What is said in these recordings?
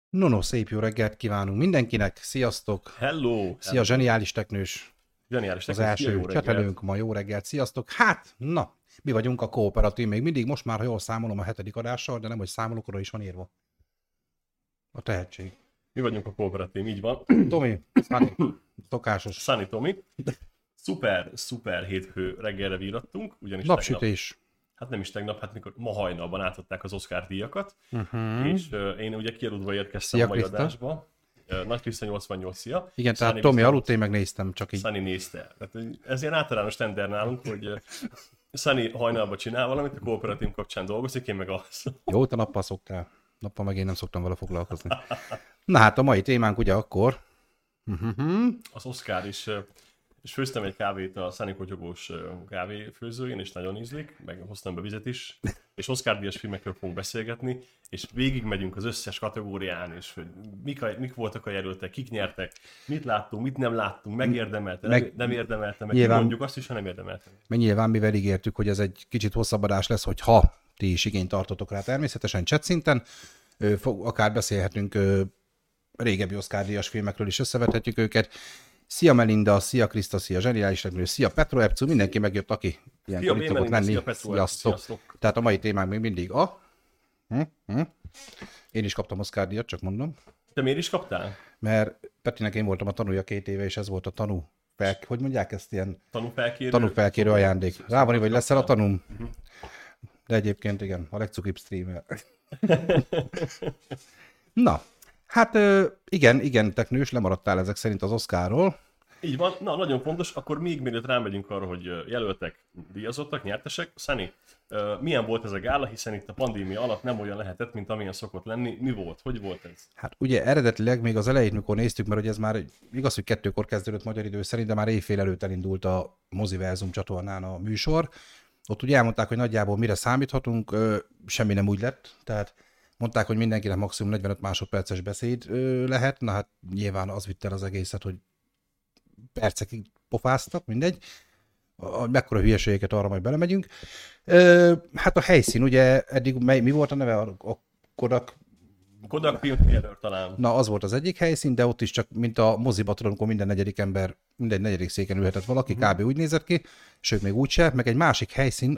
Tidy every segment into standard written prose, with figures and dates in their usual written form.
No, szép jó reggelt kívánunk mindenkinek, sziasztok! Hello! Szia, zseniális teknős! Zseniális, Az neked szia, első jó reggelt! csetelőnk ma, jó reggelt, sziasztok! Hát, na, mi vagyunk a kooperatív, még mindig, most már, ha jól számolom a 7. adással, de nem, hogy számolok, oda is van írva. A tehetség. Mi vagyunk a kooperatív, így van. Tomi, Szani, szokásos. Sunny Tomi. Szuper hétfő reggelre vírattunk, ugyanis Napsütés. tegnap, hát nem is tegnap, hát mikor ma hajnalban átadták az Oscar díjakat, Uh-huh. és én ugye kialudva érkeztem Szia, a mai Kriszta. adásba. Nagy Kriszta 88, szia. Igen, tehát Sunny Tomi viszont- aludt, én megnéztem, csak így. Sunny nézte. Tehát ez ilyen általános tender nálunk, hogy Sunny hajnalban csinál valamit, a kooperatív kapcsán dolgozik, én meg alszom. Jó, te nappal szoktál. Nappal meg én nem szoktam vele foglalkozni. Na hát a mai témánk ugye akkor... Az Oscar is, és főztem egy kávét a Sunny kotyogós kávéfőzőjén, és nagyon ízlik, meg hoztam be vizet is, és Oscar-díjas filmekről fogunk beszélgetni, és végigmegyünk az összes kategórián, és hogy mik voltak a jelöltek, kik nyertek, mit láttunk, mit nem láttunk, megérdemelte, nem érdemelte, meg nyilván- mondjuk azt is, ha nem érdemelte. Meg nyilván, mivel ígértük, hogy ez egy kicsit hosszabb adás lesz, hogy ha ti is igényt tartotok rá természetesen chat szinten, akár beszélhetünk régebbi Oscar-díjas filmekről is, összevethetjük őket. Szia Melinda, szia Kriszta, szia Zseniális Regnő, szia Petro Epcu, mindenki megjött, aki ilyenkor itt szokott lenni. Szia Petro, Sziasztok. sziasztok. Tehát a mai témánk még mindig a... Én is kaptam Oscar-díjat, csak mondom, Te miért is kaptál? mert Petinek én voltam a tanúja 2 éve, és ez volt a tanú. Hogy mondják ezt, ilyen Tanúfelkérő? tanúfelkérő ajándék. Rá van, hogy leszel a tanúm. De egyébként igen, a legcukibb streamer. Na, hát igen, teknős, lemaradtál ezek szerint az Oscarról. Így van, na nagyon fontos, akkor még mielőtt rámegyünk arra, hogy jelöltek, díjazottak, nyertesek. Sunny, milyen volt ez a gála, hiszen itt a pandémia alatt nem olyan lehetett, mint amilyen szokott lenni. Mi volt? Hogy volt ez? Hát ugye eredetileg még az elején, mikor néztük, mert ugye ez már igaz, hogy 2-kor kezdődött magyar idő szerint, de már éjfél előtt elindult a Moziverzum csatornán a műsor. Ott ugye elmondták, hogy nagyjából mire számíthatunk, semmi nem úgy lett, tehát mondták, hogy mindenkinek maximum 45 másodperces beszéd lehet, na hát nyilván az vitt el az egészet, hogy percekig pofáztak, mindegy. Mekkora hülyeségeket, arra majd belemegyünk. Hát a helyszín, ugye eddig mi volt a neve? A Kodak. Kodak Film Theater talán. Na, az volt az egyik helyszín, de ott is csak, mint a moziba, tudom, amikor minden negyedik ember, minden negyedik széken ülhetett valaki, kb. Úgy nézett ki, sőt, még úgyse, meg egy másik helyszín,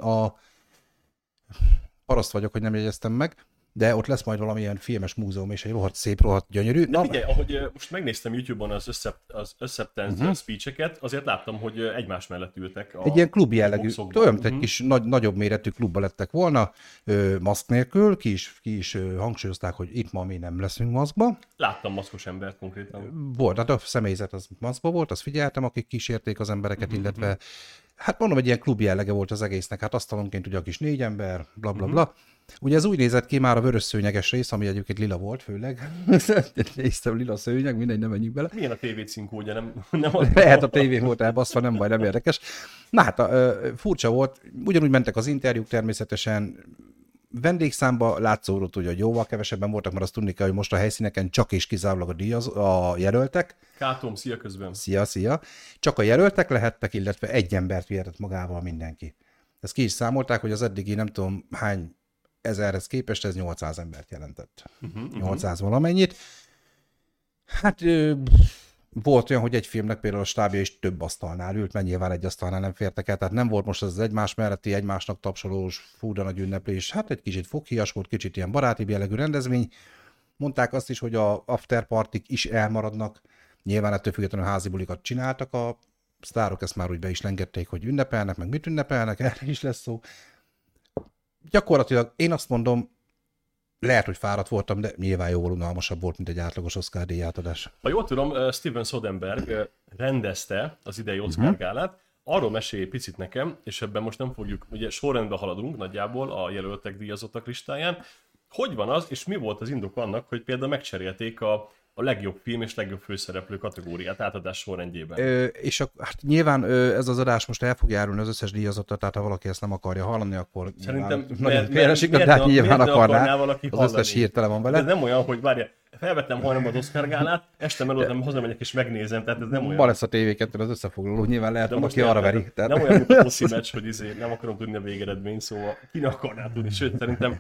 paraszt vagyok, hogy nem jegyeztem meg, de ott lesz majd valamilyen filmes múzeum, és egy rohadt szép, rohadt gyönyörű. De figyelj, ahogy most megnéztem YouTube-on az acceptance speech-eket, azért láttam, hogy egymás mellett ültek. Egy ilyen klub jellegű, boxokban. olyan, mint egy kis nagyobb méretű klubba lettek volna, maszk nélkül, ki is hangsúlyozták, hogy itt ma mi nem leszünk maszkba. Láttam maszkos embert konkrétan. Volt, hát a személyzet az maszkba volt, azt figyeltem, akik kísérték az embereket, illetve hát mondom, egy ilyen klub jellege volt az egésznek, hát asztalonként ugye a kis 4 ember, bla bla bla. Ugye ez úgy nézett ki már a vörös szőnyeges rész, ami egyébként lila volt főleg. Néztem, lila szőnyeg, mindegy, nem menjünk bele. Milyen a TV címkódja, nem az? Lehet a tévén volt elbaszva, nem baj, nem érdekes. Na hát, furcsa volt, ugyanúgy mentek az interjúk természetesen, vendégszámba látszódott, hogy jóval kevesebben voltak, mert azt tudni kell, hogy most a helyszíneken csak és kizárólag a jelöltek. Kátom, szia közben. Szia. Csak a jelöltek lehettek, illetve egy embert vihetett magával mindenki. Ezt ki is számolták, hogy az eddigi nem tudom hány ezerhez képest ez 800 embert jelentett. 800 valamennyit. Hát volt olyan, hogy egy filmnek például a stábja is több asztalnál ült, mert nyilván egy asztalnál nem fértek el, tehát nem volt most az egymás melletti, egymásnak tapsolós, fú, de nagy ünneplés. Hát egy kicsit foghíjas volt, kicsit ilyen baráti jellegű rendezvény. Mondták azt is, hogy a afterpartik is elmaradnak. Nyilván ettől függetlenül házi bulikat csináltak, a sztárok ezt már úgy be is lengették, hogy ünnepelnek, meg mit ünnepelnek, erre is lesz szó. Gyakorlatilag én azt mondom, lehet, hogy fáradt voltam, de nyilván jóval unalmasabb volt, mint egy átlagos Oscar-díj átadás. Ha jól tudom, Steven Soderbergh rendezte az idei Oscar gálát. Arról mesélj egy picit nekem, és ebben most nem fogjuk, ugye sorrendben haladunk nagyjából a jelöltek díjazottak listáján. Hogy van az, és mi volt az indok annak, hogy például megcserélték a legjobb film és legjobb főszereplő kategóriát átadás sorrendjében? Hát nyilván ez az adás most el fog járulni az összes díjazottat, tehát ha valaki ezt nem akarja hallani, akkor Szerintem nagyon félresik, de hát nyilván akarná, valaki az hallani? összes hír tele van De vele. ez nem olyan, hogy várja, felvettem hajnalban az Oscar gálát, este melódtam, hazamegyek és megnézem, tehát ez nem olyan. Ma lesz a TV2 az összefoglaló, nyilván lehet, De valaki most arra érted, veri. Tehát... Nem olyan, mint a Poszi meccs, hogy nem akarom tudni a végeredményt, szóval ki ne akarná tudni. Sőt, szerintem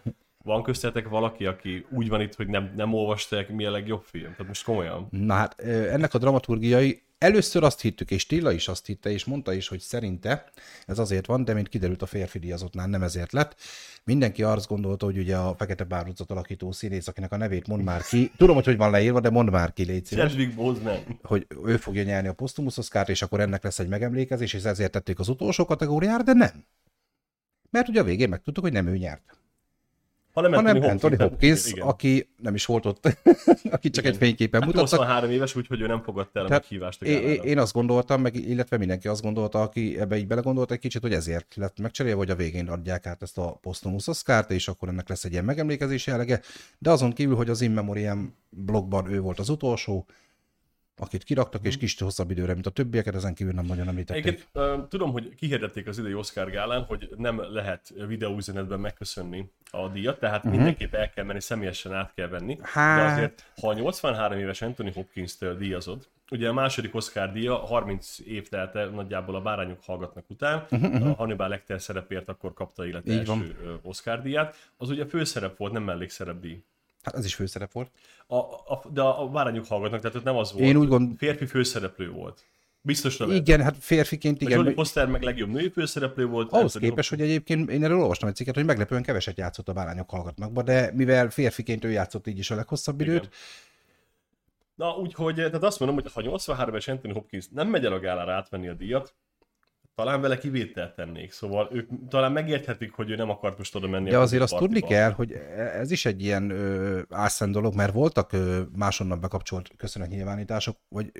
van köztetek valaki, aki úgy van itt, hogy nem olvasták, mi a legjobb film? Tehát most komolyan. Na hát, ennek a dramaturgiai, először azt hittük, és Tilla is azt hitte, és mondta is, hogy szerinte ez azért van, de mint kiderült a férfi díjazottnál nem ezért lett. Mindenki azt gondolta, hogy ugye a Fekete Bárucat alakító színész, akinek a nevét mondd már ki, tudom, hogy van leírva, de mondd már ki, légy szíves, hogy ő fogja nyerni a Posztumusz Oscart, és akkor ennek lesz egy megemlékezés, és ezért tették az utolsó kategóriára, de nem. Mert ugye a végén megtudtuk, hogy nem ő nyert. Hanem Anthony Hopkins, aki nem is volt ott, aki csak egy fényképen mutattak. 83 éves, úgyhogy ő nem fogadta el a meghívást. Én azt gondoltam, illetve mindenki azt gondolta, aki ebbe így belegondolt egy kicsit, hogy ezért lett megcserélve, hogy a végén adják át ezt a Posztumusz Oscart, és akkor ennek lesz egy ilyen megemlékezés jellege. De azon kívül, hogy az In Memoriam blogban ő volt az utolsó, akit kiraktak, és kicsit hosszabb időre, mint a többieket, ezen kívül nem nagyon említették. Tudom, hogy kihirdették az idei Oscar gálán, hogy nem lehet videóüzenetben megköszönni a díjat, tehát mindenképp el kell menni, személyesen át kell venni. De azért, ha a 83 éves Anthony Hopkins-től díjazod, ugye a második Oscar díja 30 év telte nagyjából a Bárányok hallgatnak után, a Hannibal Lecter szerepért akkor kapta élet első Oscar díját, az ugye főszerep volt, nem mellékszerepdíj. Hát ez is főszerep volt. De a Bárányok hallgatnak, tehát ott nem az volt. Én úgy férfi főszereplő volt. Biztos nem. Igen, hát férfiként igen. Jodie Foster meg legjobb női főszereplő volt. Ahhoz képest, hogy egyébként én erről olvastam egy cikket, hogy meglepően keveset játszott a Bárányok hallgatnak, de mivel férfiként ő játszott így is a leghosszabb időt. Igen. Na, úgyhogy, tehát azt mondom, hogy ha 83-es Anthony Hopkins nem megy el a gálára átvenni a díjat, talán vele kivételt tennék, szóval ők talán megérthetik, hogy ő nem akart most oda menni. De azért azt tudni kell, hogy ez is egy ilyen álszent dolog, mert voltak máshonnan bekapcsolt köszönetnyilvánítások,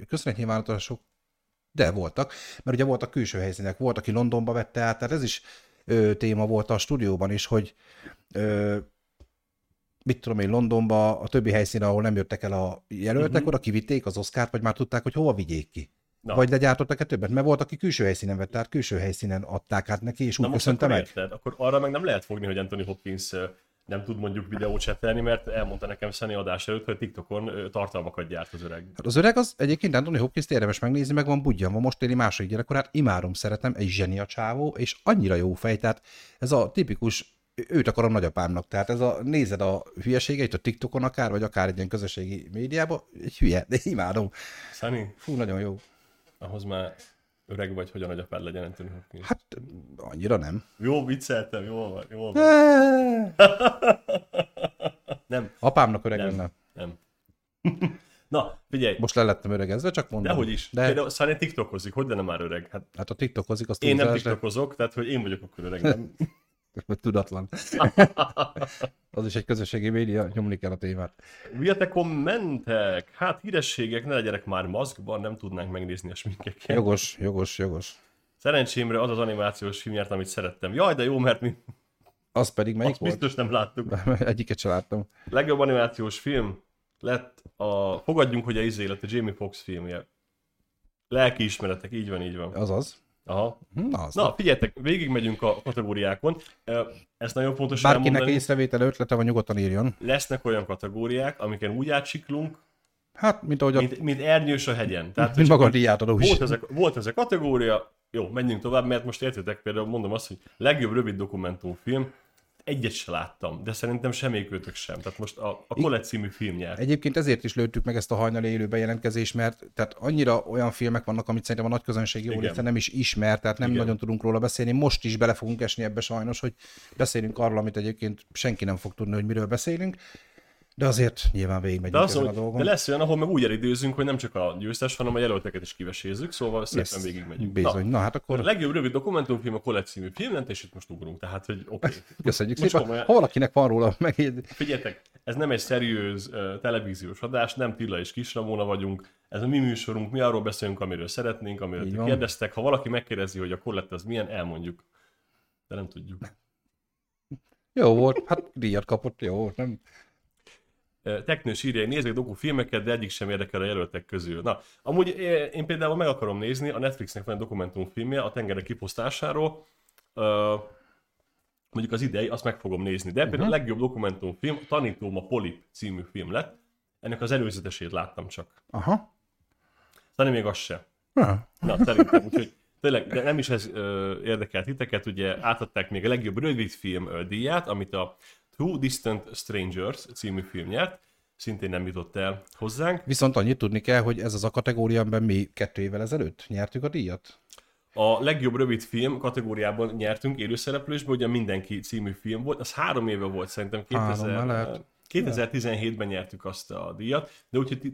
de voltak, mert ugye voltak külső helyszínek, volt, aki Londonba vette át, tehát ez is téma volt a stúdióban is, hogy mit tudom én, Londonba, a többi helyszín, ahol nem jöttek el a jelöltek, oda kivitték az Oscart, vagy már tudták, hogy hova vigyék ki. Na. Vagy legyártottak-e többet? Mert volt, aki külső helyszínen vett, tehát külső helyszínen adták át neki, és úgy köszönte meg. Érted? Akkor arra meg nem lehet fogni, hogy Anthony Hopkins nem tud mondjuk videót csetelni, mert elmondta nekem Szeni adás előtt, hogy TikTokon tartalmakat gyárt az öreg. Hát az öreg az egyébként Anthony Hopkins-t érdemes megnézni, meg van budjanva, most éli második gyerekkorát, imádom, szeretem, egy zseni a csávó, és annyira jó fej, tehát ez a tipikus, őt akarom nagyapámnak, tehát ez a, nézed a hülyeségeit a TikTokon akár, vagy akár egy ilyen közösségi médiában, egy hülye, de imádom. Szeni? Fú, nagyon jó. Ahhoz már öreg vagy, hogy a nagyapád legyen Anthony Hopkins. Hát, annyira nem. Jó, vicceltem, jól van. Nem. Apámnak öreg lenne. Nem. Na, figyelj. Most lelettem öregezve, csak mondom. Dehogy is. De Szani tiktokozik, hogy lenne már öreg? Hát a tiktokozik, azt én nem tiktokozok, tehát hogy én vagyok akkor öreg, nem? Tudatlan. Az is egy közösségi média, nyomni kell a témát. Mi a te kommentek? Hát hírességek, ne legyenek már maszkban, nem tudnánk megnézni a sminkeket. Jogos. Szerencsémre az az animációs film járt, amit szerettem. Jaj, de jó, mert mi... Az pedig melyik azt volt? Biztos nem láttuk. Egyiket sem láttam. Legjobb animációs film lett fogadjunk, hogy lett a Jamie Foxx filmje. Lelkiismeretek, így van. Azaz. Aha. Na, figyeljetek, végigmegyünk a kategóriákon. Ez nagyon fontos elmondani. Bárkinek észrevétel ötlete van, nyugodtan írjon. Lesznek olyan kategóriák, amiken úgy átsiklunk, hát, mint ernyős a hegyen. Tehát, mint maga a díjátadó is. Volt ez a kategória, jó, menjünk tovább, mert most értitek, például mondom azt, hogy legjobb rövid dokumentumfilm, egyet se láttam, de szerintem semmelyikőtök sem. Tehát most a Colette című film nyert. Egyébként ezért is lőttük meg ezt a hajnali élő bejelentkezést, mert tehát annyira olyan filmek vannak, amit szerintem a nagy közönség jól része nem is ismer, tehát nem nagyon tudunk róla beszélni. Most is bele fogunk esni ebbe sajnos, hogy beszélünk arról, amit egyébként senki nem fog tudni, hogy miről beszélünk. De azért nyilván végigmegyünk ezen a dolgon. De lesz olyan, ahol meg úgy elidőzünk, hogy nem csak a győztes, hanem a jelölteket is kivesézzük, szóval szépen végigmegyünk. Bizony. Na hát akkor... A legjobb rövid dokumentumfilm a Colette című film, és itt most ugrunk, tehát hogy oké. Köszönjük szépen. Ha valakinek van róla megér... Figyeljetek, ez nem egy szeriőz televíziós adás, nem Tilla és Kis Ramona vagyunk, ez a mi műsorunk, mi arról beszélünk, amiről szeretnénk, amiről kérdeztek. Ha valaki megkérdezi, hogy a Colette az milyen, elmondjuk. De nem tudjuk. Jó volt, hát díjat kapott, jó volt, nem... Teknős írja, nézzük dokufilmeket, de egyik sem érdekel a jelöltek közül. Na, amúgy én például meg akarom nézni, a Netflixnek van egy dokumentumfilmje a tengerek kipusztásáról, mondjuk az idei, azt meg fogom nézni. De például a legjobb dokumentumfilm, Tanítóm a Polip című film lett, ennek az előzetesét láttam csak. Aha. Szóval még az se. Na, szerintem, úgyhogy tényleg, de nem is ez érdekelt titeket, ugye átadták még a legjobb rövidfilm díját, amit a Two Distant Strangers című film nyert, szintén nem jutott el hozzánk. Viszont annyit tudni kell, hogy ez az a kategória, amiben mi 2 évvel ezelőtt nyertük a díjat. A legjobb rövid film kategóriában nyertünk élőszereplősből, ugye Mindenki című film volt, az 3 éve volt szerintem, 2017-ben nyertük azt a díjat, de úgyhogy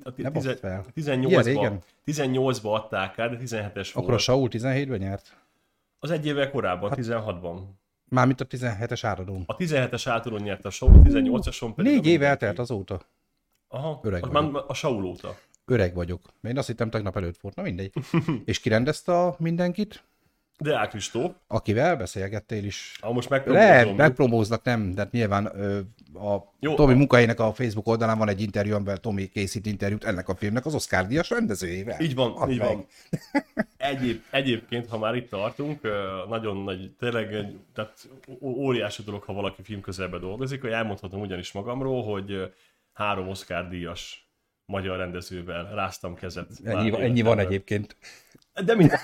18-ba adták át, de 17-es volt. Akkor a Saul 17-ben nyert? Az 1 évvel korábban, 16-ban. Mármint a 17-es áradón. A 17-es átadón nyert a Saul, 18-ason pedig... 4 év eltelt azóta. Aha, Öreg már a Saul óta. Öreg vagyok. Én azt hittem tegnap előtt volt, na mindegy. És ki rendezte a Mindenkit? Deák Kristóf. Akivel beszélgettél is. Most megpromóznak, nem, de nyilván a Tomi munkahelyének a Facebook oldalán van egy interjú, amivel Tomi készít interjút ennek a filmnek az Oscar-díjas rendezőjével. Így van, így van. Egyébként, ha már itt tartunk, nagyon nagy, tényleg tehát óriási dolog, ha valaki filmközelben dolgozik, hogy elmondhatom ugyanis magamról, hogy 3 Oscar-díjas magyar rendezővel ráztam kezet. Ennyi van egyébként. De minden.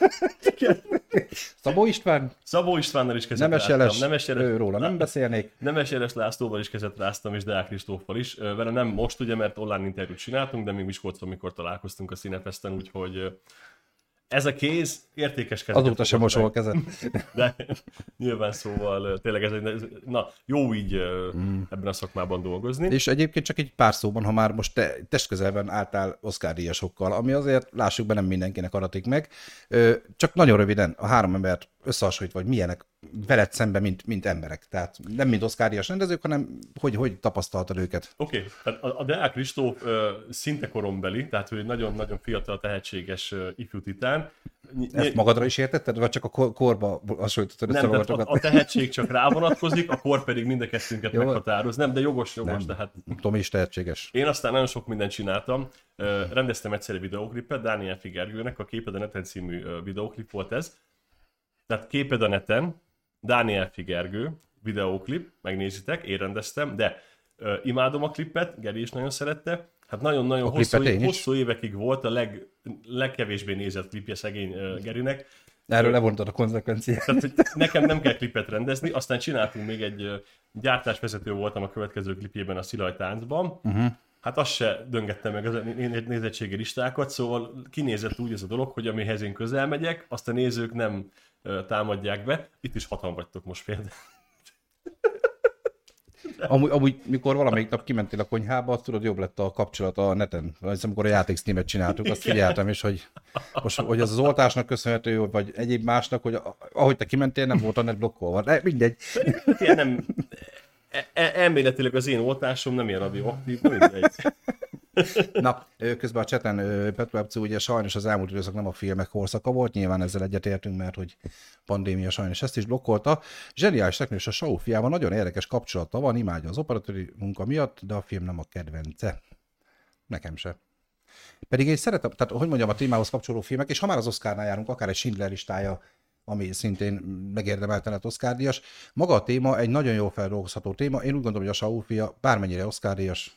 Szabó István? Szabó Istvánnal is kezet ráztam. Róla nem beszélnék. Nemes Jeles Lászlóval is kezet ráztam, és Deák Kristóffal is. Vele nem most, ugye, mert online interjút csináltunk, de még Miskolcon, amikor találkoztunk a Cinefesten, úgyhogy ez a kéz értékes kezet. Azóta sem mosol a kezet. De nyilván szóval tényleg na, jó így ebben a szakmában dolgozni. És egyébként csak egy pár szóban, ha már most te testközelben álltál Oscar-díjasokkal, ami azért, lássuk be, nem mindenkinek adatik meg. Csak nagyon röviden a 3 embert összehasonlítva, vagy milyenek veled szemben, mint emberek. Tehát nem mint Oscar-díjas rendezők, hanem hogy tapasztaltad őket. Oké, tehát a Deák Kristóf szinte korombeli, tehát ő nagyon-nagyon fiatal, tehetséges ifjú titán. Ezt magadra is értetted, vagy csak a korba hasonlítottad össze magatokat? A tehetség csak rá vonatkozik, a kor pedig mind a kettőnket meghatároz. Nem, de jogos, nem, tehát... Tomi is tehetséges. Én aztán nagyon sok mindent csináltam. Rendeztem egyszer egy videóklipet, Dániel Figergőnek, a Képed a neten című videóklip volt ez. Tehát Képed a neten, Dániel Figergő, videóklip, megnézitek, én rendeztem, de imádom a klipet, Geri is nagyon szerette. Hát nagyon-nagyon hosszú évekig volt a legkevésbé nézett klipje szegény Gerinek. Erről levontad a konzekvenciát. Tehát, hogy nekem nem kell klipet rendezni, aztán csináltunk még egy gyártásvezető voltam a következő klipjében, a Szilaj táncban. Hát azt se döngettem meg az nézettségi listákat, szóval kinézett úgy ez a dolog, hogy amihez én közel megyek, azt a nézők nem támadják be. Itt is 6-an vagytok most például. Amúgy, mikor valamelyik nap kimentél a konyhába, azt tudod, jobb lett a kapcsolat a neten. Amikor a játéksztreamet csináltuk, azt figyeltem is, hogy most, hogy ez az oltásnak köszönhető, vagy egyéb másnak, hogy ahogy te kimentél, nem volt a net blokkolva. De mindegy. Nem, elméletileg az én oltásom nem ilyen radioaktív, mindegy. Na, közben a chaten Petruapcu, ugye sajnos az elmúlt időszak nem a filmek korszaka volt, nyilván ezzel egyetértünk, mert hogy pandémia sajnos ezt is blokkolta. Zseniális technikus a Saul fiával nagyon érdekes kapcsolata van, imádja az operatőri munka miatt, de a film nem a kedvence. Nekem se. Pedig én szeretem, tehát hogy mondjam, a témához kapcsoló filmek, és ha már az Oscarnál járunk, akár egy Schindler listája, ami szintén megérdemelten lett Oscar-díjas. Maga a téma egy nagyon jól feldolgozható téma. Én úgy gondolom, hogy a Saul fia bármennyire Oscar-díjas,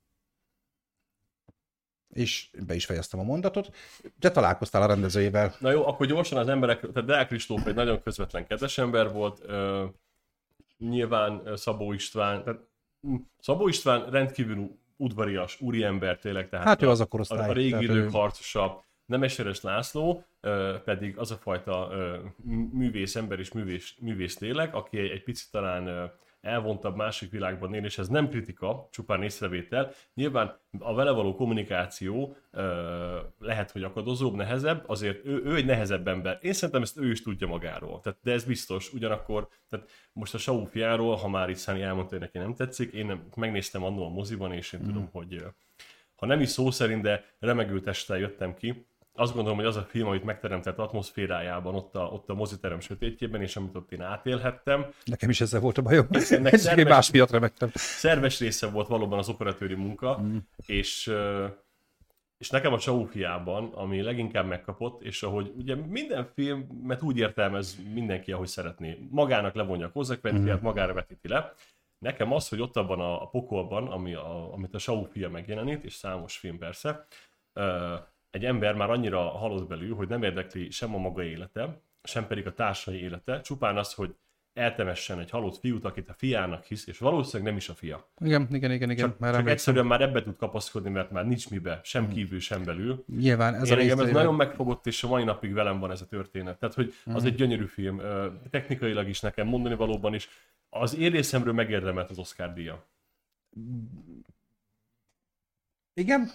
és be is fejeztem a mondatot. Te találkoztál a rendezőjével. Na jó, akkor gyorsan az emberek, tehát Deák Kristóf egy nagyon közvetlen kedves ember volt, nyilván Szabó István rendkívül udvarias, úriember tényleg, tehát hát ő az a korosztály. A régi idők harcosa. Nemes Jeles László pedig az a fajta művész ember és művész tényleg, aki egy picit talán elvontabb másik világban él, és ez nem kritika, csupán észrevétel. Nyilván a vele való kommunikáció lehet, hogy akadozóbb, nehezebb, azért ő egy nehezebb ember. Én szerintem ezt ő is tudja magáról, de ez biztos. Ugyanakkor, tehát most a Saul fiáról, ha már itt Száni elmondta, hogy neki nem tetszik, én megnéztem annól a moziban, és én tudom, hogy ha nem is szó szerint, de remegő testtel jöttem ki. Azt gondolom, hogy az a film, amit megteremtett atmoszférájában, ott a moziterem sötétjében, és amit ott én átélhettem. Nekem is ezzel volt a bajom. Ennek más miatt remegtem. Szerves része volt valóban az operatőri munka, és nekem a Saul fiában, ami leginkább megkapott, és ahogy ugye minden filmet úgy értelmez mindenki, ahogy szeretné. Magának levonja a konzekvenciát, magára vetíti le. Nekem az, hogy ott abban a pokolban, amit a Saul fia megjelenít, és számos film persze, egy ember már annyira halott belül, hogy nem érdekli sem a maga élete, sem pedig a társai élete, csupán az, hogy eltemessen egy halott fiút, akit a fiának hisz, és valószínűleg nem is a fia. Igen. Csak egyszerűen már ebbe tud kapaszkodni, mert már nincs mibe, sem kívül, sem belül. Nyilván ez Engem ez nagyon megfogott, és a mai napig velem van ez a történet. Tehát, hogy az egy gyönyörű film, technikailag is nekem, mondani valóban is. Az én részemről megérdemelt az Oscar-díja. Igen?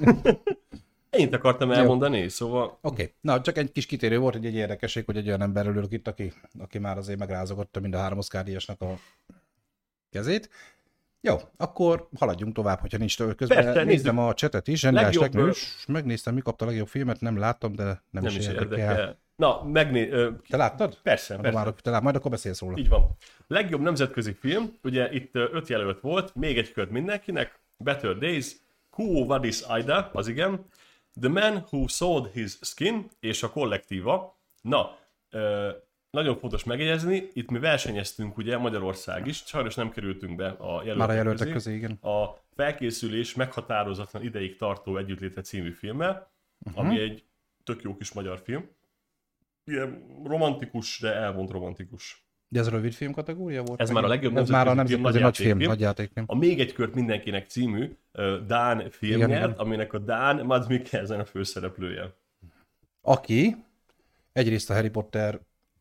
Ennyit akartam elmondani, szóval... Oké. Na, csak egy kis kitérő volt, hogy egy érdekesség, hogy egy olyan ember ülök itt, aki már azért megrázogatta mind a 3 Oscar-díjasnak a kezét. Jó, akkor haladjunk tovább, hogyha nincs közben. Persze, néztem a csetet is, Zsendás Teknő is, megnéztem, mi kapta a legjobb filmet, nem láttam, de nem is érdekel. Na, Te láttad? Persze. Majd akkor beszélsz róla. Így van. Legjobb nemzetközi film, ugye itt 5 jelölt volt, még egy kört mindenkinek, Better Days, Quo Vadis Aida, az igen, The Man Who Sold His Skin és a Kollektíva. Na, nagyon fontos megjegyezni, itt mi versenyeztünk ugye Magyarország is, sajnos nem kerültünk be a jelöltek közé, igen. A Felkészülés meghatározatlan ideig tartó együttléte című filmmel, ami egy tök jó kis magyar film. Ilyen romantikus, de elvont romantikus. De ez a rövid film kategória volt? Ez már a legjobb nemzetközi nagy film, nagy játékfilm. A Még egy kört mindenkinek című dán film nyert, aminek a dán Mads Mikkelsen a főszereplője. Aki egyrészt a Harry Potter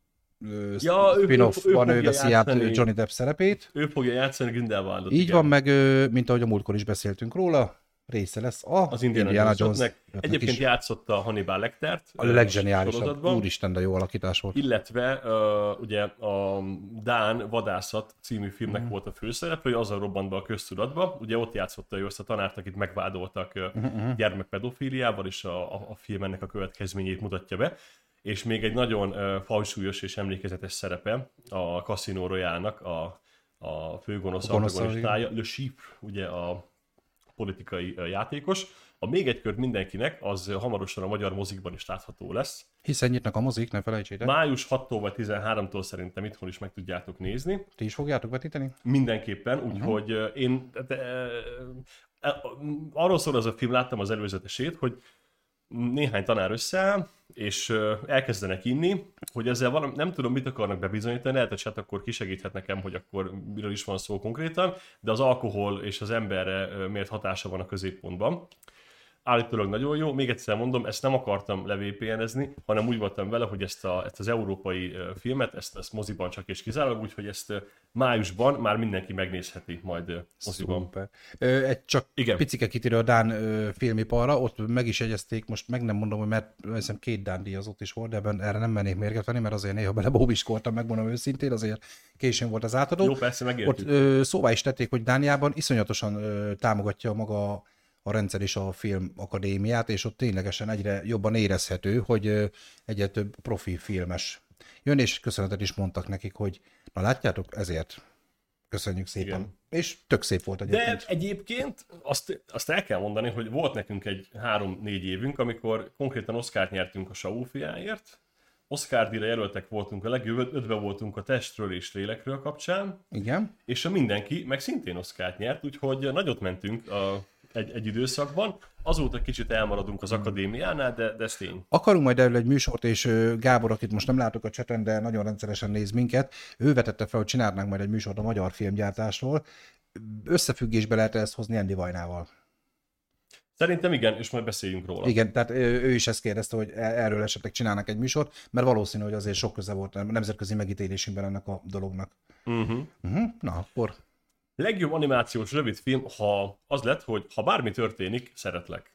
spin-offban ő veszi át Johnny Depp szerepét. Ő fogja játszani Grindelwaldot. Így van, meg mint ahogy a múltkor is beszéltünk róla, része lesz az Indiana Jones-nek. Egyébként játszotta Hannibal Lectert. A leggeniálisabb, úristen, de jó alakítás volt. Illetve ugye a Dán Vadászat című filmnek volt a főszereplője, azzal robbant be a köztudatba. Ugye ott játszotta ő azt a tanárt, akit megvádoltak gyermekpedofíliával, és a film ennek a következményét mutatja be. És még egy nagyon fajsúlyos és emlékezetes szerepe a Casino Royale-nak a főgonosz antagonistája, Le Chiffre, ugye a politikai játékos. A Még egy kört mindenkinek, az hamarosan a magyar mozikban is látható lesz. Hiszen nyitnak a mozik, ne felejtsétek. Május 6-tól vagy 13-tól szerintem itthon is meg tudjátok nézni. Ti is fogjátok vetíteni? Mindenképpen, úgyhogy én arról szól az a film, láttam az előzetesét, hogy néhány tanár összeáll, és elkezdenek inni, hogy ezzel nem tudom, mit akarnak bebizonyítani, lehet, hogy hát akkor kisegíthet nekem, hogy akkor miről is van szó konkrétan, de az alkohol és az emberre miért hatása van a középpontban. Állítólag nagyon jó, még egyszer mondom, ezt nem akartam le-VPN-ezni, hanem úgy voltam vele, hogy ezt az európai filmet, ezt moziban csak és kizárólag, úgyhogy ezt májusban már mindenki megnézheti majd moziban. Szuper. Csak picike kitérő a dán filmiparra, ott meg is jegyezték, most meg nem mondom, hogy mert hiszem 2 dán díjazott is volt, de ebben erre nem mennék mérget venni, mert azért néha belebóbiskoltam, megmondom őszintén, azért későn volt az átadó. Jó, persze, megértjük. Ott szóvá is tették, hogy Dániában iszonyatosan támogatja maga a rendszer és a filmakadémiát, és ott ténylegesen egyre jobban érezhető, hogy egyre több profi filmes jön, és köszönetet is mondtak nekik, hogy na látjátok, ezért köszönjük szépen. Igen. És tök szép volt egyébként. De egyébként azt el kell mondani, hogy volt nekünk egy 3-4 évünk, amikor konkrétan Oscart nyertünk a Saul fiáért, Oscar-díjra jelöltek voltunk, a legjobb 5-ben voltunk a Testről és Lélekről kapcsán. Igen. És a Mindenki meg szintén Oscart nyert, úgyhogy nagyot mentünk egy időszakban. Azóta kicsit elmaradunk az akadémiánál, de ez tény. Akarunk majd erről egy műsort, és Gábor, akit most nem látok a chaten, de nagyon rendszeresen néz minket, ő vetette fel, hogy csinálnánk majd egy műsort a magyar filmgyártásról. Összefüggésbe lehet ezt hozni Andy Vajnával. Szerintem igen, és majd beszéljünk róla. Igen, tehát ő is ezt kérdezte, hogy erről esetleg csinálnak egy műsort, mert valószínű, hogy azért sok köze volt a nemzetközi megítélésünkben ennek a dolognak. Na, akkor... Legjobb animációs rövidfilm, ha az lett, hogy ha bármi történik, szeretlek.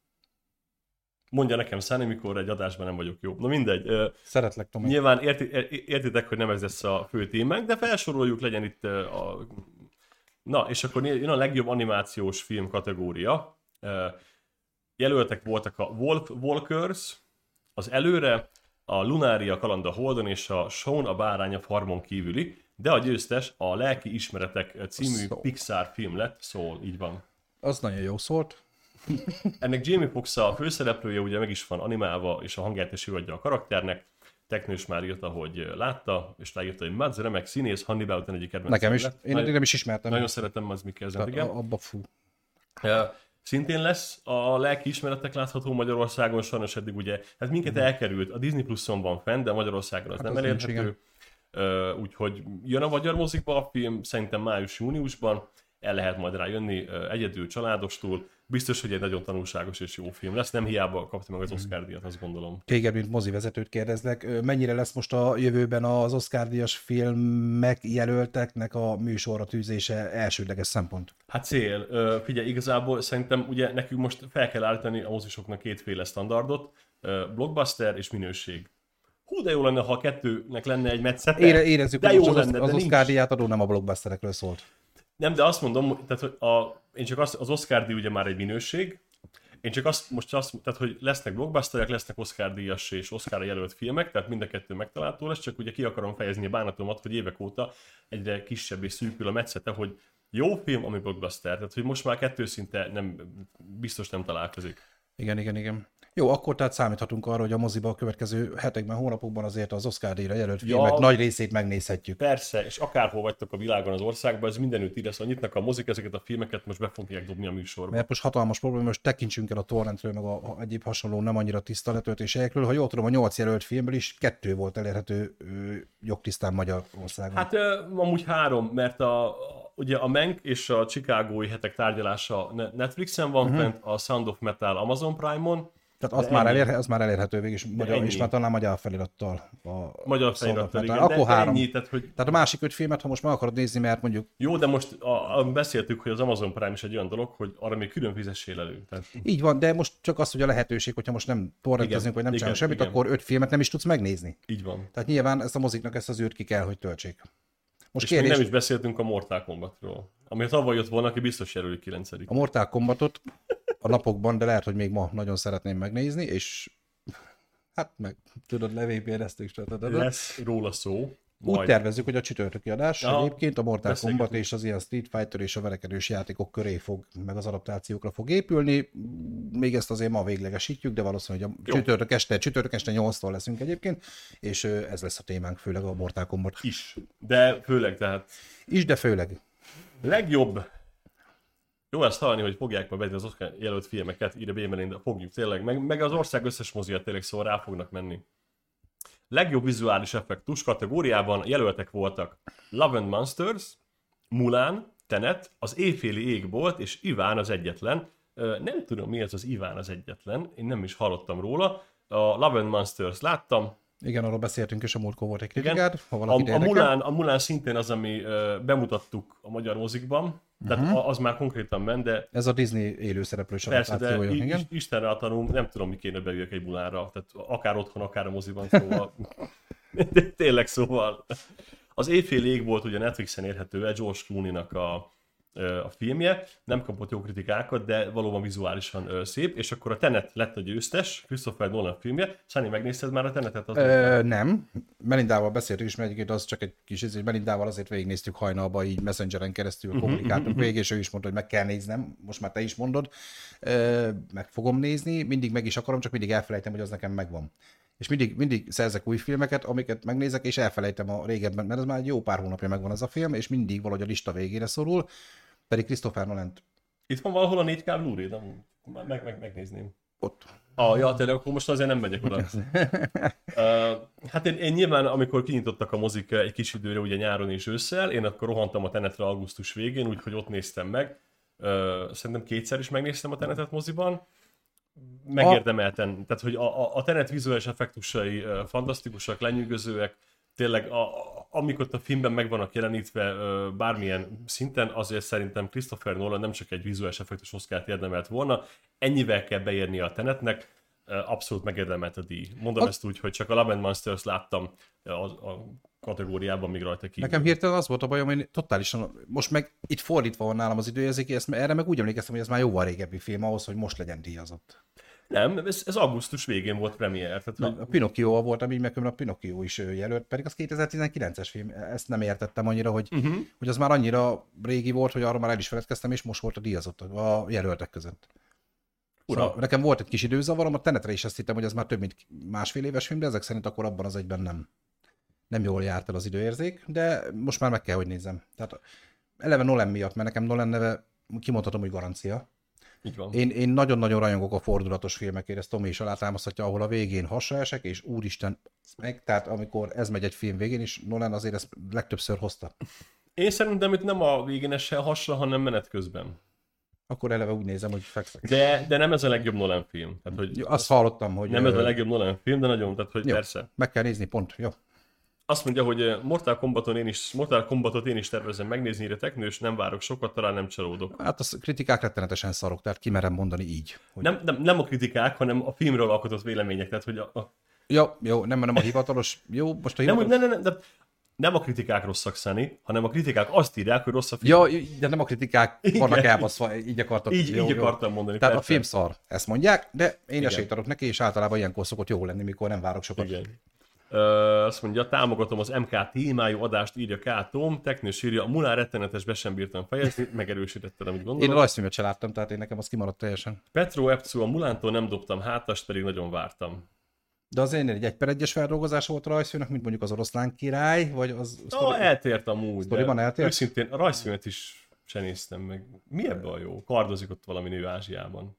Mondja nekem Száni, mikor egy adásban nem vagyok jó. Na mindegy. Szeretlek, Tomi. Nyilván értitek, hogy nem ez lesz a fő témánk, de felsoroljuk, legyen itt a... Na, és akkor jön a legjobb animációs film kategória. Jelöltek voltak a Walkers, az Előre, a Lunária Kaland a Holdon és a Shaun a bárány a farmon kívüli, de a győztes a Lelki ismeretek című Pixar film lett, Soul, így van. Az nagyon jó szólt. Ennek Jamie Foxx a főszereplője, ugye meg is van animálva, és a hangját is ő adja a karakternek. Teknős már írta, hogy látta, és ráírta, hogy Mads remek színész, Hannibal után egyik kedvenc. Nekem is, én nem is ismertem. Nagyon szeretem Mads Mikkelsen, igen. Abba fú. Szintén lesz a Lelki ismeretek látható Magyarországon, sajnos eddig ugye, hát minket elkerült, a Disney Pluson van fenn, de Magyarországon az nem elérhető. úgyhogy jön a magyar mozikba a film, szerintem május-júniusban, el lehet majd rá jönni egyedül, családostul. Biztos, hogy egy nagyon tanulságos és jó film lesz, nem hiába kapta meg az Oscar-díjat, azt gondolom. Téged, mint mozivezetőt kérdezlek, mennyire lesz most a jövőben az Oscar-díjas filmek jelölteknek a műsorra tűzése elsődleges szempont? Hát cél. Figyelj, igazából szerintem ugye nekünk most fel kell állítani a mozisoknak kétféle standardot, blockbuster és minőség. Hú, de jó lenne, ha a kettőnek lenne egy metszete. Érezzük, hogy az Oscar-díjat adó nem a blockbusterekről szólt. Nem, de azt mondom, tehát, hogy én csak az Oscar-díj ugye már egy minőség, én csak tehát, hogy lesznek blockbusterek, lesznek Oscar-díjas és Oscar-ra jelölt filmek, tehát mind a kettő megtalálható lesz, csak ugye ki akarom fejezni a bánatomat, hogy évek óta egyre kisebb és szűkül a metszete, hogy jó film, ami blockbuster, tehát hogy most már kettő szinte biztos nem találkozik. Igen. Jó, akkor tehát számíthatunk arra, hogy a moziba a következő hetekben, hónapokban azért az Oscar-díjra jelölt filmek nagy részét megnézhetjük. Persze, és akárhol vagytok a világon, az országban, ez mindenütt így lesz, hogy nyitnak a mozik, ezeket a filmeket most be fogják dobni a műsorba. Mert most hatalmas probléma, most tekintsünk el a torrentről, meg a egyéb hasonló nem annyira tiszta letöltési helyekről. Ha jól tudom, a 8 jelölt filmből is 2 volt elérhető jogtisztán Magyarországon. Hát amúgy 3, mert ugye a Mank és a Chicagói hetek tárgyalása Netflixen van fent, a Sound of Metal Amazon Prime-on. Tehát az már elérhető végig, és már talán magyar felirattal. Magyar felirattal, igen. Akkor 3. Ennyi, tehát a másik 5 filmet, ha most meg akarod nézni, mert mondjuk... Jó, de most beszéltük, hogy az Amazon Prime is egy olyan dolog, hogy arra még külön fizessél elő. Tehát... Így van, de most csak az, hogy a lehetőség, hogyha most nem torrentezünk, vagy nem csinálunk semmit, akkor 5 filmet nem is tudsz megnézni. Így van. Tehát nyilván ezt a moziknak ezt az űrt ki kell, hogy töltsék. Most és kérdés... még nem is beszéltünk a Mortal Kombatról, ami tavaly jött volna, aki biztos jelöli 9. A Mortal Kombatot a napokban, de lehet, hogy még ma nagyon szeretném megnézni, és hát meg tudod, levépéreztük. Lesz róla szó. Úgy tervezzük, hogy a csütörtöki adás egyébként a Mortal Kombat és az ilyen Street Fighter és a verekedős játékok köré fog, meg az adaptációkra fog épülni. Még ezt azért ma véglegesítjük, de valószínűleg a csütörtök este 8-tól leszünk egyébként, és ez lesz a témánk, főleg a Mortal Kombat. Is, de főleg tehát. Is, de főleg. Legjobb. Jó ezt hallani, hogy fogják majd venni az Oscar jelölt filmeket, ide B-Melinda, fogjuk tényleg, meg az ország összes mozia tényleg, szóval rá fognak menni. Legjobb vizuális effektus kategóriában jelöltek voltak Love and Monsters, Mulan, Tenet, az Éjféli égbolt és Iván az egyetlen. Nem tudom, mi ez az Iván az egyetlen, én nem is hallottam róla. A Love and Monsters láttam. Igen, arról beszéltünk, és a múltkor volt egy kritikád, ha valaki a Mulan szintén az, ami bemutattuk a magyar mozikban, tehát az már konkrétan ment, de... Ez a Disney élőszereplős adaptációja, igen? Istenre a tanul, nem tudom, mi kéne beüljek egy Mulanra, tehát akár otthon, akár a moziban, szóval... Tényleg szóval... Az Éjféli égbolt ugye Netflixen érhető el, George Clooney-nak a filmje, nem kapott jó kritikákat, de valóban vizuálisan szép, és akkor a Tenet lett a győztes, Christopher Nolan filmje. Sunny, megnézted már a Tenetet? Nem. Melindával beszéltük is, mert egyébként az csak egy kis íz, Melindával azért végignéztük hajnalba, így Messengeren keresztül kommunikáltunk végig, és ő is mondta, hogy meg kell néznem, most már te is mondod. Meg fogom nézni, mindig meg is akarom, csak mindig elfelejtem, hogy az nekem megvan. És mindig szerzek új filmeket, amiket megnézek, és elfelejtem a régebben, mert ez már egy jó pár hónapja megvan az a film, és mindig valahogy a lista végére szorul, pedig Christopher Nolan-t. Itt van valahol a 4K Blu-ray, de megnézném. Ott. Ja, tényleg, akkor most azért nem megyek oda. Hát én nyilván, amikor kinyitottak a mozik egy kis időre, ugye nyáron és ősszel, én akkor rohantam a Tenetre augusztus végén, úgyhogy ott néztem meg. Szerintem 2-szer is megnéztem a Tenetet moziban. Megérdemelten. Tehát, hogy a Tenet vizuális effektusai fantasztikusak, lenyűgözőek, tényleg amikor a filmben meg vannak jelenítve bármilyen szinten, azért szerintem Christopher Nolan nem csak egy vizuális effektus Oscart érdemelt volna, ennyivel kell beérni a Tenetnek, abszolút megérdemelt a díj. Mondom ezt úgy, hogy csak a Love and Monsters láttam a kategóriában még rajta kívül. Nekem hirtelen az volt a bajom, hogy totálisan, most meg itt fordítva van nálam az időérzéki, erre meg úgy emlékeztem, hogy ez már jóval régebbi film ahhoz, hogy most legyen díjazott. Nem, ez augusztus végén volt premier. Tehát, a Pinocchio volt, ami meg a Pinocchio is jelölt, pedig az 2019-es film. Ezt nem értettem annyira, hogy az már annyira régi volt, hogy arra már el is feledkeztem, és most volt a díjazott a jelöltek között. Szóval nekem volt egy kis időzavarom, a Tenetre is azt hittem, hogy ez már több mint 1,5 éves film, de ezek szerint akkor abban az egyben nem jól járt el az időérzék, de most már meg kell, hogy nézzem. Tehát eleve Nolan miatt, mert nekem Nolan neve kimondhatom, hogy garancia. Így van. Én nagyon-nagyon rajongok a fordulatos filmekért, ezt Tomi is alátámaszthatja, ahol a végén hasra esek, és úristen, meg, tehát amikor ez megy egy film végén is, Nolan azért ezt legtöbbször hozta. Én szerintem itt nem a végén esel hasra, hanem menet közben. Akkor eleve úgy nézem, hogy fekszek. De nem ez a legjobb Nolan film. Tehát, hogy azt hallottam, hogy... Nem ez a legjobb Nolan film, de nagyon, tehát hogy jó, persze. Meg kell nézni, pont, jó. Azt mondja, hogy Mortal Kombatot én is tervezem megnézni, írja Teknős, nem várok sokat, talán nem csalódok. Hát a kritikák rettenetesen szarok, tehát kimerem mondani így. Hogy... Nem a kritikák, hanem a filmről alkotott vélemények, tehát hogy Jó, nem a hivatalos... Jó, most a hivatalos... Nem a kritikák rosszak, Szani, hanem a kritikák azt írják, hogy rossz a film. Ja, de nem a kritikák vannak elbaszva, így akartam. Így akartam mondani. Tehát persze. A film szar, ezt mondják, de én esélyt adok neki, és általában ilyenkor szokott jó lenni, mikor nem várok sokat. Igen. Azt mondja, támogatom az MK témájú adást, írja K. Tom, Teknős írja, a Mulán rettenetes, be sem bírtam fejezni, megerősítetted, amit gondolom. Én a rajzfilmet se láttam, tehát én nekem az kimaradt teljesen. Petro Epcu, a Mulántól nem dobtam hátast, pedig nagyon vártam. De az én egy 1/1-es feldolgozás volt a rajzfilmnek, mint mondjuk az Oroszlán király, vagy az... Eltért amúgy, sztoriban eltért? Őszintén a rajzfilmet is se néztem meg. Mi ebből a jó? Kardozik ott valami nő Ázsiában.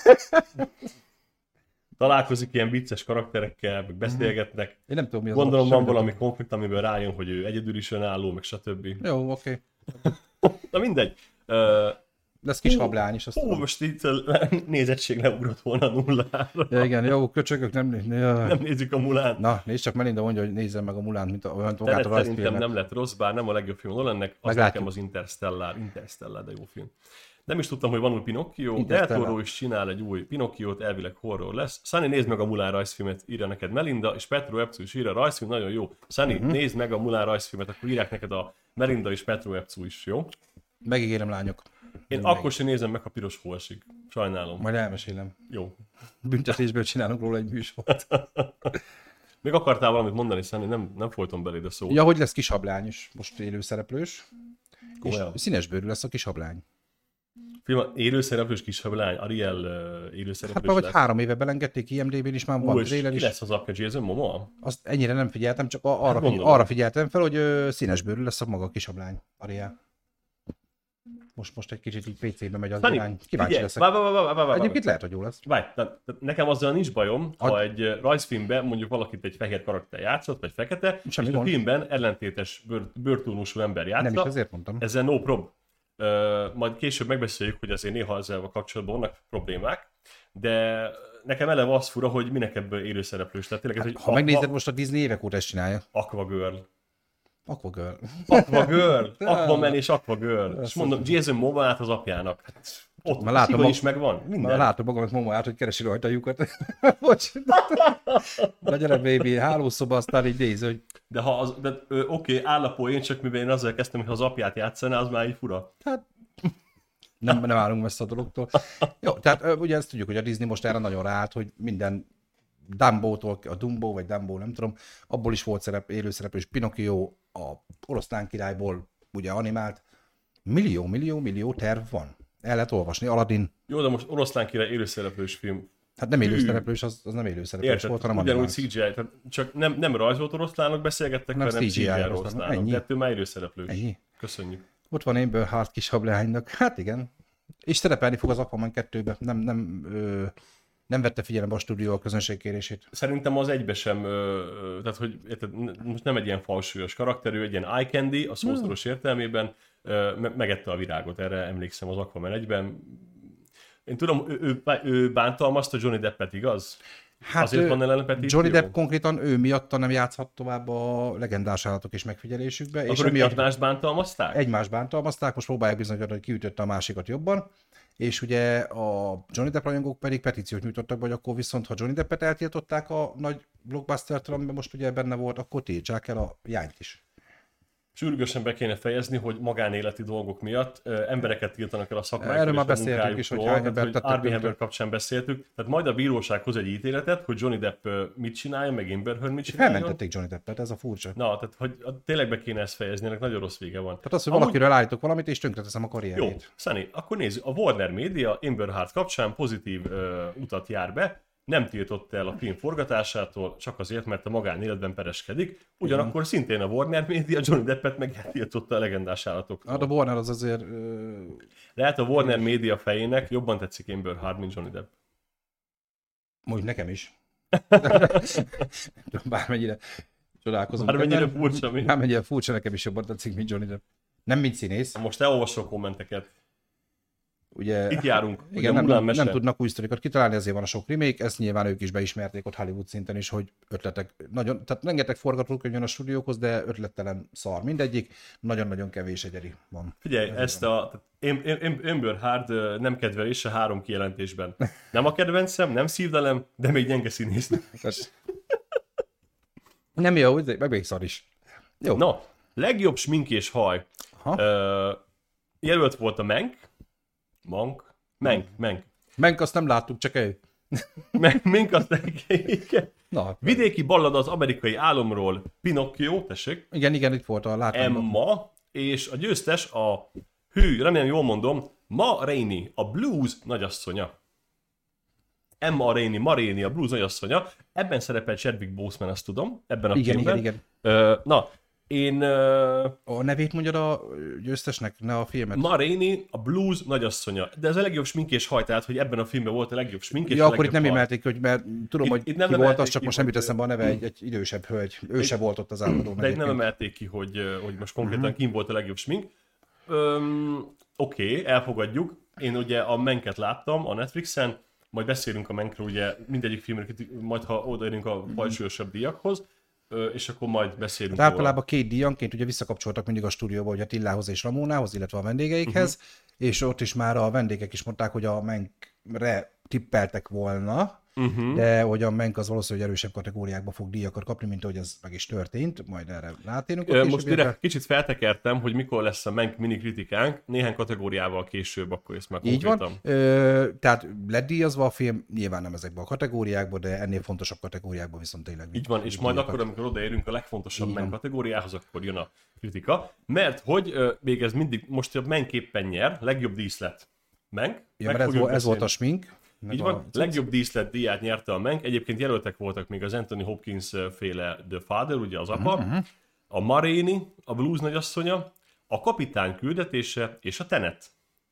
Találkozik ilyen vicces karakterekkel, meg beszélgetnek. Én nem tudom, mi az. Gondolom van valami konflikt, amiből rájön, hogy ő egyedül is önálló, meg stb. Jó, oké. Na mindegy. Lesz kis hablány is. Most itt a nézettség leugrott volna nullára. Ja, igen, jó, köcsögök, nem nézzük a Mulánt. Na, nézd csak, Melinda mondja, hogy nézzem meg a Mulánt, mint magát a rajzfilmet. Szerintem nem lett rossz, bár nem a legjobb film Nolannek, az nekem az Interstellar, de jó film. Nem is tudtam, hogy van új Pinocchio, Del Toro is csinál egy új Pinocchiót, elvileg horror lesz. Sunny, nézd meg a Mulán rajzfilmet, írja neked Melinda, és Petro Epcu is írja, a rajzfilm nagyon jó. Sunny, nézd meg a Mulán rajzfilmet, akkor írják neked a Melinda és Petro Epcu is, jó? Megígérem, lányok. Én akkor sem nézem meg, ha piros hol esik. Sajnálom. Majd elmesélem. Jó. Büntetésből csinálunk róla egy műsort. Még akartál valamit mondani, Sunny? Nem folyton beléd a szó. Ja, hogy lesz kis hablány is, most élőszereplős. És színesbőrű lesz a kis hablány. Film, élőszereplős kis hablány, Ariel élőszereplős hát valahogy 3 éve belengedték, IMDb-n is már van trailer is. Ki lesz az apja, Jason Momoa? Azt ennyire nem figyeltem, csak arra figyeltem fel, hogy színesbőrű lesz a maga kis hablány, Ariel. Most egy kicsit így PC-be megy az irány. Kíváncsi leszek. Egyébként lehet, hogy jó lesz. Nekem azzal nincs bajom, ha egy rajzfilmben mondjuk valakit egy fehér karakter játszott, vagy fekete, és a filmben ellentétes bőrtónusú ember játsza. Nem is ezért mondtam. Ezzel no prob. Majd később megbeszéljük, hogy azért néha ezzel a kapcsolatban vannak problémák, de nekem eleve az fura, hogy minek ebből élőszereplős. Tehát tényleg, hát, ha megnézed, most a Disney évek óta ezt csinálja. Aquagirl. Aquaman és Aquagirl. És mondom, Jason Momoát az apjának. Hát, ott a sziga is megvan. Már látom magamat Momoát, hogy keresi rajta a lyukat. Bocs. Na gyere, baby, hálószoba, aztán így néz, hogy... De ha az, oké, áll a poén, csak mivel én azzal kezdtem, hogy ha az apját játszaná, az már így fura. Hát, nem állunk messze a dologtól. Jó, tehát ugye ezt tudjuk, hogy a Disney most erre nagyon ráállt, hogy minden Dumbo-tól, a Dumbo vagy Dumbo, nem tudom, abból is volt élőszereplős Pinocchio, a Oroszlán királyból ugye animált. Millió terv van. El lehet olvasni, Aladdin. Jó, de most Oroszlán király élőszereplős film. Hát nem élőszereplős, az nem élőszereplős volt, hanem ugyanúgy CGI, tehát csak nem rajzolt oroszlánok beszélgettek, hanem CGI oroszlánok. De ettől már élőszereplős. Ennyi. Köszönjük. Ott van Amber Heard kis hablánynak. Hát igen. És szerepelni fog az Aquaman 2-be. Nem vette figyelembe a stúdió a közönség kérését. Szerintem az egybe sem, tehát hogy most nem egy ilyen falsúlyos karakter, ő egy ilyen eye candy, a szószoros értelmében, megette a virágot, erre emlékszem az Aquaman 1-ben. Én tudom, ő bántalmazta Johnny Deppet, igaz? Hát azért van ellen petíció? Johnny Depp konkrétan ő miatta nem játszhat tovább a legendás állatok és megfigyelésükbe. Akkor és ők egymást bántalmazták? Egymást bántalmazták, most próbálják bizonyítani, hogy kiütötte a másikat jobban. És ugye a Johnny Depp rajongók pedig petíciót nyújtottak, hogy akkor viszont, ha Johnny Deppet eltiltották a nagy blockbuster-től, amiben most ugye benne volt, akkor tiltsák el a jányt is. Sürgősen be kéne fejezni, hogy magánéleti dolgok miatt embereket tiltanak el a szakmájukról. Erről már beszéltük is, hogy hány embert tettek Armie Hammer kapcsán beszéltük. Tehát majd a bíróság hoz egy ítéletet, hogy Johnny Depp mit csinálja, meg Amber Heard mit csinálja. Felmentették Johnny Deppet, ez a furcsa. Na, tehát hogy tényleg be kéne ezt fejezni, ennek nagyon rossz vége van. Tehát az, hogy valakiről állítok valamit, és tönkreteszem a karrierjét. Jó, Sunny, akkor nézzük. A Warner Media Amber Heard kapcsán pozitív utat jár be. nem tiltott el a film forgatásától, csak azért, mert a magánéletben pereskedik. Ugyanakkor szintén a Warner Media Johnny Deppet meg eltiltotta a legendás állatoktól. Hát a Warner az azért... Lehet a Warner Media fejének jobban tetszik Amber Heard, mint Johnny Depp. Most nekem is. Bármennyire csodálkozom. Bármennyire furcsa, mi? Bármennyire furcsa, nekem is jobban tetszik, mint Johnny Depp. Nem mint színész. Most elolvasok kommenteket. Ugye, itt járunk. Igen, nem tudnak új sztorikat kitalálni, ezért van a sok remake, ezt nyilván ők is beismerték ott Hollywood szinten is, hogy ötletek nagyon, tehát rengeteg forgatókönyv jön a stúdiókhoz, de ötlettelen szar mindegyik, nagyon-nagyon kevés egyedi van. Figyelj, ezt a Amber Heard nem kedvelés a 3 kijelentésben. Nem a kedvencem, nem szívdelem, de még gyenge színész. Nem jó, meg még szar is. Jó. No, legjobb smink és haj. Jelölt volt a Mank. Mank azt nem láttuk, csak egy. Mank azt igen. Na, Vidéki ballada az amerikai álomról, Pinocchio, tessék. Igen, itt volt a látvány. Emma, és a győztes a remélem jól mondom, Ma Rainey, a blues nagyasszonya. Emma Rainey, a blues nagyasszonya. Ebben szerepel Chadwick Boseman, azt tudom, ebben a filmben. Igen. Na, én... A nevét mondjad a győztesnek, ne a filmet. Ma Rainey, a blues nagyasszonya. De ez a legjobb smink és haj, tehát, hogy ebben a filmben volt a legjobb smink és akkor itt nem emelték, hogy mert tudom, hogy itt ki volt, az csak most nem jut eszembe a neve, egy idősebb hölgy. Ő se volt ott az állandó. De itt nem emelték ki, hogy most konkrétan kim volt a legjobb smink. Oké, elfogadjuk. Én ugye a Manket láttam a Netflixen, majd beszélünk a Mankről, ugye mindegyik filmről, majd ha odaérünk a fajsúlyosabb díjakhoz, és akkor majd beszélünk róla. Általában 2 díjanként ugye visszakapcsoltak mindig a stúdióba, hogy a Tillához és Ramónához, illetve a vendégeikhez, és ott is már a vendégek is mondták, hogy a Mankre tippeltek volna, de hogy a Mank az valószínűleg erősebb kategóriákba fog díjakat kapni, mint ahogy ez meg is történt, majd erre rátérünk. Most direkt kicsit feltekertem, hogy mikor lesz a Mank mini kritikánk, néhány kategóriával később, akkor ezt már konkrétan. Így van, tehát lett díjazva a film, nyilván nem ezekbe a kategóriákba, de ennél fontosabb kategóriákban viszont tényleg. Így van, és majd akkor, amikor odaérünk a legfontosabb Mank kategóriához, akkor jön a kritika, mert hogy még ez mindig, most a Mank éppen nyer, legjobb díszlet Mank. Ja, mert ez volt a smink. Így van, legjobb díszlet díját nyerte a Mank, egyébként jelöltek voltak még az Anthony Hopkins féle The Father, ugye az apa, a Ma Rainey, a blues nagyasszonya, a Kapitány küldetése és a Tenet.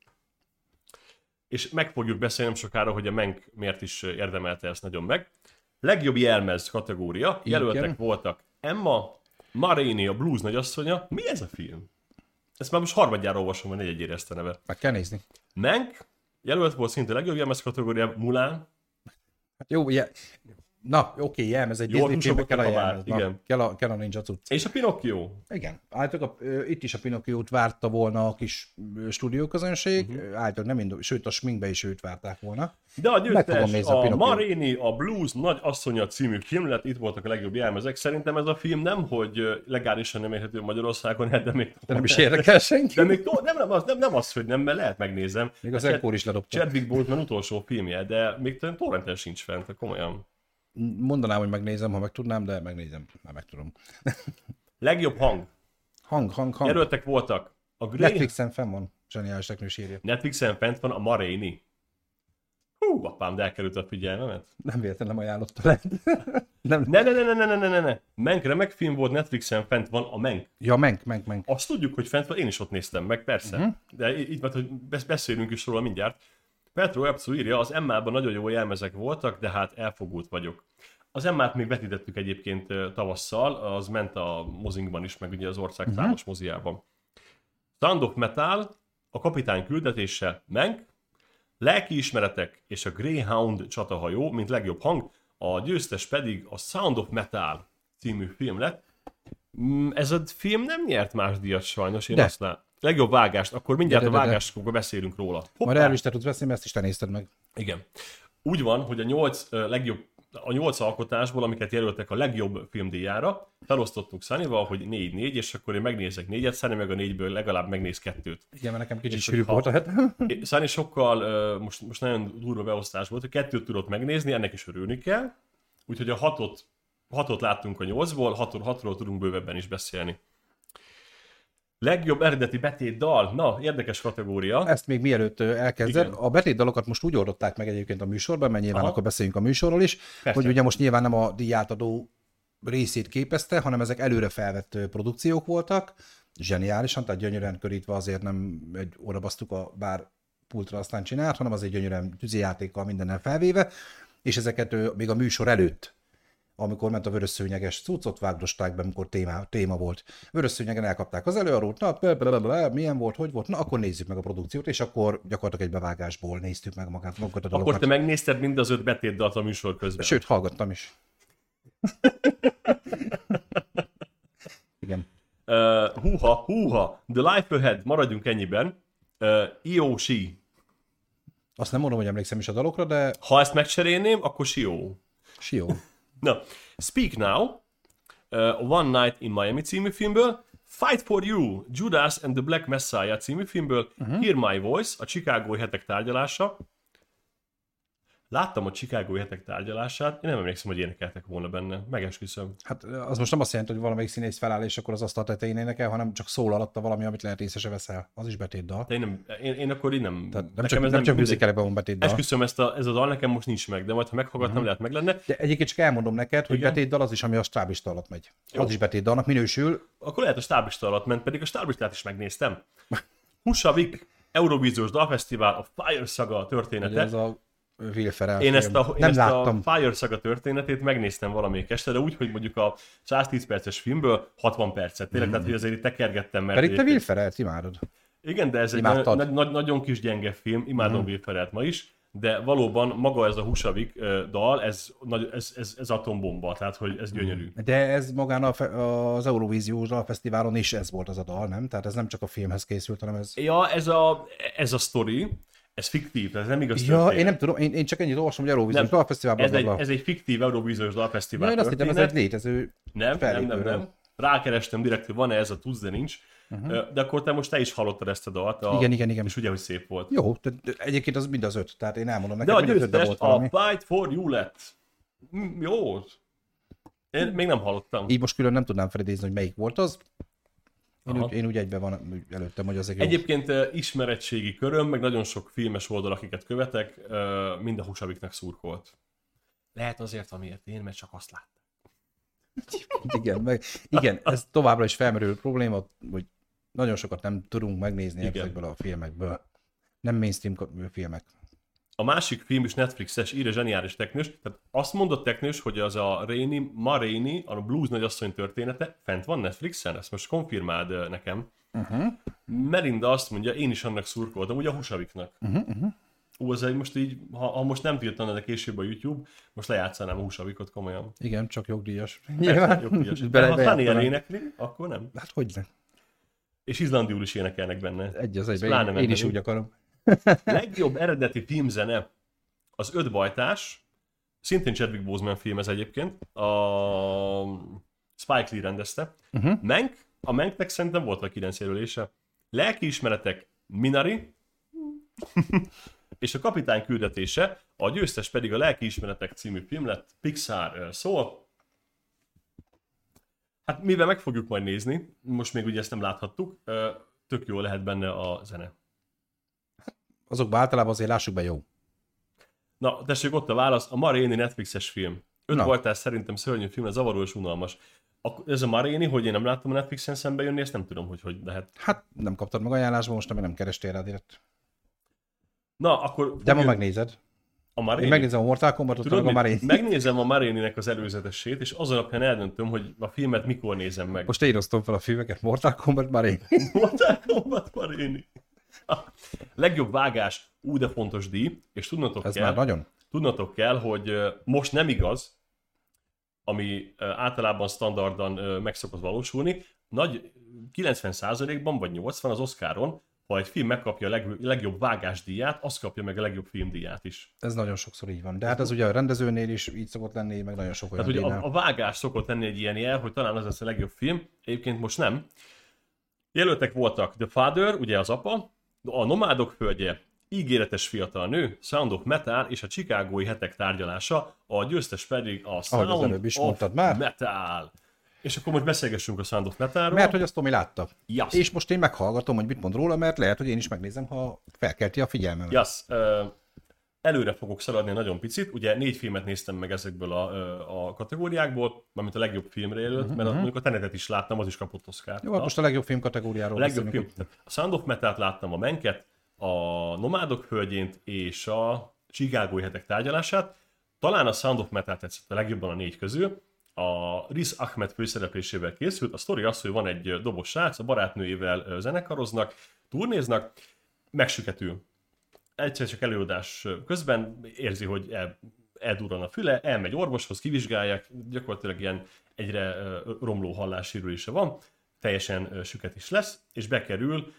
És meg fogjuk beszélni nem sokára, hogy a Mank miért is érdemelte ezt nagyon meg. Legjobb jelmez kategória, jelöltek voltak Emma, Ma Rainey, a blues nagyasszonya. Mi ez a film? Ezt már most harmadjára olvasom, hogy negyedjére ezt a nevet. Meg kell nézni. Mank, jelölt volt szinte legjobb jelmez kategória, Mulan. Hát jó, na, oké, jelmez egy Disney filmbe kell a jelmez. Igen. Kell a ninja cucc. És a Pinocchio. Igen. Általában itt is a Pinocchiót várta volna a kis stúdióközönség. Általában nem indul, sőt a sminkbe is őt várták volna. De a győztes, a Ma Rainey, a Blues nagy asszonya című film lett, itt voltak a legjobb jelmezek. Szerintem ez a film nem, hogy legálisan nem érhető Magyarországon, de még... De nem is érdekel senki. De még nem az, hogy nem, mert lehet megnézem. Még az Enkor is ledobta. Chadwick Boseman utolsó filmje, de még torrenten sincs fent, komolyan. Mondanám, hogy megnézem, ha meg tudnám, de megnézem, már meg tudom. Legjobb hang. Hang. Jelöltek voltak. Netflixen fenn van, zseniális teknős írja. Netflixen fent van a Ma Rainey. Apám, de elkerült a figyelmemet. Nem véletlenül nem ajánlotta le. Ne. Mank remek film volt, Netflixen fent van a Mank. Ja, Mank. Azt tudjuk, hogy fent van, én is ott néztem meg, persze. De így van, hogy beszélünk is róla mindjárt. Petro Epszó írja, az Emmában nagyon jó jelmezek voltak, de hát elfogult vagyok. Az Emmát még vetítettük egyébként tavasszal, az ment a mozinkban is, meg ugye az ország számos moziában. Sound of Metal, a Kapitány küldetése, Mank, Lelkiismeretek és a Greyhound csatahajó, mint legjobb hang, a győztes pedig a Sound of Metal című film lett. Ez a film nem nyert más díjat sajnos, én azt látom. Legjobb vágást, akkor mindjárt a vágáskor beszélünk róla. Hoppá. Majd erről is te tudsz beszélni, ezt is te nézted meg. Igen. Úgy van, hogy a 8 alkotásból, amiket jelöltek a legjobb filmdíjára, felosztottuk Sunnyval, hogy 4-4, és akkor én megnézek 4-et, Sunny meg a 4-ből legalább megnéz 2-t. Igen, mert nekem kicsit sűrűbb volt a hetem. Sunny sokkal, most nagyon durva beosztás volt, hogy 2-t tudott megnézni, ennek is örülni kell. Úgyhogy a 6-ot láttunk a 8-ból, 6-ról tudunk bővebben is beszélni. Legjobb eredeti betétdal. Na, érdekes kategória. Ezt még mielőtt elkezded, Igen. a betétdalokat most úgy oldották meg egyébként a műsorban, mert nyilván akkor beszéljünk a műsorról is, Persze. hogy ugye most nyilván nem a díjátadó részét képezte, hanem ezek előre felvett produkciók voltak, zseniálisan, tehát gyönyörűen körítve, azért nem egy odabasztuk a bár pultra aztán csinált, hanem azért gyönyörűen tűzijátékkal mindennel felvéve, és ezeket még a műsor előtt, amikor ment a vörösszőnyeges cuccot vágdosták be, amikor téma volt. Vörösszőnyegen elkapták az előadót, na, milyen volt, hogy volt, na, akkor nézzük meg a produkciót, és akkor gyakorlatilag egy bevágásból néztük meg magukat a dalokat. Akkor te megnézted mind az 5 betétdalt a műsor közben. Sőt, hallgattam is. Igen. Húha, The Life Ahead, maradjunk ennyiben. Ioshi. Azt nem mondom, hogy emlékszem is a dalokra, de Ha ezt megcserélném, akkor Sió. Sió. Na, Speak Now, One Night in Miami című filmből, Fight for You, Judas and the Black Messiah című filmből, Hear My Voice, a Chicagói hetek tárgyalása. Láttam a Chicagói hetek tárgyalását, én nem emlékszem, hogy énekeltek volna benne, megesküszöm. Hát az most nem azt jelenti, hogy valamelyik színész feláll, és akkor az asztal tetején énekel, hanem csak szól alatta valami, amit lehet észre se veszel. Az is betétdal. De én akkor így nem... Tehát nem csak musicalekben van betétdal. Esküszöm, ez a dal nekem most nincs meg, de majd ha meghallgatnám, lehet meg lenne. De egyébként csak elmondom neked, hogy Igen. betétdal az is, ami a stáblista alatt megy. Jó. Az is betétdalnak minősül. Akkor lehet a stáblista alatt ment, pedig a stáblistát is megnéztem. Husavik, Eurovíziós Dalfesztivál, a Fire Saga története. Ez a Will Ferrell Én film. ezt láttam. a Fire Saga történetét megnéztem valamelyik este, de úgy, hogy mondjuk a 110 perces filmből 60 percet. Tényleg, tehát hogy azért itt tekergettem, mert... Pedig te Will Ferrell-t imádod. Igen, de ez egy Imádtad. nagyon kis gyenge film, imádom Will Ferrellt ma is, de valóban maga ez a Husavik dal, ez atombomba, tehát hogy ez gyönyörű. De ez magán az Eurovíziós Dalfesztiválon is ez volt az a dal, nem? Tehát ez nem csak a filmhez készült, hanem ez... Ja, ez a sztori, ez fiktív, ez nem igaz Ja, történet. én nem tudom, én csak ennyit olvasom, hogy Eurovíziós Dalfesztiválban... Ez egy fiktív Eurovíziós Dalfesztivál Ja, én azt hittem, ez történet. egy létező Nem. Rákerestem direkt, hogy van-e ez a tudsz, de nincs. De akkor te is hallottad ezt a dalt. Igen. És ugye, hogy szép volt. Jó, de egyébként az mind az 5, tehát én elmondom De neked, a hogy az 5-ben győztes volt a valami. Fight for You lett. Jó. Én még nem hallottam. Így most külön nem tudnám felidézni, hogy melyik volt az. Aha. Én úgy egyben van előttem, hogy azért jó. Egyébként ismeretségi köröm, meg nagyon sok filmes oldal, akiket követek, mind a Husaviknak szurkolt. Lehet azért, amiért én, mert csak azt láttam. Igen, ez továbbra is felmerül probléma, hogy nagyon sokat nem tudunk megnézni ezekből a filmekből. Nem mainstream filmek. A másik film is Netflixes, ír a zseniális teknős. Tehát azt mondott teknős, hogy az a Ma Rainey, a Blues nagyasszony története fent van Netflixen, ezt most konfirmáld nekem. Melinda azt mondja, én is annak szurkoltam, ugye a Husaviknak. Az egy most így, ha most nem tiltana, de később a YouTube, most lejátszanám a Husavikot komolyan. Igen, csak jogdíjas. Persze, jogdíjas. De ha Daniel énekli, akkor nem. Hát hogy ne? És izlandiul is énekelnek benne. Egy az Ez egyben. pláne Én is menni. úgy akarom. Legjobb eredeti filmzene az 5 bajtás, szintén Chadwick Boseman film ez egyébként, a Spike Lee rendezte. A Manknek szerintem volt a 9 jelölése. Lelkiismeretek Minari, és a kapitány küldetése, a győztes pedig a Lelkiismeretek című film lett, Pixar szól. Hát mivel meg fogjuk majd nézni, most még ugye ezt nem láthattuk, tök jó lehet benne a zene. Azokban általában azért lássuk be jó. Na, tessék, ott a válasz, a Ma Rainey Netflixes film. 5 Na. voltál szerintem szörnyű film, ez zavaró és unalmas. Ez a Ma Rainey, hogy én nem láttam a Netflixen szembe jönni, ezt nem tudom, hogy lehet. Hát nem kaptad meg ajánlásba, most nem kerestél rá direkt. Na, akkor... De ma megnézed. A Ma Én Rainey? megnézem a Mortal Kombatot, Tudod, meg a Marin. megnézem a Ma Rainey-nek az előzetesét, és az alapján eldöntöm, hogy a filmet mikor nézem meg. Most én osztom fel a filmeket, Mortal Kombat, Marin. Mortal Kombat Ma Rainey. Legjobb vágás, de fontos díj, és Ez már nagyon. tudnotok kell, hogy most nem igaz, ami általában standardan meg szokott valósulni, nagy 90%-ban vagy 80% az Oscaron, ha egy film megkapja a legjobb vágásdíját, az kapja meg a legjobb filmdíját is. Ez nagyon sokszor így van. De hát ez ugye a rendezőnél is így szokott lenni, meg nagyon sok olyan Tehát ugye díjnál. a vágás szokott lenni egy ilyen jel, hogy talán az lesz a legjobb film, egyébként most nem. Jelöltek voltak The Father, ugye az apa, a Nomádok földje, Ígéretes fiatal nő, Sound of Metal és a Chicagói hetek tárgyalása, a győztes pedig a Sound előbb is of mondtad már. Metal. És akkor most beszélgessünk a Sound of Metalról. Mert hogy azt Tomi látta. Yes. És most én meghallgatom, hogy mit mond róla, mert lehet, hogy én is megnézem, ha felkelti a figyelmemet. Yes. Előre fogok szaladni nagyon picit. Ugye 4 filmet néztem meg ezekből a kategóriákból, mármint a legjobb filmre jelölt, mert mondjuk a Tenetet is láttam, az is kapott Oscart. Jó, most a legjobb film kategóriáról legjobb film. A Sound of Metal-t láttam, a Menket, a Nomádok földjént és a Chicagói hetek tárgyalását. Talán a Sound of Metal tetszett a legjobban a 4 közül. A Riz Ahmed főszereplésével készült. A sztori az, hogy van egy dobos srác, a barátnőjével zenekaroznak, turnéznak, megsüketül. Egyszer csak előadás közben érzi, hogy eldurran a füle, elmegy orvoshoz, kivizsgálják, gyakorlatilag ilyen egyre romló hallássérülése van, teljesen süket is lesz, és bekerül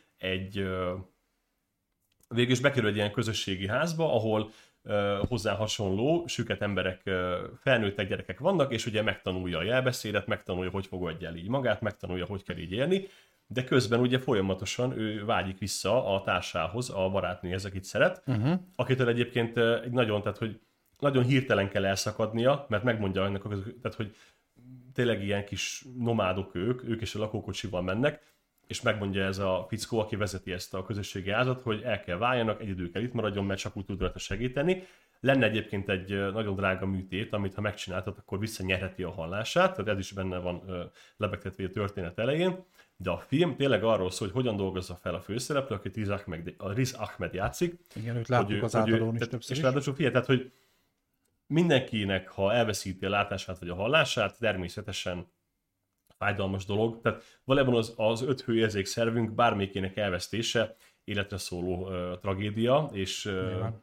végül is bekerül egy ilyen közösségi házba, ahol hozzá hasonló süket emberek, felnőttek gyerekek vannak, és ugye megtanulja a jelbeszédet, megtanulja, hogy fogadja el így magát, megtanulja, hogy kell így élni, de közben ugye folyamatosan ő vágyik vissza a társához, a barátnőhez, akit szeret, akitől egyébként egy tehát, hogy nagyon hirtelen kell elszakadnia, mert megmondja annak, tehát, hogy tényleg ilyen kis nomádok ők is a lakókocsival mennek, és megmondja ez a fickó, aki vezeti ezt a közösségi házat, hogy el kell váljanak, egy idő kell itt maradjon, mert csak úgy tud rajta segíteni. Lenne egyébként egy nagyon drága műtét, amit ha megcsináltat, akkor visszanyerheti a hallását, tehát ez is benne van lebegtetve a történet elején. De a film tényleg arról szól, hogy hogyan dolgozza fel a főszereplő, akit Riz Ahmed játszik. Igen, őt látjuk az átadón is többször is. Ráadásul tehát, hogy mindenkinek, ha elveszíti a látását vagy a hallását, természetesen fájdalmas dolog. Tehát valójában az 5 főérzékszervünk bármelyikének elvesztése életre szóló tragédia, és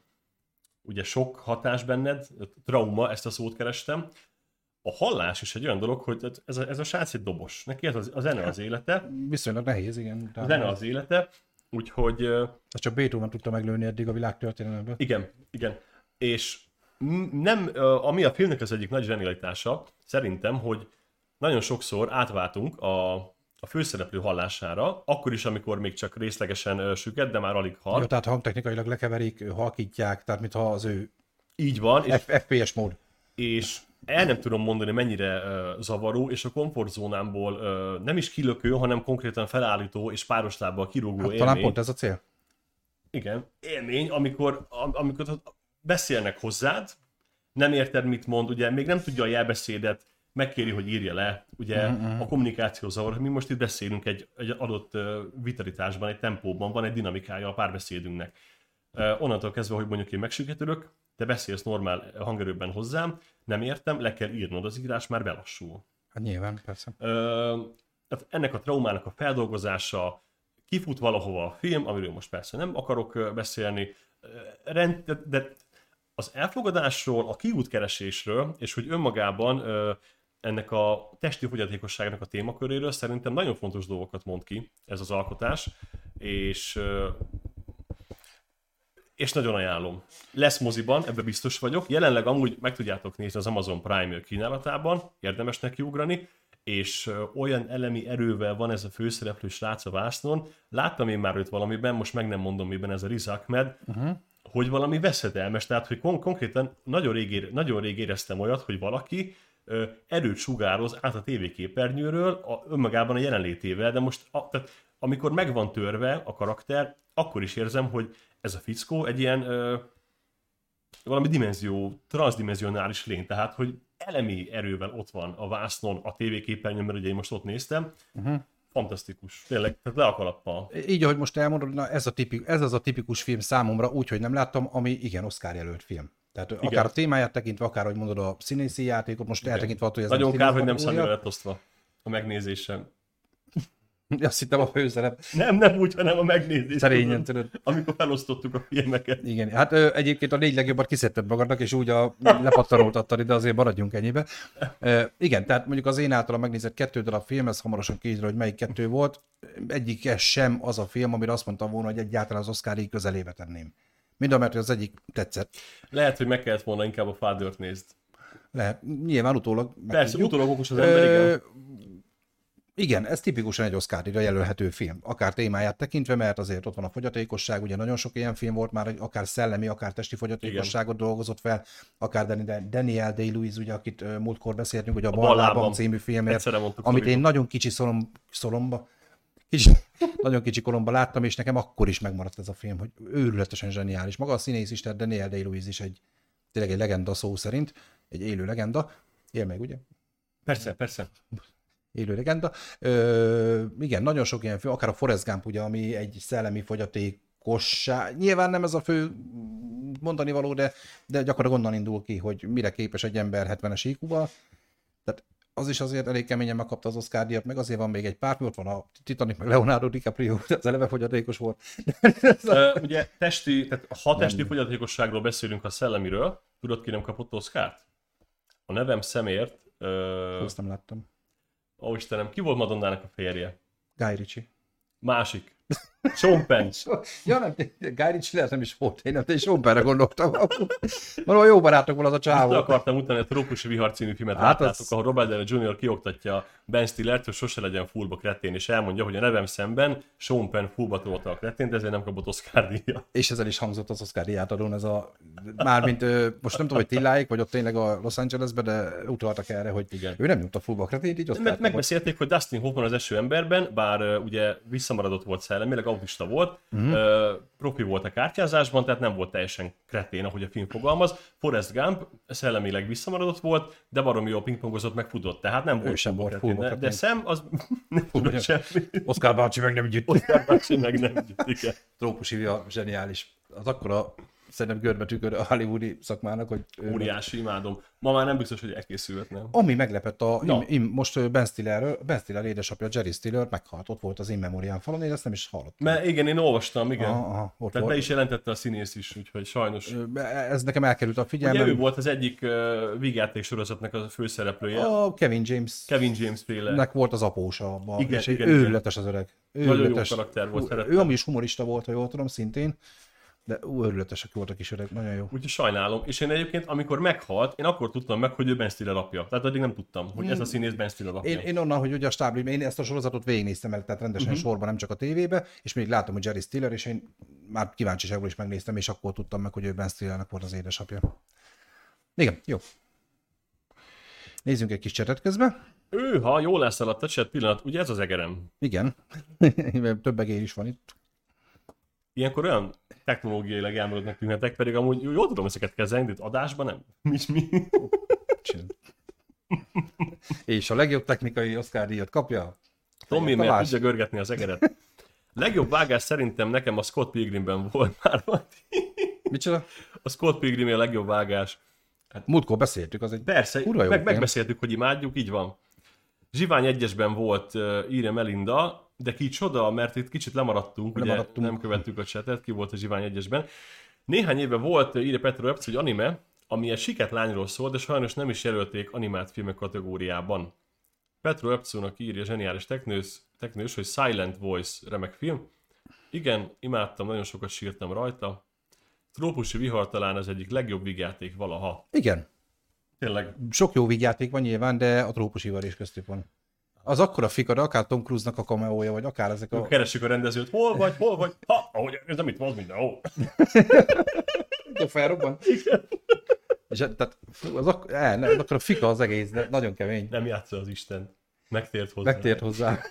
ugye sok hatás benned, trauma, ezt a szót kerestem. A hallás is egy olyan dolog, hogy ez a srác egy dobos. Neki ez a zene az élete. Viszonylag nehéz, igen. A zene az élete, úgyhogy... Ezt csak Beethoven tudta meglőni eddig a világtörténelemben. Igen. És nem, ami a filmnek az egyik nagy zsenialitása, szerintem, hogy nagyon sokszor átváltunk a főszereplő hallására, akkor is, amikor még csak részlegesen süket, de már alig hall. Jó, tehát hangtechnikailag lekeverik, halkítják, tehát mintha az ő így van, és FPS mód. És el nem tudom mondani, mennyire zavaró, és a komfortzónámból nem is kilökő, hanem konkrétan felállító és páros lábbal kirúgó élmény. Talán pont ez a cél. Igen, élmény, amikor beszélnek hozzád, nem érted, mit mond, ugye még nem tudja a jelbeszédet, megkéri, hogy írja le, ugye a kommunikáció zavar, mi most itt beszélünk egy adott vitalitásban, egy tempóban, van egy dinamikája a párbeszédünknek. Onnantól kezdve, hogy mondjuk én megsüketülök, te beszélsz normál hangerőben hozzám, nem értem, le kell írnod az írás, már belassul. Hát nyilván, persze. Tehát ennek a traumának a feldolgozása, kifut valahova a film, amiről most persze nem akarok beszélni, de az elfogadásról, a kiútkeresésről, és hogy önmagában ennek a testi fogyatékosságnak a témaköréről szerintem nagyon fontos dolgokat mond ki ez az alkotás, és nagyon ajánlom. Lesz moziban, ebbe biztos vagyok. Jelenleg amúgy meg tudjátok nézni az Amazon Prime kínálatában, érdemes nekiugrani, és olyan elemi erővel van ez a főszereplő srác a vásznon. Láttam én már őt valamiben, most meg nem mondom miben, ez a Riz Ahmed, hogy valami veszedelmes, tehát hogy konkrétan nagyon rég éreztem olyat, hogy valaki erőt sugároz át a tévéképernyőről önmagában a jelenlétével, de most tehát, amikor meg van törve a karakter, akkor is érzem, hogy ez a fickó egy ilyen valami transzdimensionális lény, tehát hogy elemi erővel ott van a vásznon, a tévéképernyőn, mert ugye én most ott néztem, fantasztikus, tényleg, tehát le a kalappal. Így, ahogy most elmondod, na ez az a tipikus film számomra, úgyhogy nem láttam, ami igen, Oscar jelölt film. Tehát igen. Akár a témáját tekintve, akár, hogy mondod, a színészi játékot, most eltekintve attól, hogy ez nagyon kár, hogy nem szemére lett osztva a megnézésem. Azt hittem a főszerep. Nem úgy, hanem a megnézés. Szerényen, tudod. Amikor felosztottuk a filmeket. Igen, hát egyébként a 4 legjobbat kiszedted magadnak, és úgy lepattanoltattad ide, azért maradjunk ennyibe. Igen, tehát mondjuk az én általam megnézett 2 darab film, ez hamarosan kiderül, hogy melyik 2 volt. Egyik sem az a film, amire azt mondtam volna, hogy egyáltalán az Oscar-ig közelébe tenném. Mindamellett, hogy az egyik tetszett. Lehet, hogy meg kellett volna inkább a Father-t nézd. Lehet, nyilván utólag. Persze, utólag okos az ember, igen. Igen, ez tipikusan egy Oscar-díjra jelölhető film. Akár témáját tekintve, mert azért ott van a fogyatékosság, ugye nagyon sok ilyen film volt már, akár szellemi, akár testi fogyatékosságot dolgozott fel, akár Daniel Day-Lewis, ugye, akit múltkor beszéltünk, ugye a Bal lábam című filmért, amit én nagyon kicsi nagyon kicsi koromban láttam, és nekem akkor is megmaradt ez a film, hogy őrületesen zseniális. Maga a színész is, tehát Daniel Day-Lewis is tényleg egy legenda szó szerint, egy élő legenda. Él meg, ugye? Persze. Élő legenda. Igen, nagyon sok ilyen film, akár a Forrest Gump, ugye, ami egy szellemi fogyatékosság. Nyilván nem ez a fő mondani való, de gyakorlatilag onnan indul ki, hogy mire képes egy ember 70-es IQ-val. Tehát az is azért elég keményen megkapta az Oscar-díjat, meg azért van még egy pár, ott van a Titanic, meg Leonardo DiCaprio, az eleve fogyatékos volt. Ugye tehát ha testi fogyatékosságról beszélünk, a szellemiről, tudod, ki nem kapott Oscart? A nevem szemért... Azt nem láttam. Ó, Istenem, ki volt Madonnának a férje? Guy Ritchie. Másik. Sean Penn. Ja, nem, Guy Ritchie lehet nem is volt, én Sean Pennre gondoltam. Valóban jó barátok volt az a csávó. Akartam utána a Trópusi vihar című filmet láttátok, ahol Robert Downey Jr. kioktatja Ben Stillert, hogy sose legyen fullba kretén, és elmondja, hogy a nevem szemben Sean Penn fullba tolta a kretént, ezért nem kapott Oscar-díjat. És ezzel is hangzott az Oscar-díját adón, ez a... Mármint most nem tudom, hogy Tilláig, vagy ott tényleg a Los Angelesben, de utaltak erre, hogy igen. Ő nem nyomta fullba a kretént, így Oscar megbeszélték, hogy Dustin Hoffman az első emberben, bár ugye visszamaradott volt szellemileg, autista volt, profi volt a kártyázásban, tehát nem volt teljesen kretén, ahogy a film fogalmaz. Forrest Gump szellemileg visszamaradott volt, de baromi jól pingpongozott, meg futott, tehát nem volt sem volt fullba kretén. De Sam az nem tudott semmi. Oscar bácsi meg nem gyűjt. Oscar bácsi meg nem gyűjt, igen. Trópusi vihar, zseniális. Az akkora szerintem görbe tükör a hollywoodi szakmának, hogy... Óriási, imádom. Ma már nem biztos, hogy elkészült, nem? Ami meglepett, most Ben Stiller édesapja, Jerry Stiller meghalt, ott volt az In Memoriam falon, én ezt nem is hallottam. Mert igen, én olvastam, igen. Tehát volt. Be is jelentette a színész is, úgyhogy sajnos. Ez nekem elkerült a figyelmem. Ugye ő volt az egyik vígjáték sorozatnak a főszereplője. A Kevin James féle. Nek volt az apósa. Igen, és őrületes az öreg. Nagyon jó karakter volt, szerettem. Ő amúgy is humorista volt, ha jól tudom, szintén. De őrületesek voltak is öreg, nagyon jó. Úgyhogy sajnálom. És én egyébként, amikor meghalt, én akkor tudtam meg, hogy ő Ben Stiller apja. Tehát addig nem tudtam, hogy ez a színész Ben Stiller apja. Én onnan, hogy ugye a stábli, én ezt a sorozatot végignéztem el, tehát rendesen sorban, nem csak a tévébe, és még látom, hogy Jerry Stiller, és én már kíváncsiságból is megnéztem, és akkor tudtam meg, hogy ő Ben Stillernek volt az édesapja. Igen, jó. Nézzünk egy kis csetet közben. Ha jól lesz alatt a cset pillanat, ugye ez az egerem? Igen. Több egér is van itt. Ilyenkor olyan technológiailag elmaradnak tűnhetek, pedig amúgy jól tudom ezeket kezelni, de adásban nem. Mi? És a legjobb technikai Oscar-díjat kapja? Tommy, mert tudja görgetni az egeret. Legjobb vágás szerintem nekem a Scott Pilgrimben volt már. Micsoda? A Scott Pilgrim a legjobb vágás. Hát múltkor beszéltük, az egy persze, megbeszéltük, hogy imádjuk, így van. Zsivány 1-esben volt Írja Melinda, de kicsoda, mert itt kicsit lemaradtunk, ugye nem követtük a chatet, ki volt a Zsivány 1-esben. Néhány éve volt Írja Petro Repc, egy anime, ami egy siket lányról szól, de sajnos nem is jelölték animált filmek kategóriában. Petro Repcónak írja zseniális teknős, hogy Silent Voice remek film. Igen, imádtam, nagyon sokat sírtam rajta. Trópusi vihar talán az egyik legjobb vígjáték valaha. Igen. Tényleg. Sok jó vígjáték van nyilván, de a Trópusi vihar is köztük van. Az akkora fika, de akár Tom Cruise-nak a cameója, vagy akár ezek a... Keressük a rendezőt, hol vagy? Ha, ahogy ez nem itt van minden, ó. De felrobban? Igen. És tehát akkor a fika az egész, de nagyon kemény. Nem játsza az Isten. Megtért hozzá.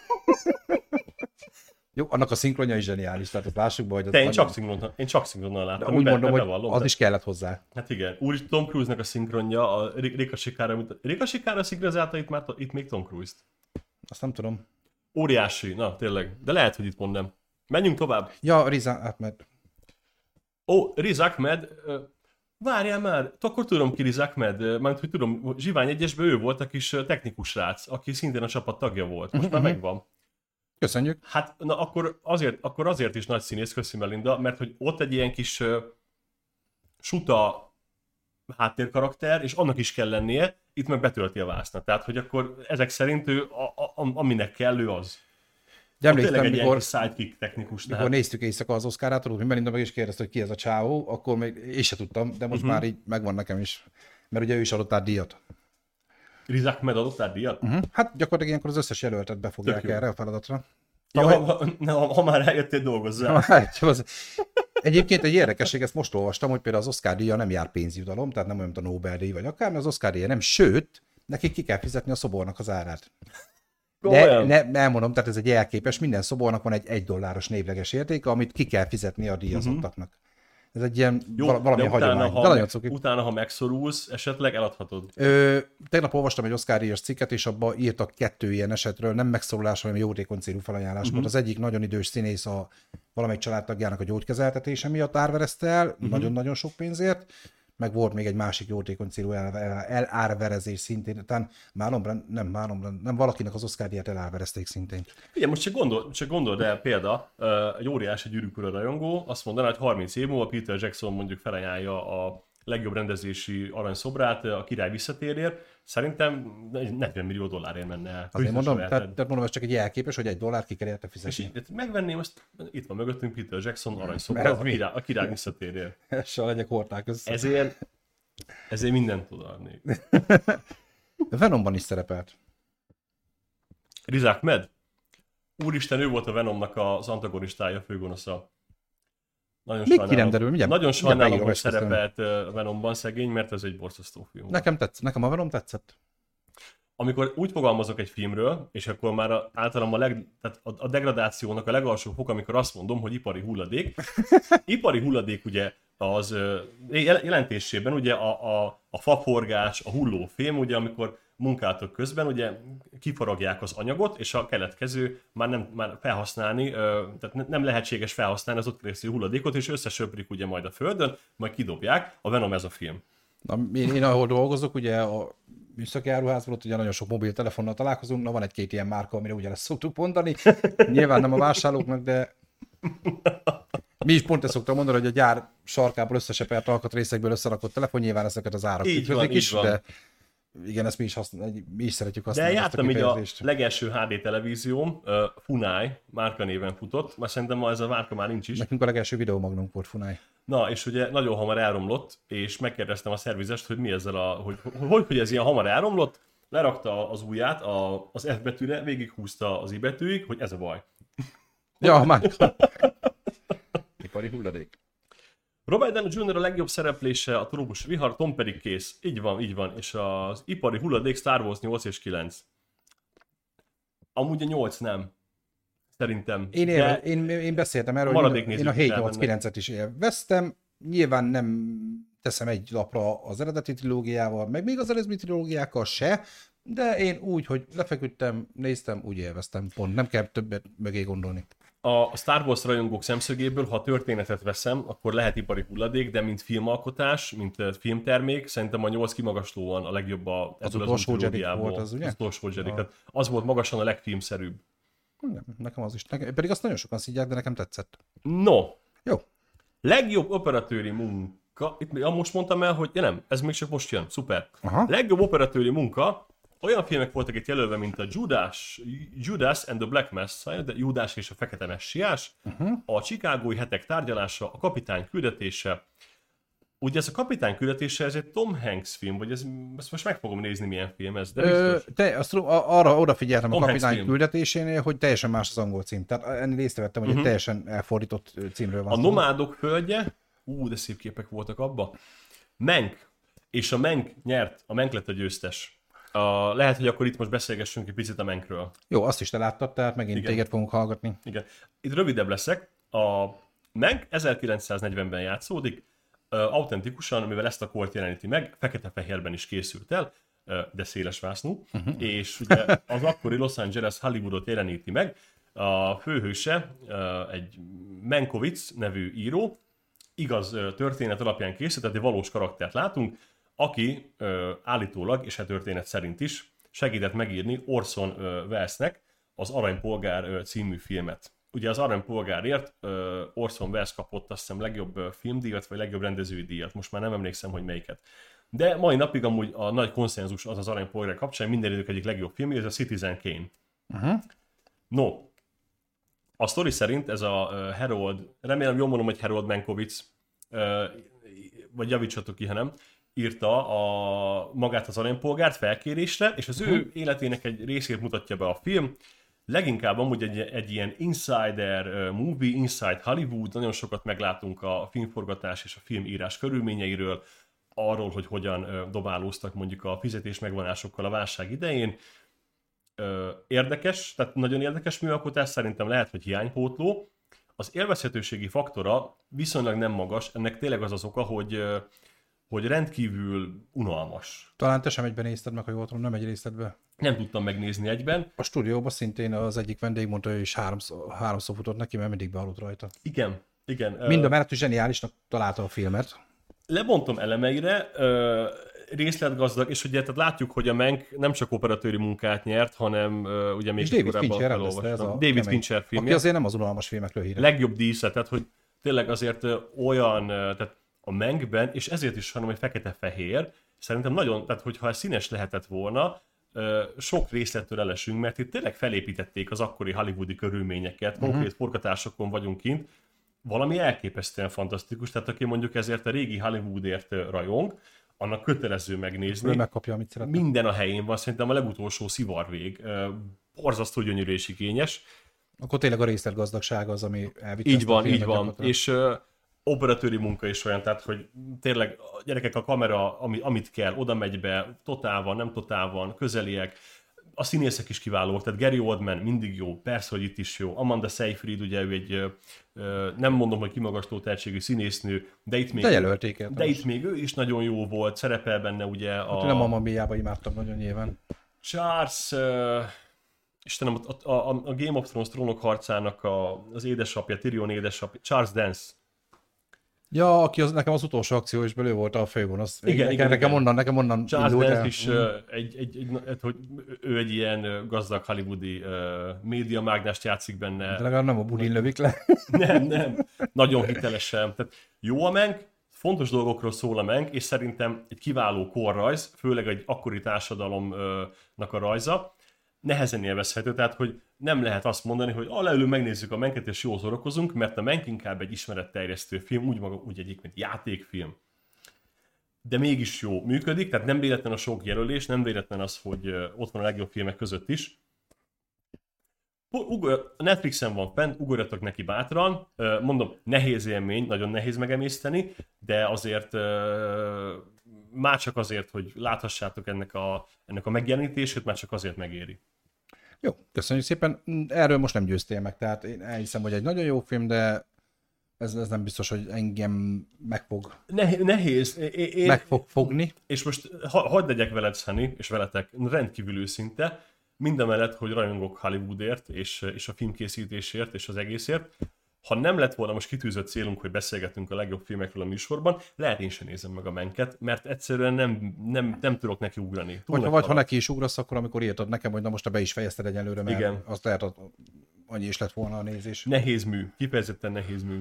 Jó, annak a szinkronja is zseniális, tehát azt lássuk be, hogy az... De én csak szinkronnal láttam. Úgy mondom, hogy az is kellett hozzá. Hát igen. Úr, Tom Cruise-nak a szinkronja, a Rika Sikára szinkronizálta itt még Tom Cruise-t. Azt nem tudom. Óriási, na tényleg. De lehet, hogy itt mondom. Menjünk tovább. Ja, Riz Ahmed. Riz Ahmed. Várjál már, akkor tudom ki Riz Ahmed, mert hogy tudom, Zsivány 1-esben ő volt a kis technikus srác, aki szintén a csapat tagja volt. Most már megvan. Köszönjük. Hát, na akkor azért is nagy színész, köszi Melinda, mert hogy ott egy ilyen kis suta háttérkarakter, és annak is kell lennie, itt meg betölti a vásznat. Tehát, hogy akkor ezek szerint ő, aminek kell, ő az. De emlékszem, mikor sidekick technikus. Mikor néztük éjszaka az Oscar-át, hogy Melinda meg is kérdezte, hogy ki ez a csávó, akkor még én se tudtam, de most már így megvan nekem is. Mert ugye ő is adott át díjat. Riz Ahmed adott át díjat? Hát gyakorlatilag ilyenkor az összes jelöltet befogják erre a feladatra. Ha már eljöttél, dolgozzál. Egyébként egy érdekesség, ezt most olvastam, hogy például az Oscar díja nem jár pénzjutalom, tehát nem olyan, mint a Nobel-díj vagy akár, mert az Oscar díja nem, sőt, nekik ki kell fizetni a szobornak az árát. De elmondom, tehát ez egy jelképes, minden szobornak van egy $1 névleges értéke, amit ki kell fizetni a díjazottaknak. Ez egy ilyen valami hagyomány. Utána, ha megszorulsz, esetleg eladhatod. Tegnap olvastam egy Oscar díjas cikket, és abban írtak 2 ilyen esetről, nem megszorulás, hanem jótékony célú felajánlás volt. Az egyik nagyon idős színész a valamelyik családtagjának a gyógykezeltetése miatt árverezte el, nagyon-nagyon sok pénzért, meg volt még egy másik jótékony célú elárverezés szintén, talán nem valakinek az Oscar díját elárverezték szintén. Igen, most csak gondold el példa, egy óriási Gyűrűk ura rajongó azt mondaná, hogy 30 év múlva Peter Jackson mondjuk felajánlja a legjobb rendezési aranyszobrát a Király visszatérért, szerintem $40 millió menne el. Azért tehát mondom, ez csak egy jelképes, hogy $1 ki kell érte fizetni. És megvenném, azt itt van mögöttünk Peter Jackson aranyszobra a Király visszatérért. Essel legyek hordták össze. Ezért mindent tud adni. Venomban is szerepelt. Riz Ahmed? Úristen, ő volt a Venomnak az antagonistája, főgonosza. Nagyon sajnálom, hogy szerepelt Venomban szegény, mert ez egy borzasztó film. Nekem a Venom tetszett. Amikor úgy fogalmazok egy filmről, és akkor már általában tehát a degradációnak a legalsó fok, amikor azt mondom, hogy ipari hulladék. Ipari hulladék ugye az jelentésében ugye a faforgás, a hullófém, ugye amikor munkáltok közben, ugye kifaragják az anyagot, és a keletkező már felhasználni, tehát nem lehetséges felhasználni az ott készülő hulladékot, és összesöprik ugye majd a földön, majd kidobják. A Venom ez a film. Én ahol dolgozok, ugye a műszaki áruházban, ott ugye nagyon sok mobiltelefonnal találkozunk, van egy-két ilyen márka, amire ugye ezt szoktuk mondani. Nyilván nem a vásárlóknak, de mi is pont ezt szoktam mondani, hogy a gyár sarkából összesepelt alkatrészekből összerakott telefon, nyilván ezeket az árak üdvözlik is, de igen, ezt mi is szeretjük használni. De jártam így a legelső HD televízióm, Funai márkanéven futott, mert szerintem ma ez a márka már nincs is. Nekünk a legelső videómagnunk volt Funai. Na, és ugye nagyon hamar elromlott, és megkérdeztem a szervizest, hogy mi ezzel hogy ez ilyen hamar elromlott, lerakta az ujját az F betűre, végighúzta az I betűig, hogy ez a baj. Ja, már. Ipari hulladék. Robert Downey Jr. a legjobb szereplése, a trópus vihar, Tom pedig kész. Így van. És az ipari hulladék Star Wars 8 és 9. Amúgy a 8 nem. Szerintem. Én beszéltem erről, hogy én a 7-8-9-et is élveztem. Nyilván nem teszem egy lapra az eredeti trilógiával, meg még az eredeti trilógiákkal se, de én úgy, hogy lefeküdtem, néztem, úgy élveztem. Pont nem kell többet mögé gondolni. A Star Wars rajongók szemszögéből, ha történetet veszem, akkor lehet ipari hulladék, de mint filmalkotás, mint filmtermék, szerintem a 8 kimagaslóan a legjobb az utolsó Jedi volt az, ugye? Az utolsó Jedi, tehát az volt magasan a legfilmszerűbb. Nem, nekem az is. Pedig azt nagyon sokan szidják, de nekem tetszett. No. Jó. Legjobb operatőri munka, itt most mondtam el, hogy nem, ez még csak most jön, szuper. Aha. Legjobb operatőri munka, olyan filmek voltak itt jelölve, mint a Judas and the Black Messiah, de Judas és a Fekete Messiás, a Chicagói hetek tárgyalása, a Kapitány küldetése. Ugye ez a Kapitány küldetése, ez egy Tom Hanks film, vagy ezt most meg fogom nézni, milyen film ez, de biztos. Arra odafigyeltem a Kapitány küldetésénél, hogy teljesen más az angol cím. Tehát ennél észrevettem, hogy egy teljesen elfordított címről van. A Nomádok földje, de szép képek voltak abba. Mank, és a Mank nyert, a Mank lett a győztes. Lehet, hogy akkor itt most beszélgessünk egy picit a Mankről. Jó, azt is te láttad, tehát megint téged fogunk hallgatni. Igen. Itt rövidebb leszek. A Mank 1940-ben játszódik, autentikusan, mivel ezt a kort jeleníti meg, fekete-fehérben is készült el, de széles vásznú, és ugye az akkori Los Angeles Hollywoodot jeleníti meg. A főhőse egy Mankiewicz nevű író, igaz történet alapján készült, tehát egy valós karaktert látunk, aki állítólag, és hát történet szerint is, segített megírni Orson Wellesnek az Aranypolgár című filmet. Ugye az Aranypolgárért Orson Welles kapott azt hiszem legjobb filmdíjat, vagy legjobb rendezői díjat, most már nem emlékszem, hogy melyiket. De mai napig amúgy a nagy konszenzus az Aranypolgár kapcsán, minden idők egyik legjobb film, ez a Citizen Kane. No, a sztori szerint ez a Harold, remélem jól mondom, hogy Harold Mankiewicz, vagy javítsatok ki, ha nem, írta magát az aranypolgárt felkérésre, és az ő életének egy részét mutatja be a film. Leginkább amúgy egy ilyen insider movie, Inside Hollywood, nagyon sokat meglátunk a filmforgatás és a filmírás körülményeiről, arról, hogy hogyan dobálóztak mondjuk a fizetés megvonásokkal a válság idején. Érdekes, tehát nagyon érdekes műalkotás, szerintem lehet, hogy hiánypótló. Az élvezhetőségi faktora viszonylag nem magas, ennek tényleg az az oka, hogy rendkívül unalmas. Talán te sem egyben nézted meg, ha jól tudom, nem egy részletbe. Nem tudtam megnézni egyben. A stúdióban szintén az egyik vendég mondta, hogy is háromszor futott neki, mert mindig bealudt rajta. Igen. Mind a mellett, hogy zseniálisnak találta a filmet. Lebontom elemeire, részletgazdag, és ugye tehát látjuk, hogy a Mank nem csak operatőri munkát nyert, hanem ugye még David Fincher rendezte ez a David Fincher filmje. Aki azért nem az unalmas filmekről híres. Legjobb díszlet, tehát hogy tényleg azért olyan, tehát a Mankben, és ezért is hanem, hogy fekete-fehér, szerintem nagyon, tehát hogyha ez színes lehetett volna, sok részlettől elesünk, mert itt tényleg felépítették az akkori hollywoodi körülményeket, konkrét forgatásokon vagyunk kint, valami elképesztően fantasztikus, tehát aki mondjuk ezért a régi Hollywoodért rajong, annak kötelező megnézni. Megkapja, amit szeretne. Minden a helyén van, szerintem a legutolsó szivarvég. Borzasztó gyönyörű és igényes. Akkor tényleg a részletgazdagság az, ami elvitte. Így van. És operatőri munka is olyan, tehát hogy tényleg a gyerekek, a kamera, amit kell, oda megy be, totál van, nem totál van, közeliek. A színészek is kiválóak, tehát Gary Oldman mindig jó, persze, hogy itt is jó. Amanda Seyfried, ugye ő egy, nem mondom, hogy kimagasló tehetségű szíésznő, de itt még ő is nagyon jó volt, szerepel benne ugye a... Nem Mamma Mia-ba imádtam nagyon nyilván. Charles, Istenem, a Game of Thrones trónok harcának az édesapja, Tyrion édesapja, Charles Dance. Ja, aki nekem az utolsó akció is belül volt a főgonosz. Igen. Nekem onnan Charles Dance is, hogy ő egy ilyen gazdag hollywoodi médiamágnást játszik benne. De legalább nem a budin lövik le. Nem. Nagyon hitelesen. Tehát jó a Mank, fontos dolgokról szól a Mank, és szerintem egy kiváló korrajz, főleg egy akkori társadalomnak a rajza, nehezen élvezhető, tehát hogy nem lehet azt mondani, hogy leülünk, megnézzük a Manket és jól szórakozunk, mert a Mank inkább egy ismeretterjesztő film, úgy egyébként játékfilm. De mégis jó működik, tehát nem véletlen a sok jelölés, nem véletlen az, hogy ott van a legjobb filmek között is. Netflixen van fent, ugorjatok neki bátran, mondom, nehéz élmény, nagyon nehéz megemészteni, de azért már csak azért, hogy láthassátok ennek a megjelenítését, már csak azért megéri. Jó, köszönjük szépen. Erről most nem győztél meg, tehát én elhiszem, hogy egy nagyon jó film, de ez nem biztos, hogy engem megfog. Nehéz. Meg fog fogni. És most hagyd legyek veled, Sunny, és veletek rendkívül őszinte, mindamellett, hogy rajongok Hollywoodért, és a filmkészítésért, és az egészért. Ha nem lett volna most kitűzött célunk, hogy beszélgetünk a legjobb filmekről a műsorban, lehet én sem nézem meg a Manket, mert egyszerűen nem tudok neki ugrani. Vagy ha neki is ugrasz, akkor amikor írtad nekem, hogy na most te be is fejezted egyelőre, mert igen. Azt lehet, annyi is lett volna a nézés. Nehéz mű, kifejezetten nehéz mű.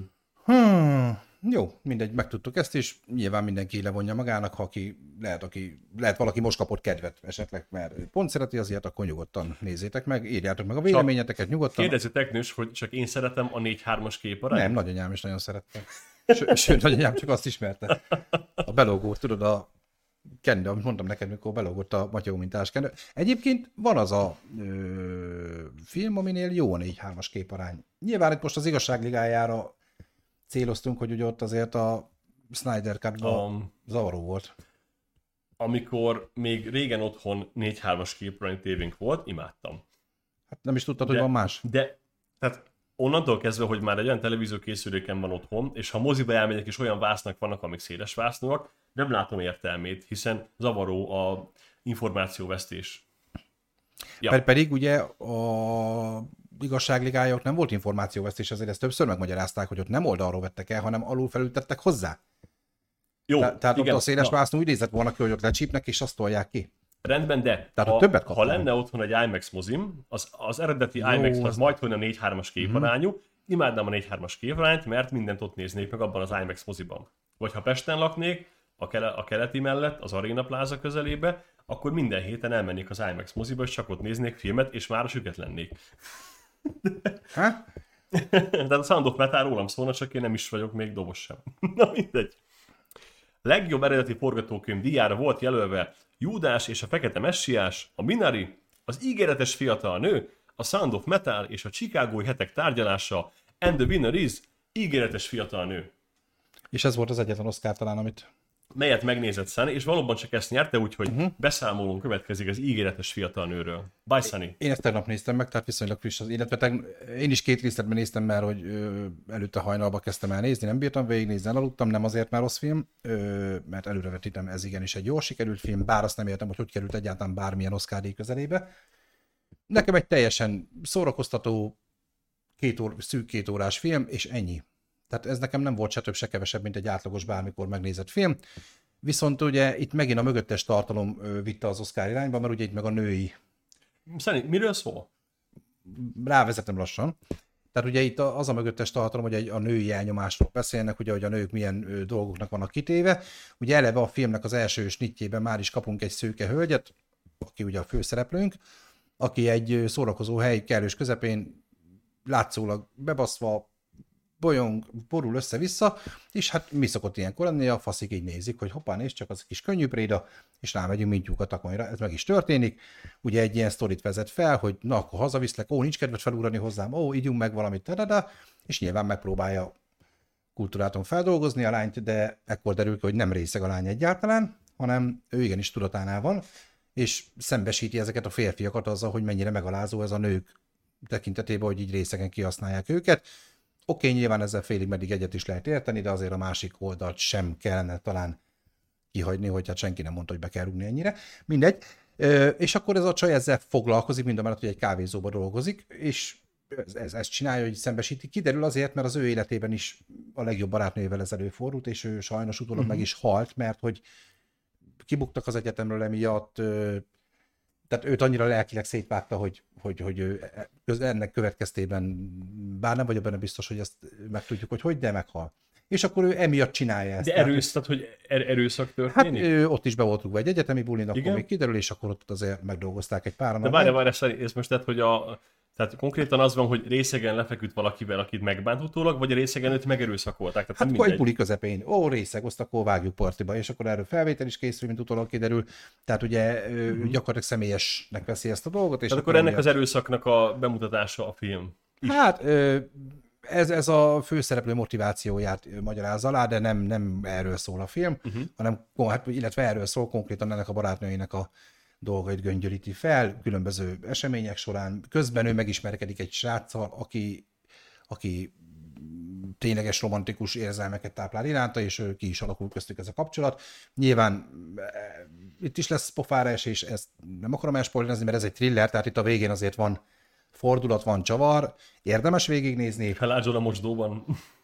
Jó, mindegy, megtudtuk ezt is. Nyilván mindenki levonja magának, ha lehet valaki most kapott kedvet esetleg, mert pont szereti az ilyet, akkor nyugodtan nézzétek meg, írjátok meg a véleményeteket nyugodtan. Kérdezzétek nős, hogy csak én szeretem a 4-3-as képarányt? Nem, nagyanyám is nagyon szerette. Sőt, nagyanyám csak azt ismerte. A belógót, tudod, a kendő, amit mondtam neked, mikor belógott a Matyó mintás kendő. Egyébként van az a film, aminél jó a 4-3-as képarány. Nyilván itt most az Igazságligájára céloztunk, hogy ugye ott azért a Snyder Cut-ban zavaró volt. Amikor még régen otthon 4-3-as képarány tévénk volt, imádtam. Hát nem is tudtad, hogy van más. De, tehát onnantól kezdve, hogy már egy olyan televíziókészüléken van otthon, és ha moziba elmegyek, és olyan vásznak vannak, amik széles vásznúak, nem látom értelmét, hiszen zavaró a információvesztés. Ja. Pedig ugye a Igazságligályok nem volt információvesztés, azért ezt többször megmagyarázták, hogy ott nem oldalról vettek el, hanem alul felültettek hozzá. Jó, tehát igen, ott a széles vásznú úgy nézett volna ki, hogy ott lecsípnek, és azt tolják ki. Rendben, de tehát ha lenne otthon egy IMAX mozim, az eredeti IMAX az majdhogy a 4-3-as képarányú, imádnám a 4-3-as képarányt, mert mindent ott néznék meg abban az IMAX moziban. Vagy ha Pesten laknék, a keleti mellett, az Arena Plaza közelébe, akkor minden héten elmennék az IMAX moziba, és csak ott néznék filmet, és már süket lennék. Tehát a Sound of Metal rólam szólna, csak én nem is vagyok még dobos sem. Na mindegy. legjobb eredeti forgatókönyv díjára volt jelölve Júdás és a Fekete Messiás, a Minari, az Ígéretes fiatal nő, a Sound of Metal és a Chicagói hetek tárgyalása, and the winner is Ígéretes fiatal nő. És ez volt az egyetlen Oscar talán, amit... Melyet megnézett Sunny, és valóban csak ezt nyerte, úgyhogy beszámolunk következik az Ígéretes fiatal nőről. Bye, Sunny. Én ezt tegnap néztem meg, tehát viszonylag friss az, illetve én is 2 részletben néztem, mert hogy előtte hajnalba kezdtem el nézni, nem bírtam végignézni, elaludtam, nem azért már rossz film, mert előrevetítem, ez igenis egy jól sikerült film, bár azt nem értem, hogy került egyáltalán bármilyen Oscar-díj közelébe. Nekem egy teljesen szórakoztató, szűk 2 órás film, és ennyi. Tehát ez nekem nem volt se több, se kevesebb, mint egy átlagos bármikor megnézett film. Viszont ugye itt megint a mögöttes tartalom vitte az Oscar irányba, mert ugye itt meg a női... Szerintem miről szól? Rávezetem lassan. Tehát ugye itt az a mögöttes tartalom, hogy a női elnyomásról beszélnek, ugye, hogy a nők milyen dolgoknak vannak kitéve. Ugye eleve a filmnek az első snitjében már is kapunk egy szőke hölgyet, aki ugye a főszereplőnk, aki egy szórakozó hely kellős közepén látszólag bebaszva, bolyong, borul össze-vissza, és hát mi szokott ilyenkor lenni, a faszik így nézik, hogy hoppá, nézd csak, az kis könnyű préda, és rámegyünk mindjuk a takonyra, ez meg is történik. Ugye egy ilyen sztorit vezet fel, hogy na, akkor hazaviszlek, nincs kedved felugrani hozzám, ígyunk meg valamit, és nyilván megpróbálja kultúráton feldolgozni a lányt, de ekkor derül ki, hogy nem részeg a lány egyáltalán, hanem ő igenis tudatánál van, és szembesíti ezeket a férfiakat azzal, hogy mennyire megalázó ez a nők tekintetében, hogy így részegen kihasználják őket. Oké, nyilván ezzel félig meddig egyet is lehet érteni, de azért a másik oldalt sem kellene talán kihagyni, hogy hát senki nem mondta, hogy be kell rúgni ennyire. Mindegy. És akkor ez a csaj ezzel foglalkozik, mindamellett, hogy egy kávézóba dolgozik, és ezt csinálja, hogy szembesíti. Kiderül azért, mert az ő életében is a legjobb barátnőjével ez előfordult, és ő sajnos utólag meg is halt, mert hogy kibuktak az egyetemről emiatt, tehát őt annyira lelkileg szétvágta, hogy ő ennek következtében, bár nem vagyok benne biztos, hogy ezt megtudjuk, hogy de meghal. És akkor ő emiatt csinálja ezt. De hogy erőszak történik? Hát ott is be volt rúgva egy egyetemi bulin, akkor még kiderül, és akkor ott azért megdolgozták egy páran. De várj, ez most tehát, hogy tehát konkrétan az van, hogy részegen lefeküdt valakivel, akit megbánt utólag, vagy a részegen őt megerőszakolták? Tehát hát akkor egy buli közepén, részeg, azt akkor vágjuk partiba, és akkor erről felvétel is készül, mint utólag kiderül. Tehát ugye gyakorlatilag személyesnek veszi ezt a dolgot. És tehát akkor ennek az erőszaknak a bemutatása a film is. Hát ez a főszereplő motivációját magyarázza alá, de nem erről szól a film, hanem illetve erről szól konkrétan ennek a barátnőjének a dolgait göngyölíti fel, különböző események során. Közben ő megismerkedik egy sráccal, aki tényleges romantikus érzelmeket táplál iránta, és ki is alakul köztük ez a kapcsolat. Nyilván itt is lesz pofára esés, ezt nem akarom elspoilerezni, mert ez egy thriller, tehát itt a végén azért van fordulat, van csavar, érdemes végignézni. Feláldozol a mosdóban.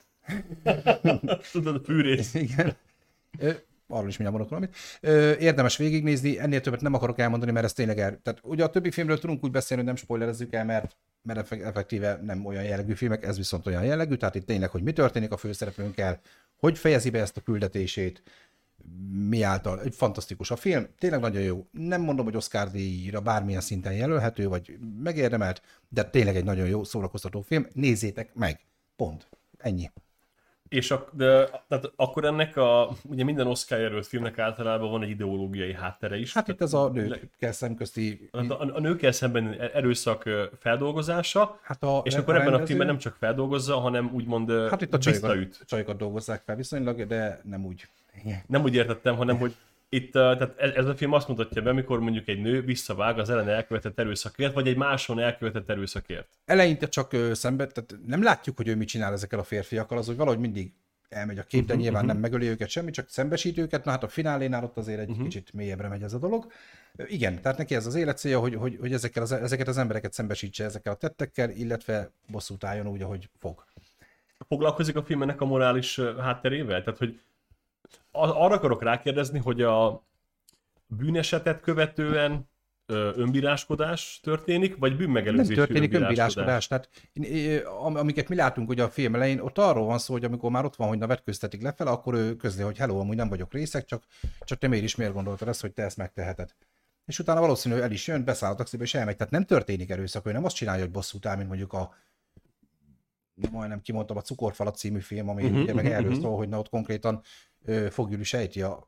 Tudod, a fűrész. Igen. Arról is mindjárt mondok valamit. Érdemes végignézni, ennél többet nem akarok elmondani, mert ez tényleg tehát ugye a többi filmről tudunk úgy beszélni, hogy nem spoilerezzük el, mert effektíve nem olyan jellegű filmek, ez viszont olyan jellegű, tehát itt tényleg, hogy mi történik a főszereplőnkkel, hogy fejezi be ezt a küldetését, mi által. Egy fantasztikus a film, tényleg nagyon jó. Nem mondom, hogy Oscar-díjra bármilyen szinten jelölhető, vagy megérdemelt, de tényleg egy nagyon jó szórakoztató film. Nézzétek meg. Pont. Ennyi. És tehát akkor ennek ugye minden Oscar jelölt filmnek általában van egy ideológiai háttere is. Hát itt ez a nőkkel szemközti... A nőkkel szemben erőszak feldolgozása, hát és akkor ebben a filmben nem csak feldolgozza, hanem úgymond hát itt a csajokat dolgozzák fel viszonylag, de nem úgy. Nem úgy értettem, hanem hogy itt tehát ez a film azt mutatja be, amikor mondjuk egy nő visszavág az ellen elkövetett erőszakért, vagy egy máson elkövetett erőszakért. Eleinte csak szembe, tehát nem látjuk, hogy ő mit csinál ezekkel a férfiakkal, az, hogy valahogy mindig elmegy a kép, de nyilván nem megöli őket semmi, csak szembesít őket, na hát a finálénál ott azért egy kicsit mélyebbre megy ez a dolog. Igen, tehát neki ez az életcélja, hogy ezeket az embereket szembesítse ezekkel a tettekkel, illetve bosszút álljon úgy, ahogy fog. Foglalkozik a film ennek a morális hátterével? Tehát, hogy arra akarok rákérdezni, hogy a bűnesetet követően önbíráskodás történik, vagy bűnmegelőzési nem történik önbíráskodás. Tehát amiket mi látunk ugye a film elején, ott arról van szó, hogy amikor már ott van, hogy na vetköztetik lefele, akkor ő közli, hogy hello, amúgy nem vagyok részeg, csak te miért gondoltad ezt, hogy te ezt megteheted. És utána valószínűleg el is jön, beszáll a taxiba és elmegy. Tehát nem történik erőszak, ő nem azt csinálja, hogy bosszút áll, mint mondjuk majdnem kimondtam, a Cukorfalat című film, ami ugye meg erről szól, hogy na ott konkrétan Foggyűlű sejti a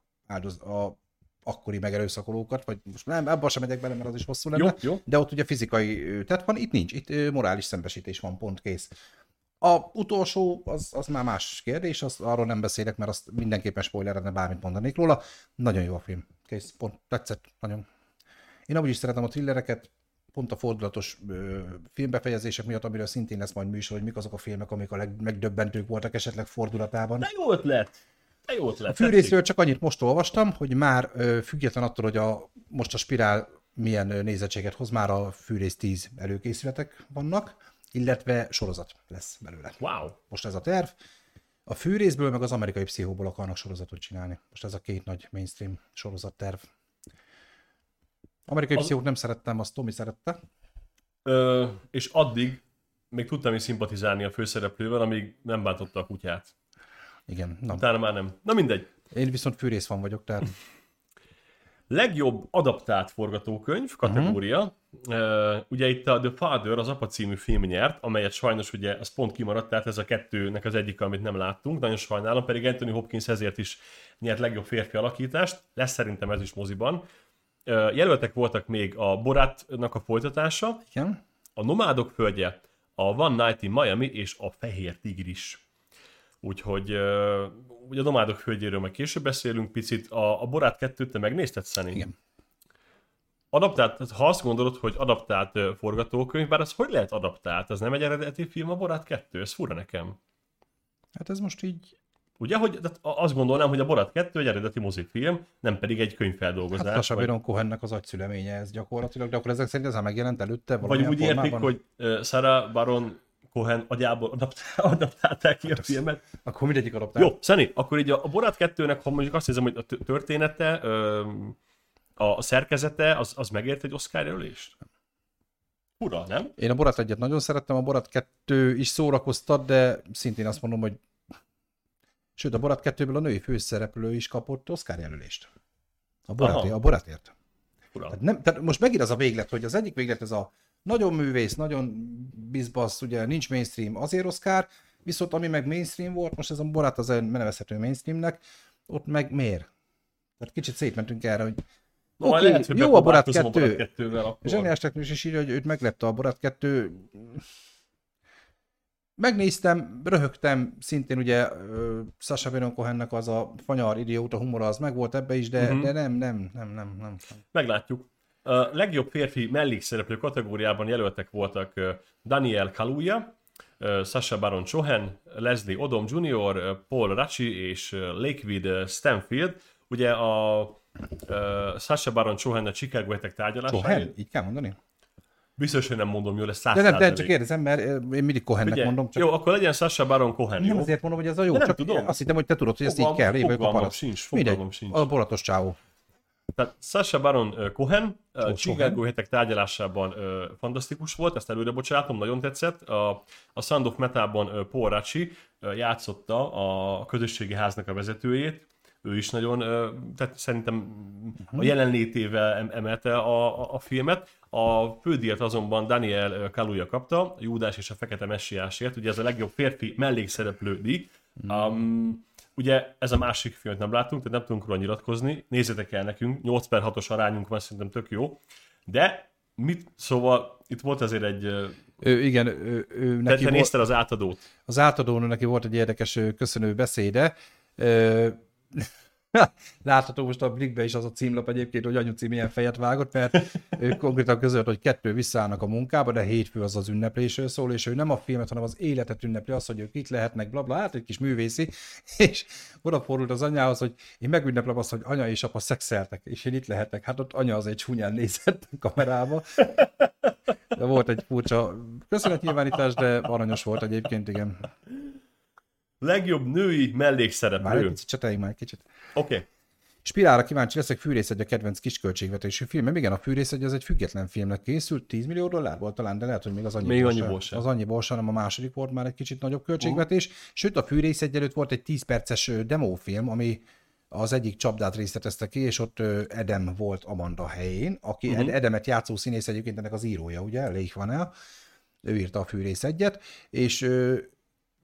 akkori megerőszakolókat, vagy most nem, abban sem megyek bele, mert az is hosszú lenne, Jó. de ott ugye fizikai tett van, itt nincs, itt morális szembesítés van, pont kész. A utolsó, az már más kérdés, arról nem beszélek, mert azt mindenképpen spoilerezne, bármit mondanék róla. Nagyon jó a film. Kész, pont tetszett, nagyon. Én amúgy is szeretem a thrillereket, pont a fordulatos filmbefejezések miatt, amiről szintén lesz majd műsor, hogy mik azok a filmek, amik a legmegdöbbentők voltak esetleg fordulatában. De jó ötlet! A fűrészről csak annyit most olvastam, hogy már független attól, hogy most a Spirál milyen nézettséget hoz, már a Fűrész 10 előkészületek vannak, illetve sorozat lesz belőle. Wow! Most ez a terv. A Fűrészből meg az Amerikai Pszichóból akarnak sorozatot csinálni. Most ez a két nagy mainstream sorozatterv. Amerikai Pszichót nem szerettem, azt Tomi szerette. És addig még tudtam is szimpatizálni a főszereplővel, amíg nem bántotta a kutyát. Igen. Na. Utána már nem. Na mindegy. Én viszont Fűrész fan vagyok, tehát... Legjobb adaptált forgatókönyv kategória. Ugye itt a The Father, az Apa című film nyert, amelyet sajnos ugye, az pont kimaradt, tehát ez a kettőnek az egyik, amit nem láttunk, nagyon sajnálom, pedig Anthony Hopkins ezért is nyert legjobb férfi alakítást, lesz szerintem ez is moziban. Jelöltek voltak még a Boratnak a folytatása, Igen. a Nomádok földje, a One Night in Miami és a Fehér tigris. Úgyhogy ugye a Nomádok földjéről meg később beszélünk picit. A Borat 2-t te megnézted, Szeni? Igen. Adaptált, ha azt gondolod, hogy adaptált forgatókönyv, bár az hogy lehet adaptált? Az nem egy eredeti film, a Borat 2? Ez fura nekem. Hát ez most így... Ugye, hogy azt gondolnám, hogy a Borat 2 egy eredeti mozifilm, nem pedig egy könyvfeldolgozás. Hát Sacha Baron Cohennek az agyszüleménye ez gyakorlatilag, de akkor ezek szerint ez már megjelent előtte vagy úgy értik, hogy Sarah Baron Cohen agyából adaptálták ki a filmet. Akkor mindegyik adaptált. Jó, Szeni, akkor így a Borat 2-nek, ha mondjuk azt hiszem, hogy a története, a szerkezete, az megért egy Oscar jelölést? Ura, nem? Én a Borat 1-et nagyon szerettem, a Borat 2 is szórakoztat, de szintén azt mondom, hogy sőt, a Borat 2-ből a női főszereplő is kapott Oscar jelölést. A Boratért. Tehát most megint az a véglet, hogy az egyik véglet ez a nagyon művész, nagyon bizbasz, ugye nincs mainstream, azért Oscar, viszont ami meg mainstream volt, most ez a Borat az nevezhető mainstreamnek, ott meg miért? Tehát kicsit szétmentünk erre, hogy oké, jó a Borat 2, Zseniás Technikus is írja, hogy őt meglepte a Borat 2. Megnéztem, röhögtem, szintén ugye Sacha Baron Cohennek az a fanyar idióta humora az megvolt ebbe is, de nem. Meglátjuk. A legjobb férfi mellékszereplő kategóriában jelöltek voltak Daniel Kaluuya, Sacha Baron Cohen, Leslie Odom Jr., Paul Raci és Lakeith Stanfield. Ugye a Sacha Baron Cohen a Chicago hetek tárgyalásáért. Cohen? Így kell mondani? Biztos, hogy nem mondom jól, ez 100%. De nem, csak kérdezem, mert én mindig Cohennek mondom. Csak... Jó, akkor legyen Sacha Baron Cohen, nem jó? azért mondom, hogy ez a jó, nem csak tudom. Azt hittem, hogy te tudod, hogy ezt így kell. Fogalmam sincs. A bolatos csávó. Tehát Sacha Baron Cohen Chicago hetek tárgyalásában fantasztikus volt, ezt előre bocsátom, nagyon tetszett. A Sound of Metal-ban Paul Raci játszotta a közösségi háznak a vezetőjét. Ő is nagyon, tehát szerintem a jelenlétével emelte a filmet. A fődíjat azonban Daniel Kaluuya kapta, a Júdás és a Fekete Messiásért, ugye ez a legjobb férfi mellékszereplő díj. Ugye ez a másik filmet nem látunk, tehát nem tudunk róla nyilatkozni, nézzétek el nekünk, 8/6-os arányunk van, szerintem tök jó. De szóval itt volt azért egy... Igen, neki te nézted az átadót. Az átadón neki volt egy érdekes köszönő beszéde. Látható most a Blickbe is az a címlap egyébként, hogy anyuci milyen fejet vágott, mert ő konkrétan közölt, hogy 2 visszaállnak a munkába, de hétfő az ünneplésről szól, és ő nem a filmet, hanem az életet ünnepli, az, hogy ők itt lehetnek, blabla, hát egy kis művészi, és odafordult az anyához, hogy én megünneplem azt, hogy anya és apa szexeltek, és én itt lehetek. Hát ott anya az egy csúnyán nézett a kamerába. De volt egy furcsa köszönetnyilvánítás, de aranyos volt egyébként, igen. Legjobb női mellékszereplő. Már egy picit cseteljünk már egy kicsit. Oké. Spirálra kíváncsi leszek, Fűrész egy a kedvenc kisköltségvetésű film. Igen, a Fűrész egy az egy független filmnek készült, 10 millió dollár volt talán, de lehet, hogy még az annyiból sem. Az annyiból sem, hanem a második volt már egy kicsit nagyobb költségvetés. Sőt, a Fűrész egy előtt volt egy 10 perces demófilm, ami az egyik csapdát részletezte ki, és ott Edem volt Amanda helyén, aki Edemet játszó színész egyébként ennek az írója, ugye, Leigh Whannell, ő írta a Fűrész egyet, és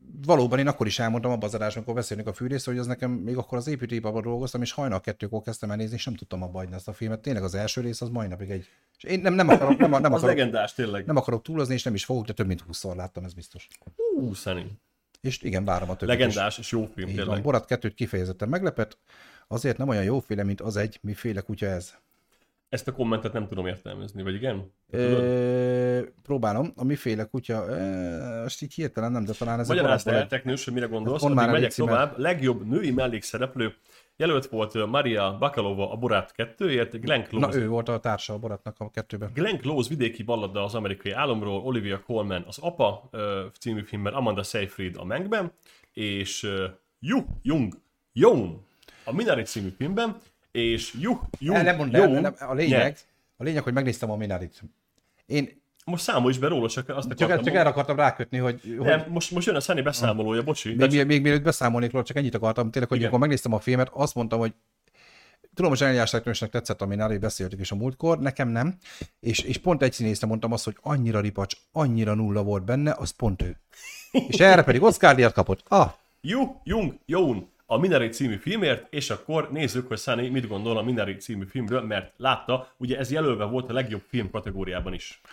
valóban én akkor is elmondtam abban az adásban, amikor beszélünk a fűrészről, hogy az nekem még akkor az építőiparban dolgoztam, és hajnal 2-kor kezdtem el nézni, és nem tudtam abba hagyni ezt a filmet. Tényleg az első rész az mai napig egy... És én nem akarok, az legendás, tényleg. Nem akarok túlozni, és nem is fogok, de több mint 20-szor láttam, ez biztos. Szeni. És igen, várom a többit. Legendás és jó film, tényleg. Van, Borat 2-t kifejezetten meglepett, azért nem olyan jóféle, mint az egy, miféle kutya ez. Ezt a kommentet nem tudom értelmezni, vagy igen? Próbálom. A miféle kutya, most így hirtelen nem, de talán ez magyarázd el, teknős, hogy mire gondolsz, addig megyek tovább. Legjobb női mellékszereplő jelölt volt Maria Bakalova a Borat 2-ért, Glenn Close. Na, ő volt a társa a Boratnak a 2-ben. Glenn Close vidéki ballada az amerikai álomról, Olivia Colman az Apa című filmben, Amanda Seyfried a Mengben, és Yu Jung a Minari című filmben, és a lényeg, hogy megnéztem a Minarit. Most számolj is be róla, csak azt akartam... Csak erre akartam rákötni, hogy... Nem, most jön a Sunny beszámolója, bocsi. Még mielőtt beszámolnék róla, csak ennyit akartam. Tényleg, hogy amikor megnéztem a filmet, azt mondtam, hogy tudom, hogy Eljárás Teknősnek tetszett a Minari, beszéltük is a múltkor, nekem nem. És pont egy színészre mondtam azt, hogy annyira ripacs, annyira nulla volt benne, az pont ő. És erre pedig Oscar-díjat kapott. Yu Jung a Minari című filmért, és akkor nézzük, hogy Sunny mit gondol a Minari című filmről, mert látta, ugye ez jelölve volt a legjobb film kategóriában is.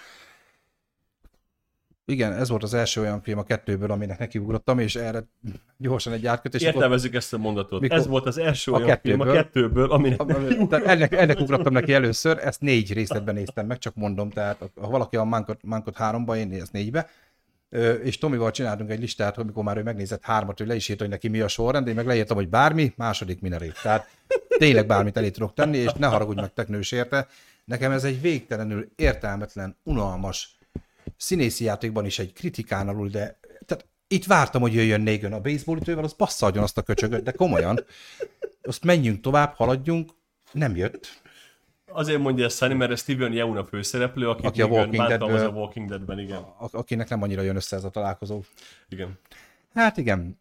Igen, ez volt az első olyan film a 2-ből, aminek nekiugrottam, és erre gyorsan egy átkötés. Értelmezzük ezt a mondatot. Ez volt az első olyan film a 2-ből, aminek ennek ugrottam neki először, ezt 4 részletben néztem meg, csak mondom, tehát ha valaki a Mankot 3-ba, én ezt 4-be. És Tomival csináltunk egy listát, hogy amikor már ő megnézett 3-at, ő le is írt, hogy neki mi a sorrend, én meg leírtam, hogy bármi, második Minari. Tehát tényleg bármit elé tudok tenni, és ne haragudj meg teknős érte. Nekem ez egy végtelenül értelmetlen, unalmas, színészi játékban is egy kritikán alul, de tehát itt vártam, hogy jöjjön Negan a baseballütővel, az basszadjon azt a köcsögöt, de komolyan. Azt menjünk tovább, haladjunk, nem jött. Azért mondja ezt Sunny, mert Steven Yeun a főszereplő, aki a Walking Deadből, a Walking Deadben, igen. Akinek nem annyira jön össze ez a találkozó. Igen. Hát igen.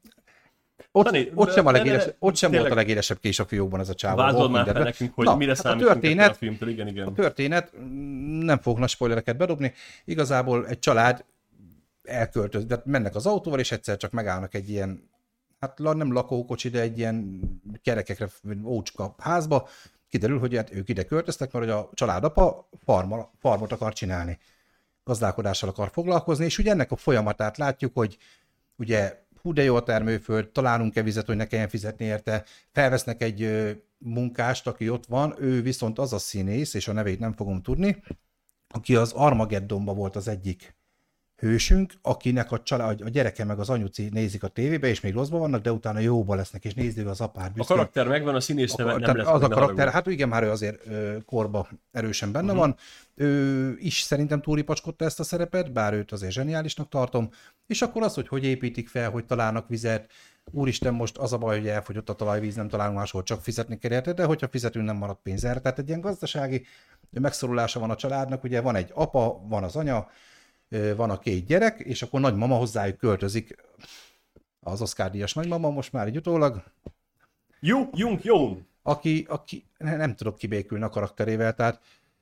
Ott sem volt a legélesebb kés a fiókban ez a csávó. Vázol már fel nekünk, hogy mire számítunk a filmtől. Igen. A történet, nem fogok nagy spoilereket bedobni, igazából egy család elköltözik, de mennek az autóval, és egyszer csak megállnak egy ilyen, hát nem lakókocsi, de egy ilyen kerekekre ócska házba. Kiderül, hogy hát ők ide költöztek, mert hogy a családapa farmot akar csinálni. Gazdálkodással akar foglalkozni, és ugye ennek a folyamatát látjuk, hogy ugye hú de jó a termőföld, találunk-e vizet, hogy ne kelljen fizetni érte, felvesznek egy munkást, aki ott van, ő viszont az a színész, és a nevét nem fogom tudni, aki az Armageddonban volt az egyik hősünk, akinek a gyereke meg az anyuci nézik a tévébe, és még rosszban vannak, de utána jóba lesznek, és nézni az apát büszkén. A karakter megvan, a színész nem lesz. Az a karakter, hát igen, már ő azért korba erősen benne van. Ő is szerintem túlripacskodta ezt a szerepet, bár őt azért zseniálisnak tartom. És akkor az, hogy építik fel, hogy találnak vizet. Úristen, most az a baj, hogy elfogyott a talajvíz, nem találunk máshol, csak fizetni kell érte, de hogyha fizetünk, nem marad pénz erre. Tehát egy ilyen gazdasági megszorulása van a családnak, ugye van egy apa, van az anya, van a 2 gyerek, és akkor nagymama hozzájuk költözik. Az Oscar-díjas nagymama most már így utólag. Yu Jung. Aki nem tudok kibékülni a karakterével, tehát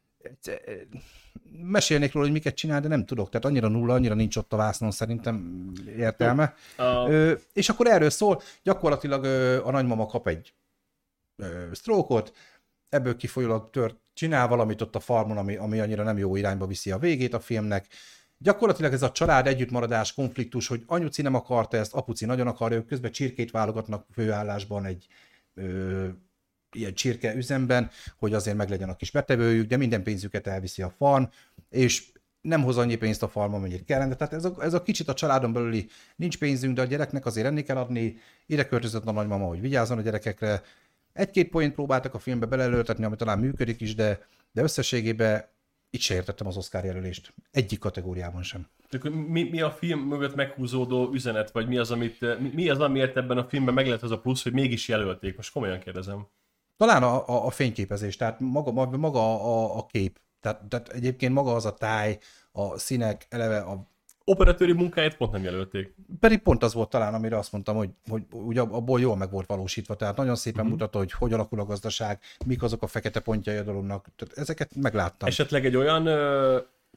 mesélnék róla, hogy miket csinál, de nem tudok. Tehát annyira nulla, annyira nincs ott a vásznon szerintem értelme. És akkor erről szól, gyakorlatilag a nagymama kap egy stroke-ot, ebből kifolyólag csinál valamit ott a farmon, ami annyira nem jó irányba viszi a végét a filmnek. Gyakorlatilag ez a család együttmaradás, konfliktus, hogy anyuci nem akarta ezt, apuci nagyon akarja, ők közben csirkét válogatnak főállásban egy ilyen csirke üzemben, hogy azért meglegyen a kis betevőjük, de minden pénzüket elviszi a farm, és nem hoz annyi pénzt a farm, amennyit kellene. Tehát ez a kicsit a családon belüli nincs pénzünk, de a gyereknek azért enni kell adni, ide költözött a nagymama, hogy vigyázzon a gyerekekre. 1-2 poént próbáltak a filmbe belelőtetni, ami talán működik is, de összességében itt se értettem az Oscar jelölést. Egyik kategóriában sem. Mi a film mögött meghúzódó üzenet, vagy mi az, amiért ebben a filmben meg lehet az a plusz, hogy mégis jelölték? Most komolyan kérdezem. Talán a fényképezés, tehát maga a kép. Tehát egyébként maga az a táj, a színek, eleve a operatőri munkáját pont nem jelölték. Pedig pont az volt talán, amire azt mondtam, hogy ugye abból jól meg volt valósítva. Tehát nagyon szépen mutatta, hogy alakul a gazdaság, mik azok a fekete pontjai a dolognak. Tehát ezeket megláttam. Esetleg egy olyan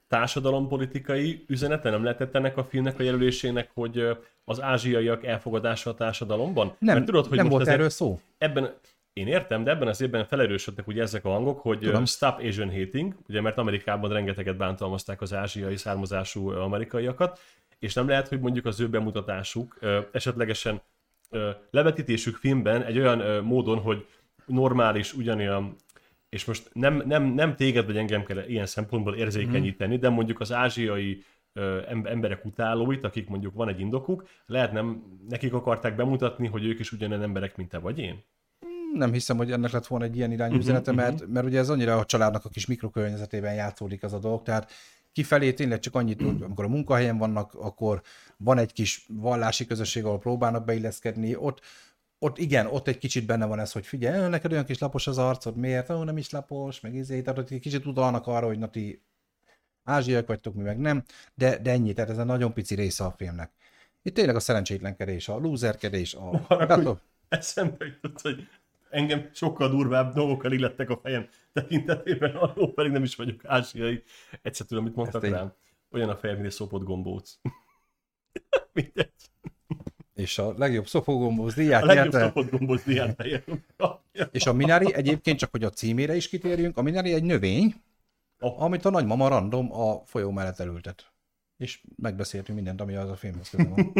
társadalompolitikai üzenete? Nem lehetett ennek a filmnek a jelölésének, hogy az ázsiaiak elfogadása a társadalomban? Nem, mert tudod, hogy nem most volt erről szó. Én értem, de ebben az évben felerősödtek ugye ezek a hangok, hogy Tudom. Stop Asian Hating, ugye mert Amerikában rengeteget bántalmazták az ázsiai származású amerikaiakat, és nem lehet, hogy mondjuk az ő bemutatásuk esetlegesen levetítésük filmben egy olyan módon, hogy normális, ugyanolyan, és most nem téged vagy engem kell ilyen szempontból érzékenyíteni, de mondjuk az ázsiai emberek utálóit, akik mondjuk van egy indokuk, lehet nem nekik akarták bemutatni, hogy ők is ugyanolyan emberek, mint te vagy én? Nem hiszem, hogy ennek lett volna egy ilyen irányú üzenete, mert ugye ez annyira a családnak a kis mikrokörnyezetében játszódik ez a dolog, tehát kifelé tényleg csak annyit, hogy amikor a munkahelyen vannak, akkor van egy kis vallási közösség, ahol próbálnak beilleszkedni, ott egy kicsit benne van ez, hogy figyelj, neked olyan kis lapos az arcod, miért? Nem is lapos, meg tehát ott egy kicsit utalnak arra, hogy na ti ázsiaiak vagytok, mi meg nem, de ennyi, tehát ez egy nagyon pici része a filmnek. Itt tényleg a szerencsétlenkedés, a lúzerkedés, Eszembe jutott, hogy engem sokkal durvább dolgokkal illettek a fejem tekintetében, arról pedig nem is vagyok ázsiai. Egyszer tudom, mit mondtak rám. Olyan a fejem, mint egy szopott gombóc. Mindegy. És a legjobb szopógombóc díját A legjobb szopott gombóc díját És a Minari egyébként, csak hogy a címére is kitérjünk, a Minari egy növény, amit a nagymama random a folyó mellett elültet. És megbeszéltünk mindent, ami az a filmhez köze van.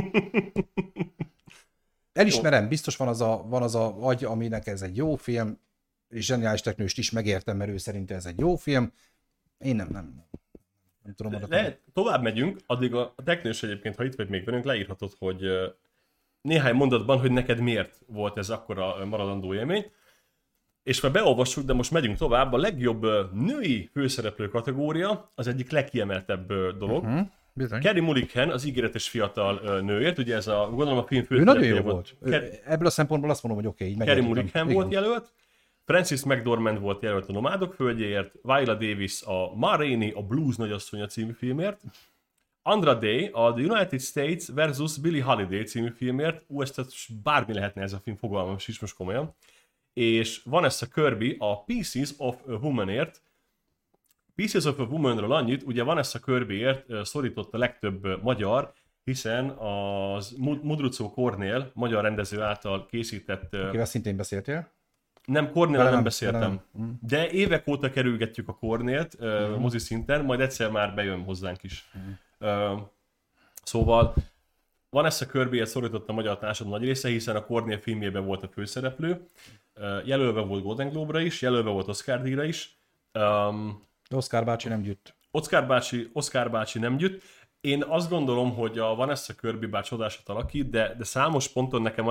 Elismerem, biztos van az a agy, aminek ez egy jó film, és Zseniális Teknőst is megértem, mert ő szerint ez egy jó film. Én nem tudom adatni. Tovább megyünk, addig a Teknős egyébként, ha itt vagy még velünk, leírhatod, hogy néhány mondatban, hogy neked miért volt ez akkora maradandó élmény. És már beolvassuk, de most megyünk tovább. A legjobb női főszereplő kategória az egyik legkiemeltebb dolog. Carey Mulligan, az ígéretes fiatal nőért, ugye ez gondolom a film főszereplője nagyon jó volt. Ebből a szempontból azt mondom, hogy oké, így Carey Mulligan volt jelölt, Frances McDormand volt jelölt a Nomádok földjéért, Viola Davis a Ma Rainey, a Blues nagyasszonya című filmért, Andra Day a The United States versus Billie Holiday című filmért, ezt bármi lehetne ez a film, fogalmam is most komolyan, és Vanessa Kirby a Pieces of a Womanért. Pieces of a Womanről annyit, ugye Vanessa Kirbyért szorított a legtöbb magyar, hiszen az Mudrucó Kornél, magyar rendező által készített... Akivel szintén beszéltél? Nem, Kornél nem beszéltem. De évek óta kerülgetjük a Kornélt mozi szinten, majd egyszer már bejön hozzánk is. Szóval Vanessa Kirbyért szorított a magyar társadalom nagy része, hiszen a Kornél filmjében volt a főszereplő. Jelölve volt Golden Globe-ra is, jelölve volt Oscar-díjra is. Oscar bácsi nem gyűjt. Oscar bácsi nem gyűjt. Én azt gondolom, hogy a Vanessa Kirby bár csodásat alakít, de számos ponton nekem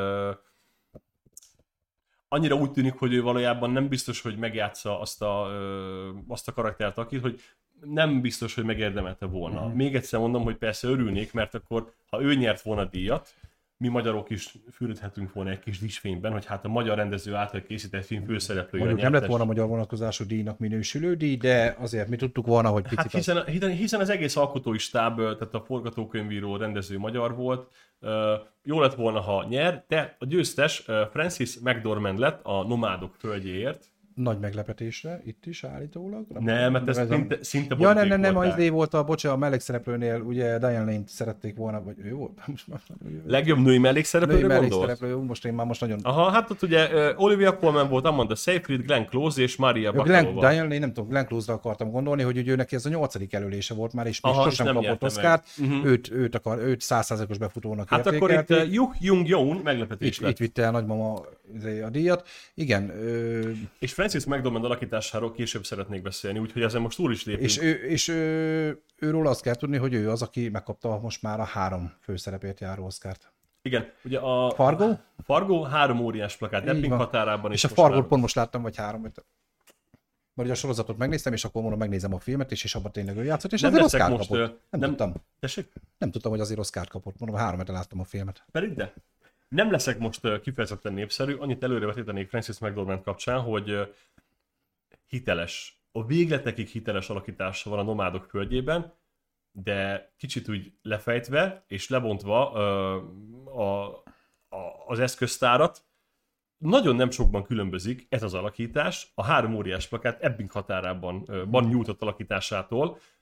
annyira úgy tűnik, hogy ő valójában nem biztos, hogy megjátsza azt a karaktert, akit, hogy nem biztos, hogy megérdemelte volna. Még egyszer mondom, hogy persze örülnék, mert akkor, ha ő nyert volna díjat, mi magyarok is fürödhetünk volna egy kis díszfényben, hogy hát a magyar rendező által készített film főszereplője mondjuk nem lett volna magyar vonatkozású díjnak minősülő díj, de azért mi tudtuk volna, hogy picit... Hát hiszen az egész alkotói stáb, tehát a forgatókönyvíró, rendező magyar volt, jó lett volna, ha nyer, de a győztes Frances McDormand lett a Nomádok földjéért. Nagy meglepetésre, itt is állítólag. Nem, mert ez szinte ja, nem, az idő volt a mellékszereplőnél, ugye Diane Lane-t szerették volna, vagy ő volt? Legjobb női mellékszereplőre gondolsz? Most nagyon... Aha, hát ott ugye Olivia Colman volt, Amanda Seyfried, Glenn Close és Maria Bakalova. Diane Lane, nem tudom, Glenn Close-ra akartam gondolni, hogy ő neki ez a 8. jelölése volt már, és még sosem kapott Oscart, őt 100%-os befutónak értékelték. Hát akkor itt Yuh Jung-yeon meglepetés lett. Itt vitte el nagymama a díjat. Igen. És Frances McDormand alakításáról később szeretnék beszélni, úgyhogy ezen most túl is lépünk. És őről azt kell tudni, hogy ő az, aki megkapta most már a 3 főszerepért járó Oscart. Igen, ugye a Fargo 3 óriás plakát, Ebbing határában. És a Fargo-t pont most láttam, vagy 3. Mert a sorozatot megnéztem, és akkor mondom, megnézem a filmet, és abban tényleg ő játszott, és azért Oscart kapott. Nem tudtam. Tessék? Nem tudtam, hogy azért Oscart kapott. Mondom, 3 hete láttam a filmet. Pedig de. Nem leszek most kifejezetten népszerű, annyit előrevetítenék Frances McDormand kapcsán, hogy hiteles, a végletekig hiteles alakítása van a Nomádok földjében, de kicsit úgy lefejtve és lebontva az eszköztárat, nagyon nem sokban különbözik ez az alakítás a 3 óriás plakát Ebbing határában nyújtott alakításától,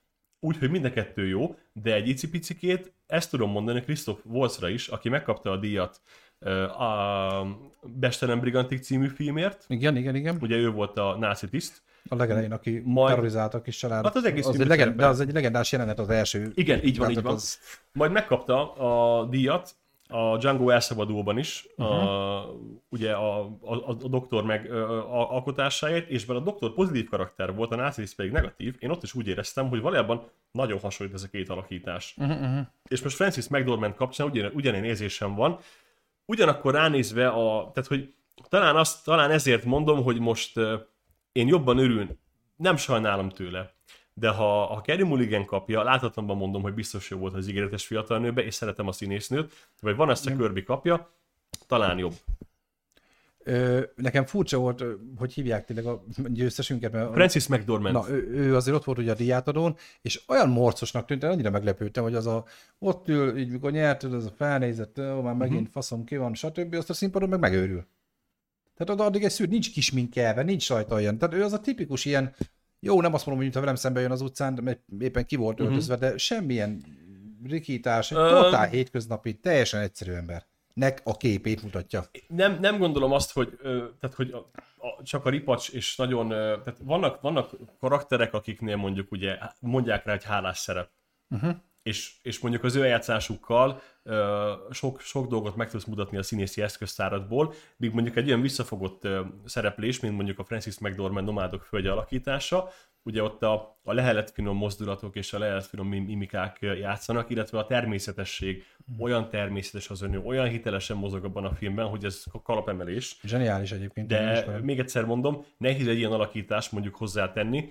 úgyhogy mind a kettő jó, de egy icipicikét, ezt tudom mondani Christoph Waltzra is, aki megkapta a díjat a Bestelen Brigantik című filmért. Igen. Ugye ő volt a náci tiszt. A legelején, aki terrorizálta a kis családot. Hát az egész de az egy legendás jelenet az első. Igen, így van. Majd megkapta a díjat a Django elszabadulóban is, ugye a doktor meg alkotásáért, és bár a doktor pozitív karakter volt, a náci tiszt pedig negatív, én ott is úgy éreztem, hogy valójában nagyon hasonlít ez a két alakítás. És most Francis McDormand kapcsán ugyanilyen érzésem van, ugyanakkor ránézve, tehát hogy talán ezért mondom, hogy most én jobban nem sajnálom tőle, de ha Carey Mulligan kapja, láthatatlanban mondom, hogy biztos jó volt az ígéretes fiatalnőbe, és szeretem a színésznőt, vagy van ezt a Kirby kapja, talán jobb. Nekem furcsa volt, hogy hívják tényleg a győztesünket. Mert Francis McDormand. Na, ő azért ott volt ugye a díjátadón, és olyan morcosnak tűnt, annyira meglepődtem, hogy az ott ül, így mikor nyert, az a felnézett, már megint faszom ki van, stb. Azt a színpadon meg megőrül. Tehát addig egy szűr, nincs kisminkelve, nincs rajta olyan. Tehát ő az a tipikus ilyen, jó, nem azt mondom, hogy mintha velem szembe jön az utcán, mert éppen ki volt öltözve, de semmilyen rikítás, egy totál hétköznapi, teljesen egyszerű ember. Nek a képét mutatja. Nem gondolom azt, hogy, tehát, hogy csak a ripacs, és nagyon, tehát vannak karakterek, akiknél mondjuk ugye mondják rá egy hálás szerep. És mondjuk az ő eljátszásukkal sok dolgot meg tudsz mutatni a színészi eszköztáradból, míg mondjuk egy olyan visszafogott szereplés, mint mondjuk a Francis McDormand Nomádok földje alakítása, ugye ott a lehelet finom mozdulatok és a lehelet finom mimikák játszanak, illetve a természetesség, olyan természetes az önő, olyan hitelesen mozog abban a filmben, hogy ez kalapemelés. Zseniális egyébként. De még egyszer mondom, nehéz egy ilyen alakítást mondjuk hozzátenni.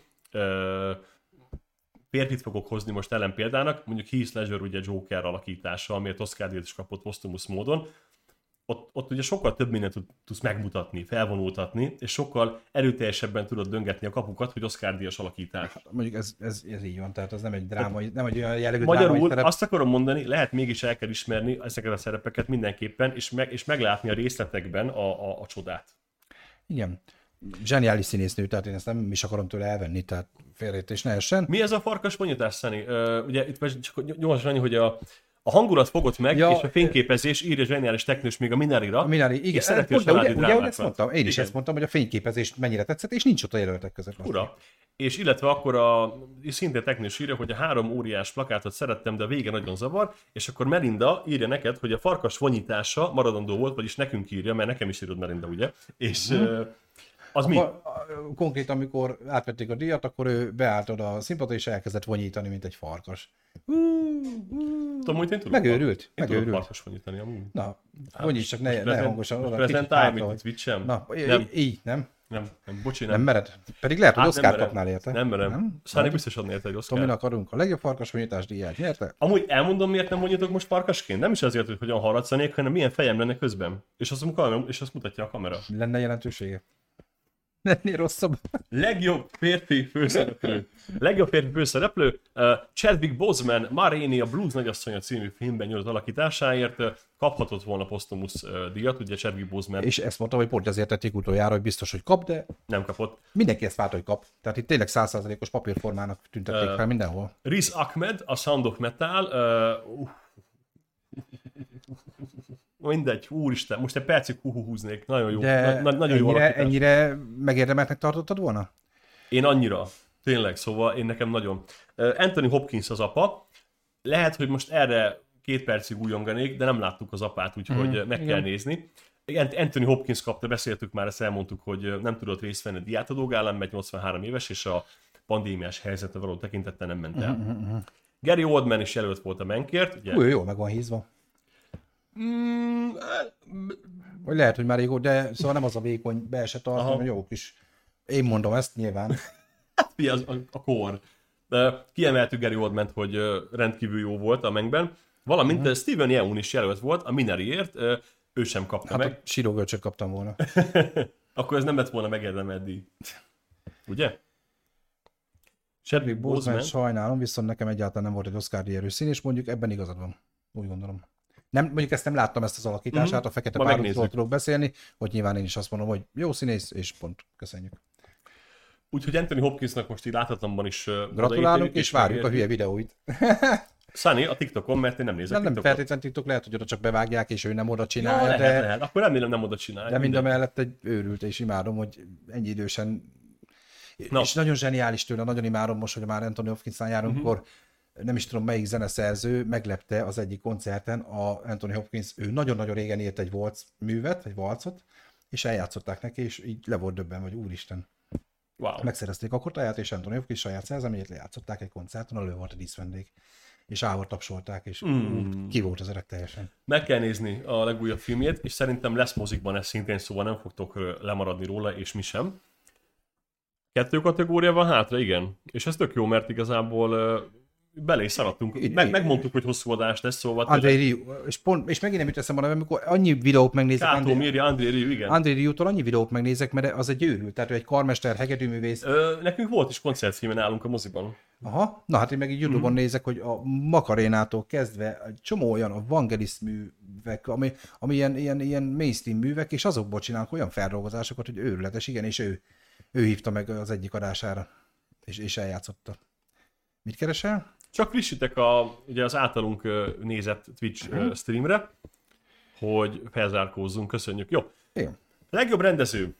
Férfit fogok hozni most ellen példának, mondjuk Heath Ledger ugye Joker alakítása, amiért Oscar-díjat is kapott posztumusz módon. Ott ugye sokkal több mindent tudsz megmutatni, felvonultatni, és sokkal erőteljesebben tudod döngetni a kapukat, hogy Oscar-díjas alakítás. Hát, mondjuk ez így van, tehát az nem egy drámai, nem egy olyan jellegű magyarul drámai szerep. Azt akarom mondani, lehet mégis el kell ismerni ezeket a szerepeket mindenképpen, és meglátni a részletekben a csodát. Igen. Zseniális színésznő, tehát én ezt nem is akarom tőle elvenni, tehát félreértés ne essen. Mi ez a farkas vonyítás, Szani? Ugye itt csak gyorsan annyi, hogy a hangulat fogott meg, és a fényképezés írja zseniális teknős még a Minari-ra. A Minari, igen. Szereti a családi drámákat. Ezt mondtam, én is ezt mondtam, hogy a fényképezés mennyire tetszett, és nincs ott a jelöltek között. Ura. És illetve akkor szintén teknős írja, hogy a 3 óriás plakátot szerettem, de a vége nagyon zavar, és akkor Melinda írja neked, hogy a farkas vonyítása maradandó volt, vagyis nekünk írja, mert nekem is írod Melinda, ugye? És az mi? Konkrétan, amikor átvették a díjat, akkor ő beállt oda a színpadra, és elkezdett vonyítani, mint egy farkas. Tudom, hogy én tudok. Megőrült. Én tudok farkas vonyítani, amúgy. Na, vonyíts csak ne hangosan oda. Prezentálj, mint Twitch-em. Na, így, nem? Nem, bocsi, nem mered. Pedig lehet, hogy Oscar kapnál érte. Nem merem. Szállni biztos adni érte egy Oscar. Tominak adunk a legjobb farkasvonyítás díját. Nyerte? Amúgy elmondom, miért nem mondjatok most farkasként? Nem is azért, hogy hogyan harradszanék, hanem milyen fejem lenne közben. És azt mutatja a kamera. Lenne jelentősége? Lennél rosszabb. Legjobb férfi főszereplő. Chadwick Boseman, Ma Rainey, a Blues nagyasszonya című filmben nyújtott alakításáért kaphatott volna posztumusz díjat, ugye Chadwick Boseman. És ezt mondtam, hogy pont azért tették utoljára, hogy biztos, hogy kap, de nem kapott. Mindenki ezt várta, hogy kap. Tehát itt tényleg 100%-os papírformának tüntették fel mindenhol. Riz Ahmed, a Sound of Metal. Mindegy, úristen, most egy percig húznék, nagyon jó. De nagyon jó ennyire megérdemeltnek tartottad volna? Én annyira, tényleg, szóval én nekem nagyon. Anthony Hopkins az apa, lehet, hogy most erre 2 percig újonganék, de nem láttuk az apát, úgyhogy meg kell nézni. Anthony Hopkins kapta, beszéltük már, ezt elmondtuk, hogy nem tudott részt venni a díjátadógálán, mert 83 éves, és a pandémiás helyzetre való tekintettel nem ment el. Gary Oldman is jelölt volt a Mankért. Jó, meg van hízva. Vagy lehet, hogy már régóta, de szóval nem az a vékony beesett tartalom, hogy jó kis. Én mondom ezt nyilván. Hát mi az a kor. Kiemeltük Gary Oldmant, hogy rendkívül jó volt a Mankben. Valamint Steven Yeun is jelölt volt a Minariért, ő sem kapta meg. Hát sírógörcsöt kaptam volna. Akkor ez nem lett volna megérdemelt díj. Ugye? Chadwick Boseman sajnálom, viszont nekem egyáltalán nem volt egy Oscar-díj erős szín, és mondjuk ebben igazad van. Úgy gondolom. Nem, mondjuk ezt nem láttam, ezt az alakítását, a Fekete Párosról tudok beszélni, hogy nyilván én is azt mondom, hogy jó színész, és pont, köszönjük. Úgyhogy Anthony Hopkinsnak most így láthatatlanban is gratulálunk, és várjuk a hülye videóit. Sunny a TikTokon, mert én nem nézek TikTokon. Nem feltétlenül TikTok, lehet, hogy oda csak bevágják, és ő nem oda csinálja. Ja, lehet. Akkor remélem nem oda csinálja. De mindamellett egy őrült, és imádom, hogy ennyi idősen. No. És nagyon zseniális tőle, nagyon imádom most, hogy már Anthony Hopkinsnál járunk, akkor nem is tudom melyik zeneszerző meglepte az egyik koncerten a Anthony Hopkins, ő nagyon-nagyon régen írt egy művet, egy valcot, és eljátszották neki, és így le volt döbben, hogy úristen. Wow. Megszerezték a kortáját, és Anthony Hopkins saját szerzeményét lejátszották egy koncerten, ahol ő volt a díszvendég. És ávor tapsolták, és ki volt az öreg teljesen. Meg kell nézni a legújabb filmjét, és szerintem lesz mozikban ez szintén, szóval nem fogtok lemaradni róla, és mi sem. 2 kategória van hátra, igen. És ez tök jó, mert igazából belé szaladtunk. Megmondtuk, hogy hosszú adás lesz, szóval... André Rieu, és megint nem jut eszembe, amikor annyi videót megnézek... Kátó Mirja, André Rieu, igen. André Rieu-tól annyi videót megnézek, mert az egy őrült, tehát ő egy karmester, hegedűművész. Nekünk volt is koncertfilme nálunk a moziban. Aha, na hát én meg így YouTube-on nézek, hogy a Makarénától kezdve egy csomó olyan a Vangelis művek, ami ilyen mainstream művek, és azokból csinálnak olyan feldolgozásokat, hogy őrületes, igen, és ő hívta meg az egyik adására, és eljátszotta. Mit keresel? Csak frissítek ugye az általunk nézett Twitch streamre, hogy felzárkózzunk, köszönjük. Jó. Igen. Legjobb rendező.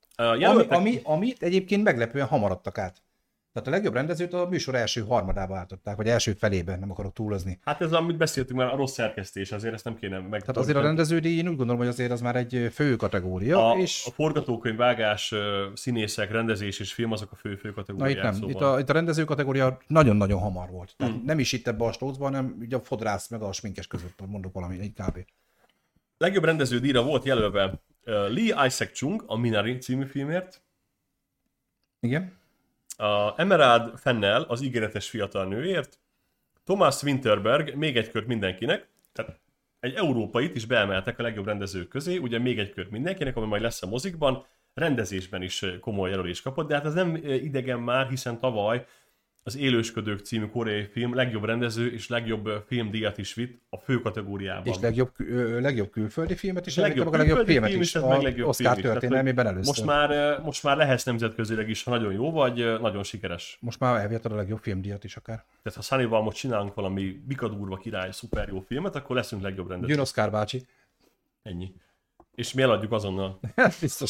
Amit egyébként meglepően hamar adtak át. Tehát a legjobb rendezőt a műsor első harmadába átadták, vagy első felében, nem akarok túlozni. Hát ez amit beszéltünk már, a rossz szerkesztés, azért ezt nem kéne meg. Tehát azért a rendeződíj, én úgy gondolom, hogy azért az már egy fő kategória. A forgatókönyv, vágás, színészek, rendezés és film, azok a fő kategóriák. Na itt nem, szóval. Itt a rendező kategória nagyon-nagyon hamar volt. Tehát nem is itt ebbe a stócban, hanem ugye a fodrász meg a sminkes között, mondok valami, egy kb. Legjobb rendező díjra volt jelölve Lee Isaac-Chung a Minari című filmért. Igen. A Emerald Fennell az ígéretes fiatal nőért, Thomas Winterberg még egy kört mindenkinek, tehát egy európait is beemeltek a legjobb rendezők közé, ugye még egy kört mindenkinek, ami majd lesz a mozikban, rendezésben is komoly jelölést kapott, de hát ez nem idegen már, hiszen tavaly az Élősködők című koreai film legjobb rendező és legjobb filmdíjat is vitt a fő kategóriában. És legjobb külföldi filmet is, a legjobb filmet is, az Oscar történelmében először. Most már lehetsz nemzetközileg is, ha nagyon jó vagy, nagyon sikeres. Most már elvihetted a legjobb filmdíjat is akár. Tehát ha Sunnyval most csinálunk valami bikadurva király, szuper jó filmet, akkor leszünk legjobb rendező. Jön Oscar bácsi. Ennyi. És mi eladjuk azonnal. Biztos,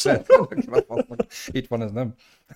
itt van ez, nem?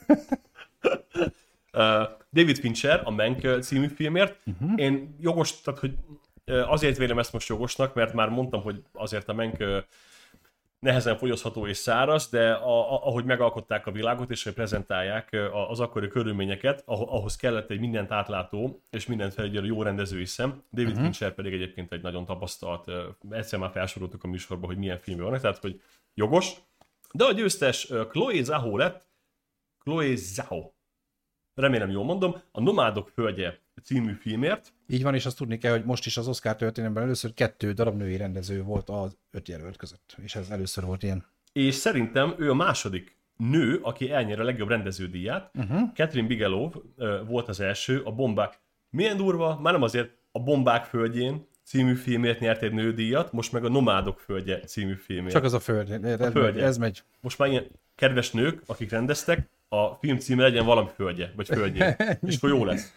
David Fincher, a Mank című filmért. Én jogos, tehát hogy azért vélem ezt most jogosnak, mert már mondtam, hogy azért a Mank nehezen fogyasztható és száraz, de ahogy megalkották a világot és hogy prezentálják az akkori körülményeket, ahhoz kellett egy mindent átlátó és mindent felügyelő jó rendezői szem. David Fincher pedig egyébként egy nagyon tapasztalt, egyszer már felsoroltuk a műsorba, hogy milyen filmje van, tehát hogy jogos. De a győztes Chloe Zhao lett. Chloe Zhao. Remélem jól mondom, a Nomádok földje című filmért. Így van, és azt tudni kell, hogy most is az Oscar történelemben először 2 darab női rendező volt az 5 jelölt között, és ez először volt ilyen. És szerintem ő a második nő, aki elnyer a legjobb rendeződíját. Catherine Bigelow volt az első, a Bombák. Milyen durva, már nem azért a Bombák földjén című filmért nyert egy nődíjat, most meg a Nomádok földje című filmért. Csak az a földje, ez megy. Most már ilyen kedves nők, akik rendeztek, a film címe legyen valami földje, vagy földje, és akkor jó lesz.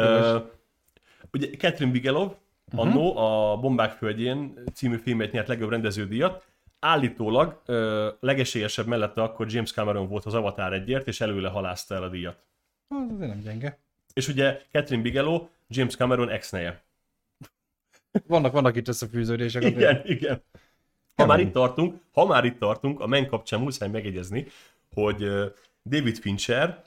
Ugye Catherine Bigelow annó a Bombák földjén című filmét nyert legjobb rendeződíjat. Állítólag legesélyesebb mellette akkor James Cameron volt az Avatar 1-ért, és előle halázta el a díjat. Az azért nem gyenge. És ugye Catherine Bigelow, James Cameron ex-neje. Vannak itt összefűződések. Igen. Ha már itt tartunk, a Men kapcsán muszáj megjegyezni, hogy David Fincher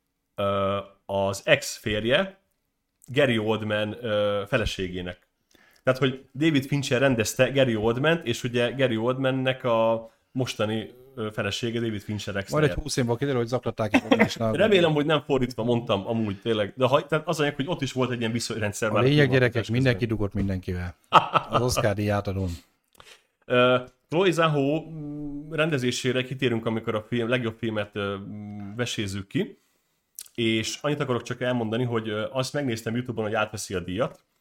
az ex-férje Gary Oldman feleségének. Tehát, hogy David Fincher rendezte Gary Oldmant, és ugye Gary Oldmannek a mostani felesége David Fincher ex. Majd egy 20 évvel kiderül, hogy zaklatták is. Remélem, hogy nem fordítva mondtam amúgy tényleg. De tehát az anyag, hogy ott is volt egy ilyen viszonyrendszer. A lényeg, gyerekek, mindenki dugott mindenkivel. Az Oscar díját adom. Chloe Zhao rendezésére kitérünk, amikor a legjobb filmet vesézzük ki. És annyit akarok csak elmondani, hogy azt megnéztem YouTube-on, hogy átveszi a díjat,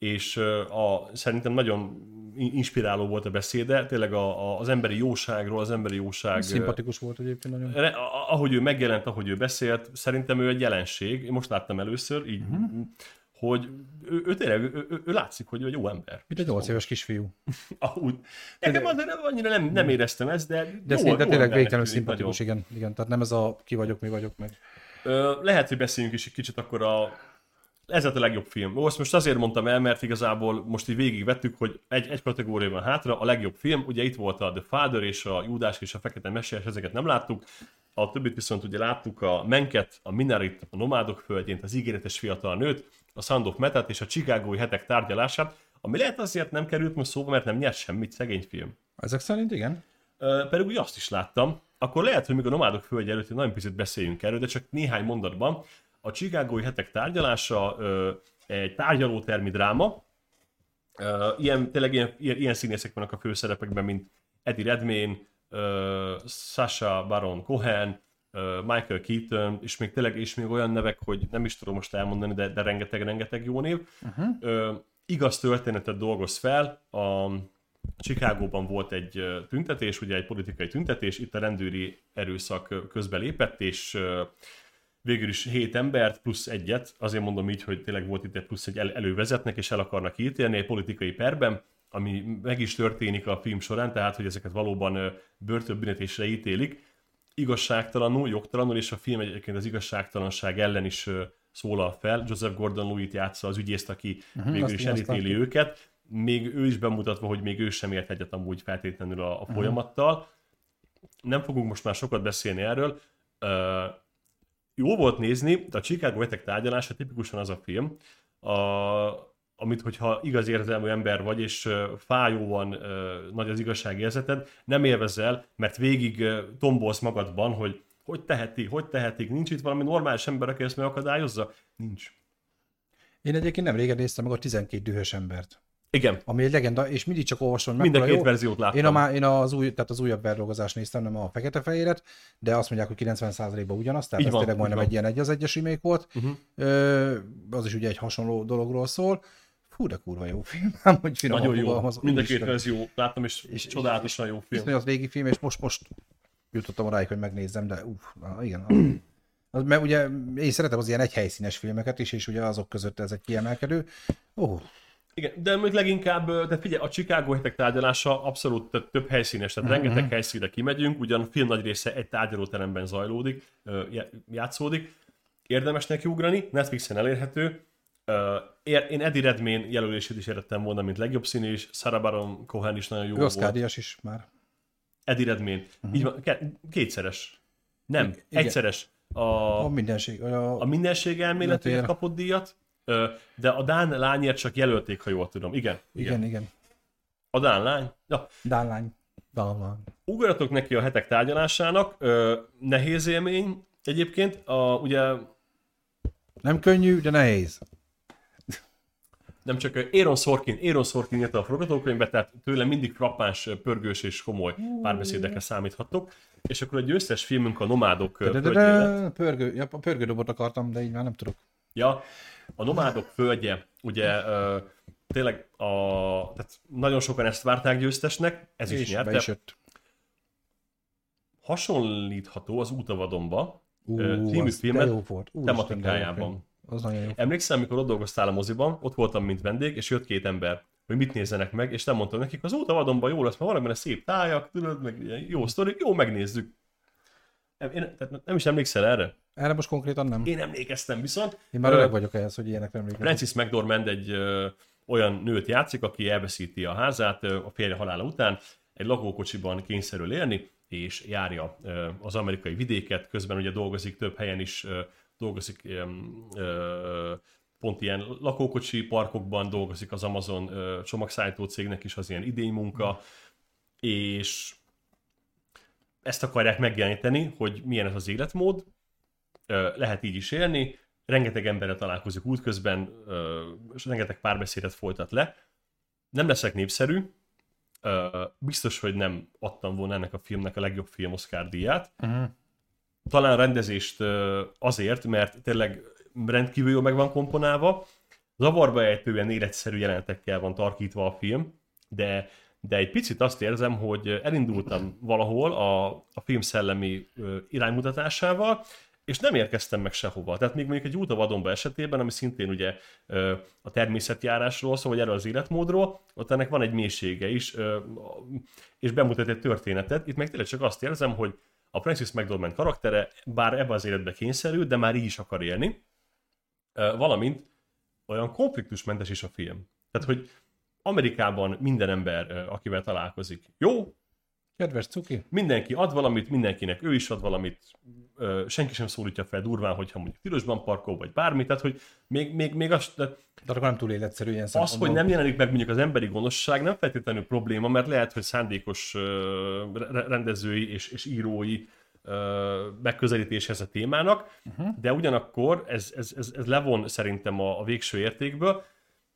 és szerintem nagyon inspiráló volt a beszéde, tényleg az emberi jóságról, az emberi jóság... Szimpatikus volt egyébként nagyon. Ahogy ő megjelent, ahogy ő beszélt, szerintem ő egy jelenség, én most láttam először, így, hogy ő tényleg, ő látszik, hogy ő egy jó ember. Mint egy 8 éves kisfiú. Nekem azért annyira nem éreztem ezt, de szinte tényleg végtelenül szimpatikus, igen. Tehát nem ez a ki vagyok, mi vagyok meg. Lehet, hogy beszéljünk is egy kicsit akkor ez a legjobb film. Most azért mondtam el, mert igazából most így végigvettük, hogy egy kategória van hátra, a legjobb film, ugye itt volt a The Father és a Júdás és a Fekete Messiás, ezeket nem láttuk. A többit viszont ugye láttuk a Menket, a Minarit, a Nomádok földjén, az Ígéretes fiatal nőt, a Sound of Metal-t és a Chicagói hetek tárgyalását, ami lehet azért nem került most szóba, mert nem nyert semmit, szegény film. Ezek szerint igen. Pedig ugye azt is láttam. Akkor lehet, hogy még a Nomádok földje előtt nagyon picit beszéljünk erről, de csak néhány mondatban. A Chicagói hetek tárgyalása egy tárgyalótermi dráma. Tényleg ilyen színészek vannak a főszerepekben, mint Eddie Redmayne, Sacha Baron Cohen, Michael Keaton, és még tényleg még olyan nevek, hogy nem is tudom most elmondani, de rengeteg jó név. Igaz történetet dolgoz fel. A Chicagóban volt egy tüntetés, ugye egy politikai tüntetés, itt a rendőri erőszak közbelépett, és végül is 7 embert plusz egyet, azért mondom így, hogy tényleg volt itt egy plusz egy elővezetnek, és el akarnak ítélni egy politikai perben, ami meg is történik a film során, tehát hogy ezeket valóban börtönbüntetésre ítélik. Igazságtalanul, jogtalanul, és a film egyébként az igazságtalanság ellen is szólal fel. Joseph Gordon-Levitt játsza az ügyészt, aki végül is elítéli őket. Még ő is bemutatva, hogy még ő sem ért egyet amúgy feltétlenül a folyamattal. Nem fogunk most már sokat beszélni erről. Jó volt nézni, de a Chicago hetek tárgyalása tipikusan az a film, amit, hogyha igaz érzelmű ember vagy, és fájóan nagy az igazságérzeted, nem élvezel, mert végig tombolsz magadban, hogy tehetik, nincs itt valami normális ember, aki ezt megakadályozza? Nincs. Én egyébként nem régen néztem meg a 12 dühös embert. Igen. Ami egy legenda, és mindig csak olvasom. Mind a két verziót láttam. Én az újabb verdogozást néztem, nem a fekete-fehéret, de azt mondják, hogy 90%-ban ugyanaz, tehát ez tényleg majdnem egy ilyen 1:1 remake volt. Az is ugye egy hasonló dologról szól. Fú, de kurva jó film. Hogy nagyon jó. Mind a két verzió láttam, és csodálatosan jó film. Ez az régi film, és most jutottam odáig, hogy megnézzem, de igen. Mert ugye én szeretem az ilyen egyhelyszínes filmeket is, és ugye azok között ez egy kiemelkedő. Igen, de még leginkább, tehát figyelj, a Chicago hetek tárgyalása abszolút több helyszínes, tehát rengeteg helyszínre kimegyünk, ugyan a film nagy része egy tárgyalóteremben zajlódik, játszódik. Érdemes neki ugrani, Netflixen elérhető. Én Eddie Redmayne jelölését is értettem volna, mint legjobb színés, Sacha Baron Cohen is nagyon jó volt. Oscar-díjas is már. Eddie Redmayne. Így van, kétszeres. Nem, igen. Egyszeres. A mindenség. A mindenség elméletért kapott díjat. De a dán lányért csak jelölték, ha jól tudom. Igen. A dán lány? Ja. Dán lány. Ugratok neki a hetek tárgyalásának. Nehéz élmény egyébként. Ugye... Nem könnyű, de nehéz. Nem csak Aaron Sorkin írta a forgatókönyvet, tehát tőle mindig frappáns, pörgős és komoly párbeszédekre számíthattok. És akkor a győztes filmünk a Nomádok földje. A pörgődobot akartam, de így már nem tudok. Ja, a Nomádok földje, ugye tényleg tehát nagyon sokan ezt várták győztesnek, ez is nyerte. Hasonlítható az Út a vadonba című filmet tematikájában. Emlékszem, amikor ott dolgoztál a moziban, ott voltam, mint vendég, és jött 2 ember, hogy mit nézzenek meg, és nem mondtam nekik, az Út a vadonban jó lesz, mert valamilyen szép tájak, tudod, meg jó sztorik, jó, megnézzük. Tehát nem is emlékszel erre? Erre most konkrétan nem. Én emlékeztem viszont. Én már öreg vagyok ehhez, hogy ilyenek nem emlékeztem. Frances McDormand egy olyan nőt játszik, aki elveszíti a házát a férje halála után, egy lakókocsiban kényszerül élni, és járja az amerikai vidéket, közben ugye dolgozik több helyen is, dolgozik pont ilyen lakókocsi parkokban, dolgozik az Amazon csomagszállító cégnek is az ilyen idénymunka, és ezt akarják megjeleníteni, hogy milyen ez az életmód, lehet így is élni, rengeteg emberrel találkozik útközben, és rengeteg párbeszédet folytat le. Nem leszek népszerű, biztos, hogy nem adtam volna ennek a filmnek a legjobb film Oscar díját. Talán rendezést azért, mert tényleg rendkívül jól meg van komponálva. Az zavarba ejtően életszerű jelenetekkel van tarkítva a film, de egy picit azt érzem, hogy elindultam valahol a film szellemi iránymutatásával, és nem érkeztem meg sehova. Tehát még mondjuk egy út a vadonba esetében, ami szintén ugye a természetjárásról szól, vagy erről az életmódról, ott ennek van egy mélysége is, és bemutat egy történetet. Itt meg tényleg csak azt érzem, hogy a Frances McDormand karaktere bár ebbe az életbe kényszerül, de már így is akar élni, valamint olyan konfliktusmentes is a film. Tehát, hogy Amerikában minden ember, akivel találkozik, jó, kedves cuki. Mindenki ad valamit, mindenkinek ő is ad valamit, senki sem szólítja fel durván, hogyha mondjuk tilosban parkol, vagy bármi, tehát hogy még azt... De akkor nem túl életszerű ilyen az, hogy nem jelenik meg mondjuk az emberi gonoszság, nem feltétlenül probléma, mert lehet, hogy szándékos rendezői és írói megközelítéshez a témának, de ugyanakkor ez levon szerintem a végső értékből.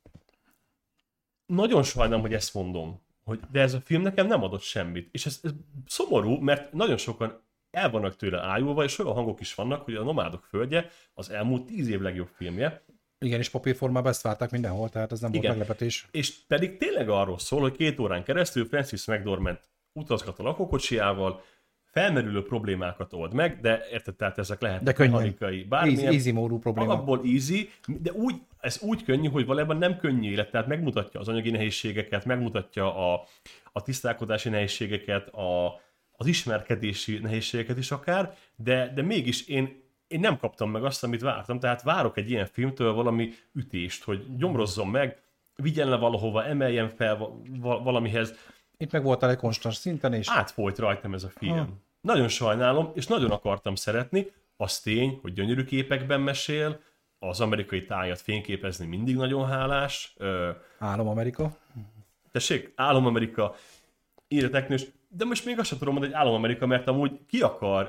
Nagyon sajnálom, hogy ezt mondom, de ez a film nekem nem adott semmit. És ez szomorú, mert nagyon sokan el vannak tőle ájulva, és olyan hangok is vannak, hogy a Nomádok földje az elmúlt 10 év legjobb filmje. Igen, és papírformában ezt várták mindenhol, tehát ez nem volt meglepetés. És pedig tényleg arról szól, hogy 2 órán keresztül Frances McDormand utazgat a lakókocsijával, felmerülő problémákat old meg, de érted, tehát ezek lehetnek mechanikai, bármilyen. Easy módú probléma. Alapból easy, de ez úgy könnyű, hogy valójában nem könnyű élet, tehát megmutatja az anyagi nehézségeket, megmutatja a tisztálkodási nehézségeket, az ismerkedési nehézségeket is akár, de mégis én nem kaptam meg azt, amit vártam, tehát várok egy ilyen filmtől valami ütést, hogy gyomrozzon meg, vigyen le valahova, emeljen fel valamihez. Itt meg voltál egy konstans szinten, és... Átfolyt rajtam ez a film. Nagyon sajnálom, és nagyon akartam szeretni. Az tény, hogy gyönyörű képekben mesél, az amerikai tájat fényképezni mindig nagyon hálás. Álom Amerika. Tessék, Álom Amerika, írja teknős, de most még azt sem tudom mondani, hogy Álom Amerika, mert amúgy ki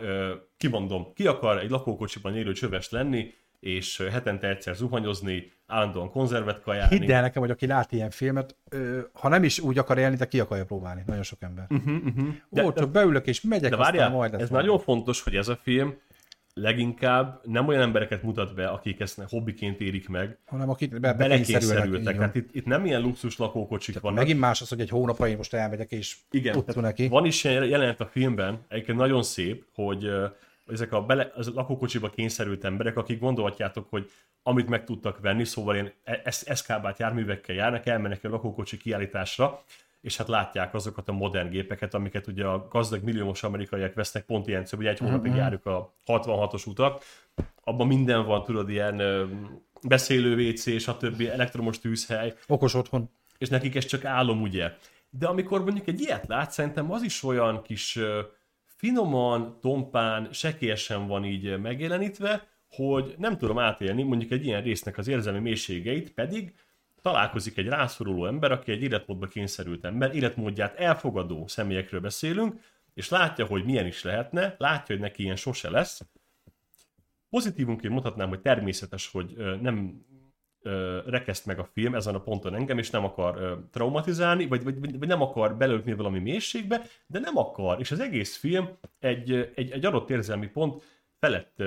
akar egy lakókocsiban élő csöves lenni, és hetente egyszer zuhanyozni, állandóan konzervet kajálni. Hidd el nekem, hogy aki lát ilyen filmet, ha nem is úgy akar élni, de ki akarja próbálni. Nagyon sok ember. Csak beülök és megyek, de várjál, majd ez nagyon fontos, hogy ez a film leginkább nem olyan embereket mutat be, akik ezt hobbiként érik meg, hanem akik belekényszerültek. Tehát itt nem ilyen luxus lakókocsik vannak. Megint más az, hogy egy hónapra én most elmegyek, és tudsz neki. Van is ilyen jelenet a filmben, egyébként nagyon szép, hogy ezek a lakókocsiba kényszerült emberek, akik gondolhatjátok, hogy amit meg tudtak venni, szóval ilyen eszkábált járművekkel járnak, elmennek a lakókocsi kiállításra, és hát látják azokat a modern gépeket, amiket ugye a gazdag milliómos amerikaiak vesznek pont ilyen, szóval egy hónapig járjuk a 66-os utat. Abban minden van, tudod, ilyen beszélő WC, stb. Elektromos tűzhely. Okos otthon. És nekik ez csak álom, ugye. De amikor mondjuk egy ilyet lát, szerintem az is olyan kis finoman, tompán, sekélyesen van így megjelenítve, hogy nem tudom átélni mondjuk egy ilyen résznek az érzelmi mélységeit, pedig találkozik egy rászoruló ember, aki egy életmódba kényszerült ember, életmódját elfogadó személyekről beszélünk, és látja, hogy milyen is lehetne, látja, hogy neki ilyen sose lesz. Pozitívunként mondhatnám, hogy természetes, hogy nem rekeszt meg a film ezen a ponton engem, és nem akar traumatizálni, vagy nem akar belőlni valami mélységbe, de nem akar, és az egész film egy adott érzelmi pont felett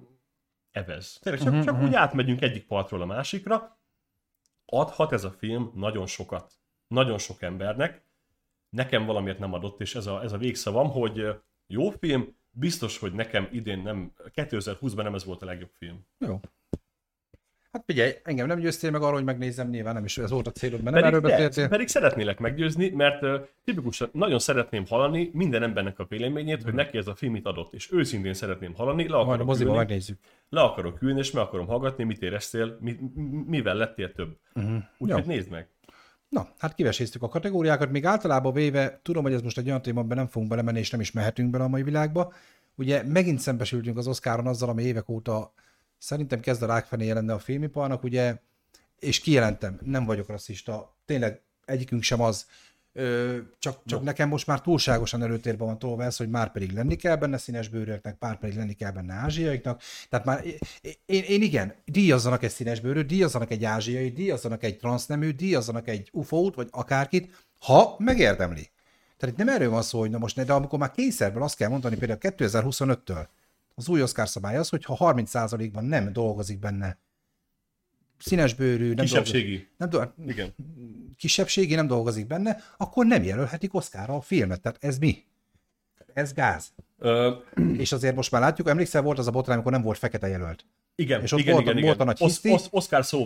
evez. Tényleg csak úgy átmegyünk egyik partról a másikra. Adhat ez a film nagyon sokat, nagyon sok embernek. Nekem valamiért nem adott, és ez a végszavam, hogy jó film, biztos, hogy nekem idén nem, 2020-ban nem ez volt a legjobb film. Jó. Hát figyelj, engem nem győztél meg arról, hogy megnézem, nyilván nem is ez volt a célod, mert nem erről beszéltél. Pedig szeretnélek meggyőzni, mert tipikusan nagyon szeretném hallani minden embernek a véleményét, hogy neki ez a film mit adott, és őszintén szeretném hallani, majd a moziban megnézzük. Le akarok ülni, és meg akarom hallgatni, mit éreztél, mivel lettél több. Úgyhogy nézd meg. Na, hát kiveséztük a kategóriákat, még általában véve, tudom, hogy ez most egy olyan téma, amiben nem fogunk belemenni, és nem is mehetünk bele a mai világba. Ugye megint szembesültünk az Oscaron azzal, ami évek óta szerintem kezd a rákfenéje lenne a filmiparnak, ugye, és kijelentem, nem vagyok rasszista, tényleg egyikünk sem az, csak nekem most már túlságosan előtérben van tolva ez, hogy már pedig lenni kell benne színesbőrűeknek, már pedig lenni kell benne ázsiaiknak, tehát már én igen, díjazzanak egy színesbőrűt, díjazzanak egy ázsiai, díjazzanak egy transznemű, díjazzanak egy ufót, vagy akárkit, ha megérdemli. Tehát itt nem erről van szó, hogy na most, de amikor már kényszerből azt kell mondani, például 2025-től, az új Oscar szabály az, hogy ha 30%-ban nem dolgozik benne színesbőrű, kisebbségi nem dolgozik benne, akkor nem jelölhetik Oscarra a filmet. Tehát ez mi? Ez gáz. És azért most már látjuk, emlékszel, volt az a botrány, amikor nem volt fekete jelölt. Igen, és ott igen, volt a nagy hiszti. Oscar so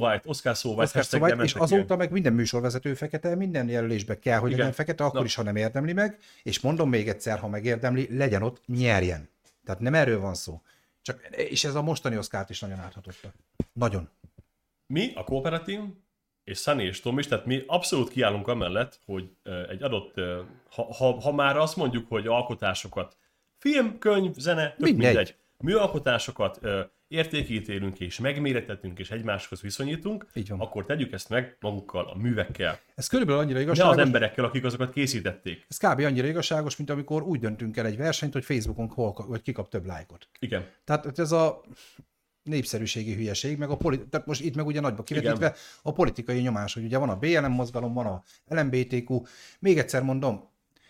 white, és azóta meg minden műsorvezető fekete, minden jelölésbe kell, hogy legyen fekete, akkor is, ha nem érdemli meg, és mondom még egyszer, ha megérdemli, legyen ott, nyerjen. Tehát nem erről van szó. És ez a mostani Oscart is nagyon áthatotta. Nagyon. Mi, a Kooperatív, és Sunny és Tom is, tehát mi abszolút kiállunk amellett, hogy egy adott, ha már azt mondjuk, hogy alkotásokat, film, könyv, zene, tök mindegy, műalkotásokat értékítélünk és megmérettetünk és egymáshoz viszonyítunk, akkor tegyük ezt meg magukkal, a művekkel. Ez körülbelül annyira igazságos. De az emberekkel, akik azokat készítették. Ez kb. Annyira igazságos, mint amikor úgy döntünk el egy versenyt, hogy Facebookon vagy kikap több lájkot. Igen. Tehát ez a népszerűségi hülyeség, meg tehát most itt meg ugye nagyba kivetítve a politikai nyomás, hogy ugye van a BLM mozgalom, van a LMBTQ. Még egyszer mondom,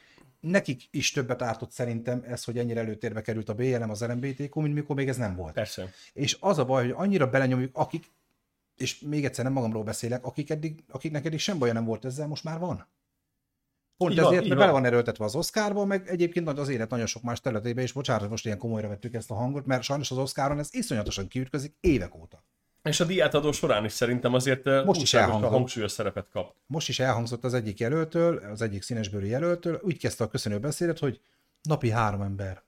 nekik is többet ártott szerintem ez, hogy ennyire előtérbe került a BLM, az LMBTQ, mint mikor még ez nem volt. Persze. És az a baj, hogy annyira belenyomjuk, akik, és még egyszer nem magamról beszélek, akiknek eddig sem baja nem volt ezzel, most már van. Pont ezért, mert bele van erőltetve az Oscarba, meg egyébként az élet nagyon sok más területébe, és bocsánat, most ilyen komolyra vettük ezt a hangot, mert sajnos az Oscaron ez iszonyatosan kiütközik évek óta. És a díjátadó során is szerintem azért most is hangsúlyos szerepet kap. Most is elhangzott az egyik jelöltől, az egyik színesbőrű jelöltől, úgy kezdte a köszönő beszédet, hogy napi 3 ember.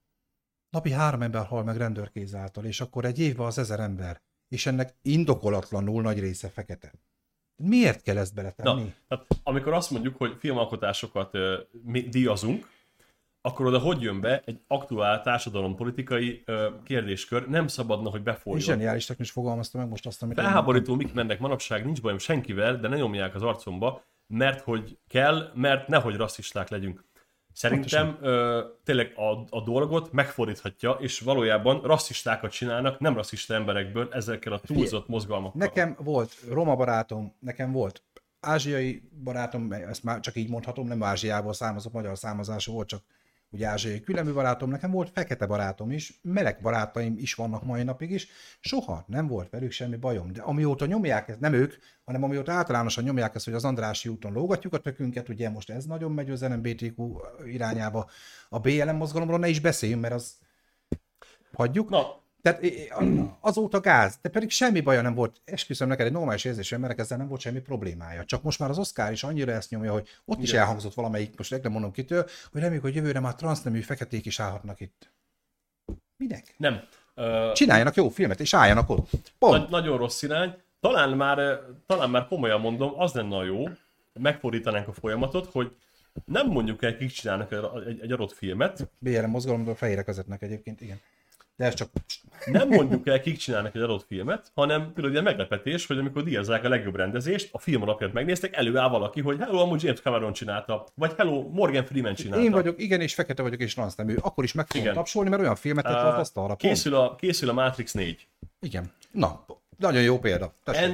Napi 3 ember hal meg rendőrkéz által, és akkor egy évben az 1000 ember. És ennek indokolatlanul nagy része fekete. Miért kell ezt beletenni? Tehát amikor azt mondjuk, hogy filmalkotásokat díjazunk, akkor oda hogy jön be egy aktuál társadalompolitikai kérdéskör, nem szabadna, hogy befolyjon. És zseniális technikus fogalmazta meg most azt, amit... Felháborító, mik mennek manapság, nincs bajom senkivel, de ne nyomják az arcomba, mert hogy kell, mert nehogy rasszisták legyünk. Szerintem tényleg a dolgot megfordíthatja, és valójában rasszistákat csinálnak, nem rasszista emberekből ezekkel a túlzott mozgalmakkal. Nekem volt roma barátom, nekem volt ázsiai barátom, ezt már csak így mondhatom, nem Ázsiából származott, magyar származású volt, csak ugye ázsiai különböző barátom, nekem volt fekete barátom is, meleg barátaim is vannak mai napig is, soha nem volt velük semmi bajom, de amióta nyomják ezt, nem ők, hanem amióta általánosan nyomják ezt, hogy az Andrássy úton lógatjuk a tökünket, ugye most ez nagyon megy az LMBTQ irányába, a BLM mozgalomról ne is beszéljünk, mert az hagyjuk. Na. Tehát azóta gáz, de pedig semmi baja nem volt, esküszöm neked, egy normális érzésű emberek ezzel nem volt semmi problémája. Csak most már az Oscar is annyira ezt nyomja, hogy ott is elhangzott valamelyik, most nem mondom kitől, hogy reméljük, hogy jövőre már transznemű feketék is állhatnak itt. Minek? Nem. Csináljanak jó filmet, és álljanak ott. Nagyon rossz irány. Talán már komolyan mondom, az lenne a jó, megfordítanánk a folyamatot, hogy nem mondjuk el, kik csinálnak egy adott filmet. BLM mozgalomból fehérek vezetnek egyébként, igen. De ez csak... Nem mondjuk el, kik csinálnak egy adott filmet, hanem például ilyen meglepetés, hogy amikor díjazzák a legjobb rendezést, a film alapját megnézték, előáll valaki, hogy hello, amúgy James Cameron csinálta, vagy hello, Morgan Freeman csinálta. Én vagyok, igen, és fekete vagyok, és transznemű. Akkor is meg fogom tapsolni, mert olyan filmet tett az asztalra. Készül a Matrix 4. Igen. Na, nagyon jó példa.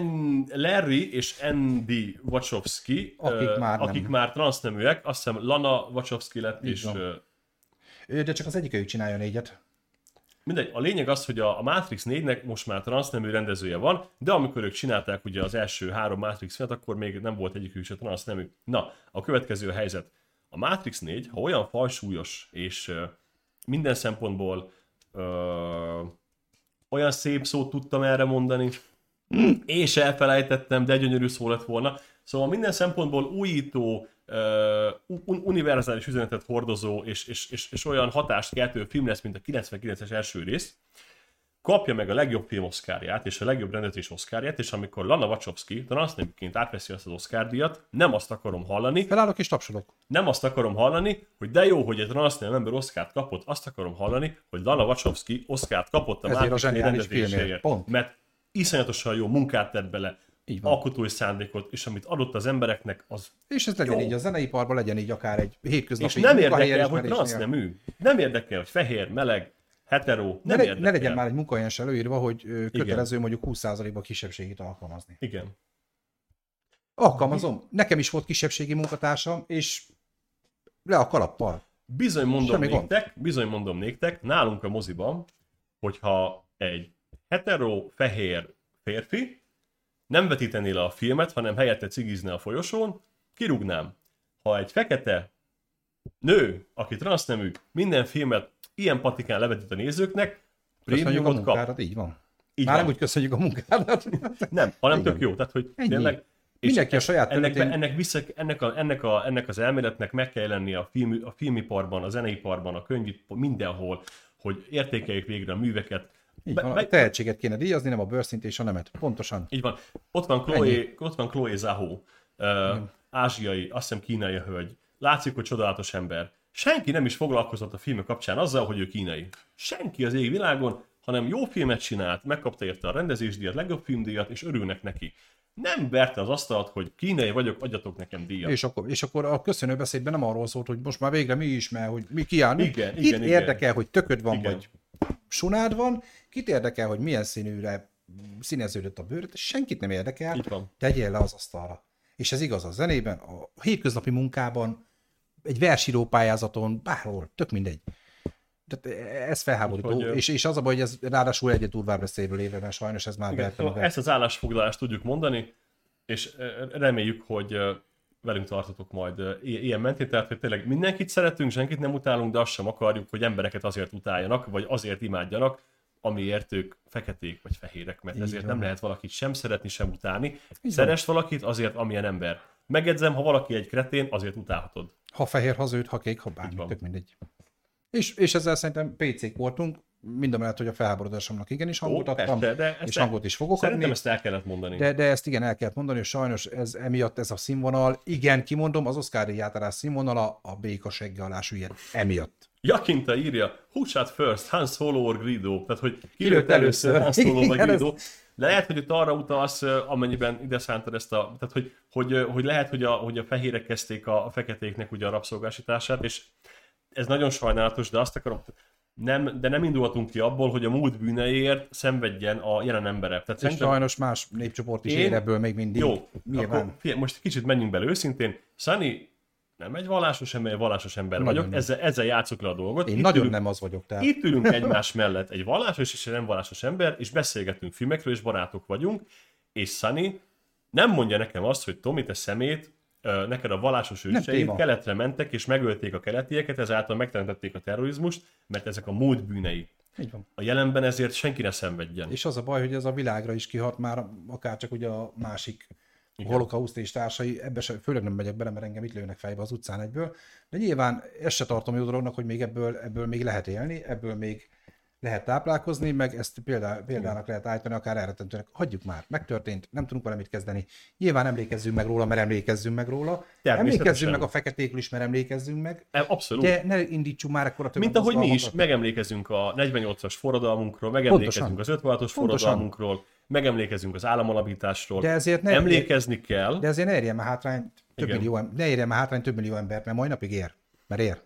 Larry és Andy Wachowski, akik már transzneműek, azt hiszem Lana Wachowski lett, és... De csak az egyikőjük csinálja 4-et. Mindegy, a lényeg az, hogy a Matrix 4-nek most már transznemű rendezője van, de amikor ők csinálták ugye az első 3 Matrix filmet, akkor még nem volt egyikük se transznemű. Na, a következő helyzet. A Matrix 4, ha olyan fajsúlyos és minden szempontból olyan szép szót tudtam erre mondani, és elfelejtettem, de gyönyörű szó lett volna. Szóval minden szempontból újító, univerzális üzenetet hordozó és olyan hatást keltő film lesz, mint a 99-es első rész, kapja meg a legjobb film Oscarját és a legjobb rendezés Oscarját, és amikor Lana Wachowski transzneműként átveszi azt az Oscar-díjat, nem azt akarom hallani. Felállok és tapsolok. Nem azt akarom hallani, hogy de jó, hogy egy transznemű ember Oscart kapott, azt akarom hallani, hogy Lana Wachowski Oscart kapott a Matrix rendezéséért. Mert iszonyatosan jó munkát tett bele, alkotói szándékot, és amit adott az embereknek, az és ez legyen így a zeneiparban, legyen így akár egy hétköznapi. És nem érdekel, hogy transznemű. Nem érdekel, hogy fehér, meleg, hetero. Ne legyen már egy munkahelyen se előírva, hogy kötelező mondjuk 20%-ban kisebbségit alkalmazni. Igen. Alkalmazom. Nekem is volt kisebbségi munkatársam, és le a kalappal. Bizony mondom néktek, nálunk a moziban, hogyha egy hetero, fehér férfi nem vetítené le a filmet, hanem helyette cigizne a folyosón, kirúgnám. Ha egy fekete nő, aki transznemű, minden filmet ilyen patikán levetít a nézőknek, Köszönjük a prémiumot kap. munkádat, így van. Így Már van. nem úgy köszönjük a munkádat. Nem, hanem Igen. tök jó. Tehát, hogy Ennyi. tényleg, Mindenki a saját területén... ennek az elméletnek meg kell lennie a filmiparban, a zeneiparban, a könyvipar, mindenhol, hogy értékeljük végre a műveket. Így van, a tehetséget kéne díjazni, nem a bőrszint és a nemet. Pontosan. Így van. Ott van Chloe Zhao, ázsiai, azt hiszem kínai hölgy. Látszik, hogy csodálatos ember. Senki nem is foglalkozott a filmek kapcsán azzal, hogy ő kínai. Senki az égvilágon, hanem jó filmet csinált, megkapta érte a rendezésdíjat, legjobb filmdíjat, és örülnek neki. Nem verte az asztalt, hogy kínai vagyok, adjatok nekem díjat. És akkor a köszönőbeszédben nem arról szólt, hogy most már végre mi is, mert hogy mi kiállunk. Igen, Kit igen, érdekel, hogy tököd van, igen. vagy sunád van, kit érdekel, hogy milyen színűre színeződött a bőröd, senkit nem érdekel, Így van. tegyél le az asztalra. És ez igaz a zenében, a hétköznapi munkában, egy versíró pályázaton, bárhol, tök mindegy. Tehát ez felháborító, Úgyhogy, és az a baj, hogy ez ráadásul egyre durvább lesz évről évre, mert sajnos ez már verte magát. Ezt az állásfoglalást tudjuk mondani, és reméljük, hogy velünk tartotok majd ilyen mentén, tehát hogy tényleg mindenkit szeretünk, senkit nem utálunk, de azt sem akarjuk, hogy embereket azért utáljanak, vagy azért imádjanak, amiért ők feketék vagy fehérek, mert ezért nem lehet valakit sem szeretni, sem utálni. Szeress valakit azért, amilyen ember. Megedzem, ha valaki egy kretén, azért utálhatod. Ha fehér, ha zöld, ha kék, ha bármi, tök mindegy. És ezzel szerintem PC-k voltunk, mindamellett, hogy a felháborodásomnak igenis hangot adtam, és hangot is fogok adni. Szerintem ezt el kellett mondani. De ezt igen, el kellett mondani, és sajnos emiatt ez a színvonal, igen, kimondom, az Oscar-díj átadás színvonala a béka segge alá süllyedt emiatt. Jakinta írja, who shot first, Han Solo or Greedo? Tehát, hogy kilőtt először Han Solo vagy Greedo. Lehet, hogy itt arra utalsz, amennyiben ide szántad ezt a... Tehát, hogy lehet, hogy a fehérek kezdték a feketéknek ugye a rabszolgásítását, és ez nagyon sajnálatos, de azt akarom... Nem indulhatunk ki abból, hogy a múlt bűneiért szenvedjen a jelen embere. Tehát és sajnos más népcsoport is ér ebből még mindig. Jó, akkor most kicsit menjünk bele őszintén. Sunny nem egy vallásos ember, vallásos ember vagyok, ezzel játsszuk le a dolgot. Én nagyon nem az vagyok. Tehát. Itt ülünk egymás mellett egy vallásos és egy nem vallásos ember, és beszélgetünk filmekről, és barátok vagyunk, és Sunny nem mondja nekem azt, hogy Tomi, te szemét, neked a vallásos őseid keletre mentek, és megölték a keletieket, ezáltal megteremtették a terrorizmust, mert ezek a múlt bűnei. Így van. A jelenben ezért senki ne szenvedjen. És az a baj, hogy ez a világra is kihat már, akár csak ugye a másik holokauszt és társai, ebbe se, főleg nem megyek bele, mert engem itt lőnek fejbe az utcán egyből, de nyilván ezt se tartom jó dolognak, hogy még ebből még lehet élni, ebből még lehet táplálkozni, meg ezt példának lehet állítani, akár elrettentőnek. Hagyjuk már, megtörtént, nem tudunk vele mit kezdeni. Nyilván emlékezzünk meg róla, mert emlékezzünk meg róla. Emlékezzünk meg a feketékről is, mert emlékezzünk meg. Abszolút. De ne indítsunk már ekkora többet. Mint ahogy mi is megemlékezünk a 48-as forradalmunkról, megemlékezünk az 56-os forradalmunkról, megemlékezünk az államalapításról. De ezért emlékezni kell. De ezért ne érjen már hátrány több millió embert, mert mai napig ér. Mert ér.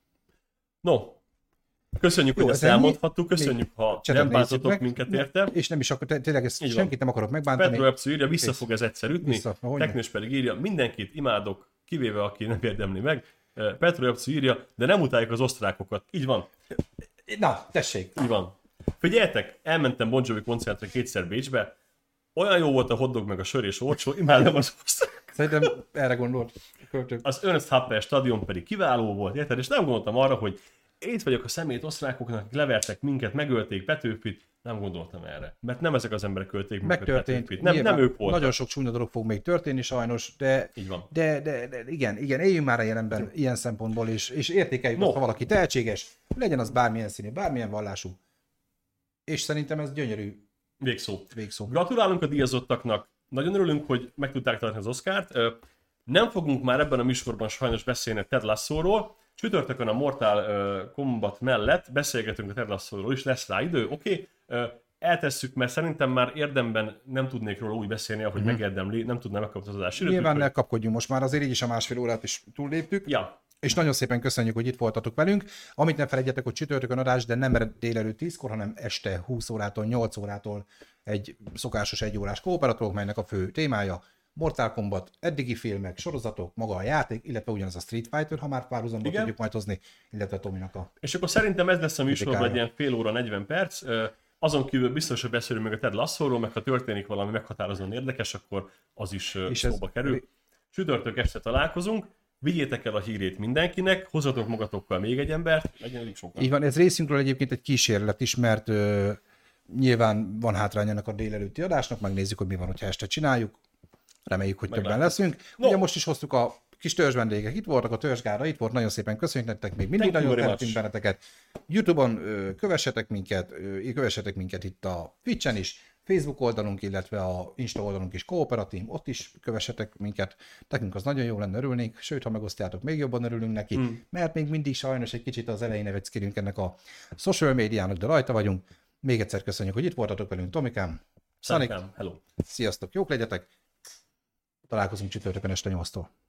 No, köszönjük, hogy ezt elmondhattuk, köszönjük, ha nem bántotok minket érte. És nem is akkor tényleg ezt senkit nem akarok megbántani. Petro Epsu írja, vissza fog ez egyszer ütni. Teknős pedig írja, mindenkit imádok, kivéve aki nem érdemli meg. Petro Epsu írja, de nem utáljuk az osztrákokat. Így van. Na, tessék. Így van. Figyeljetek, elmentem Bon Jovi koncertre kétszer Bécsbe. Olyan jó volt a hotdog meg a sör és olcsó, imádom az osztrák. Szerintem erre gondolt. Az Ernst Happel stadion pedig kiváló volt, érted? És nem gondoltam arra, hogy itt vagyok a szemét osztrákoknak, akik levertek minket, megölték Petőfit, nem gondoltam erre. Mert nem ezek az emberek ölték meg Petőfit. Nem ők voltak. Nagyon sok csúnya dolog fog még történni sajnos, de, így van. De igen, éljünk már a jelenben ilyen szempontból, és értékeljük azt, ha valaki tehetséges, legyen az bármilyen színű, bármilyen vallású. És szerintem ez gyönyörű végszó. Gratulálunk a díjazottaknak, nagyon örülünk, hogy meg tudták tartani az Oscart. Nem fogunk már ebben a műsorban sajnos beszélni Ted Lasso-ról. Csütörtökön a Mortal Kombat mellett beszélgetünk a Ted Lasso-ról is, lesz rá idő, oké? Eltesszük, mert szerintem már érdemben nem tudnék róla úgy beszélni, ahogy megérdemli, nem tudnám megkapni az adási időt. Nyilván ne kapkodjunk most már, azért így is a másfél órát is túlléptük. Ja. És nagyon szépen köszönjük, hogy itt voltatok velünk. Amit ne felejtjetek, hogy csütörtökön adás, de nem délelőtt 10-kor, hanem este 20 órától, 8 órától egy szokásos 1 órás kooperatról, melynek a fő témája Mortal Kombat, eddigi filmek, sorozatok, maga a játék, illetve ugyanaz a Street Fighter, ha már párhuzamban tudjuk majd hozni, illetve Tominak a... És akkor szerintem ez lesz a műsorban egy ilyen fél óra, 40 perc. Azon kívül biztos, hogy beszélünk meg a Ted Lasso-ról, meg ha történik valami meghatározóan érdekes, akkor az is szóba kerül. Csütörtök este találkozunk, vigyétek el a hírét mindenkinek, hozzatok magatokkal még egy embert, legyen sokan. Így van, ez részünkről egyébként egy kísérlet is, mert nyilván van hátrány ennek a délelőtti adásnak, megnézzük, hogy mi van, hogyha este csináljuk. Reméljük, hogy többen leszünk. No. Ugye most is hoztuk a kis törzs vendégek, itt voltak, a törzsgára itt volt, nagyon szépen köszönjük nektek, még mindig nagyon szeretünk benneteket. YouTube-on kövessetek minket itt a Twitch-en is, Facebook oldalunk, illetve a Insta oldalunk is kooperatív, ott is kövessetek minket. Nekünk az nagyon jó lenne, örülnénk, sőt, ha megosztjátok, még jobban örülünk neki, mert még mindig sajnos egy kicsit az elején neveckélünk ennek a social médiának, de rajta vagyunk. Még egyszer köszönjük, hogy itt voltatok velünk, Tomikám, Szanik, hello. Sziasztok, jók legyetek! Találkozunk csütörtökön este 8-tól.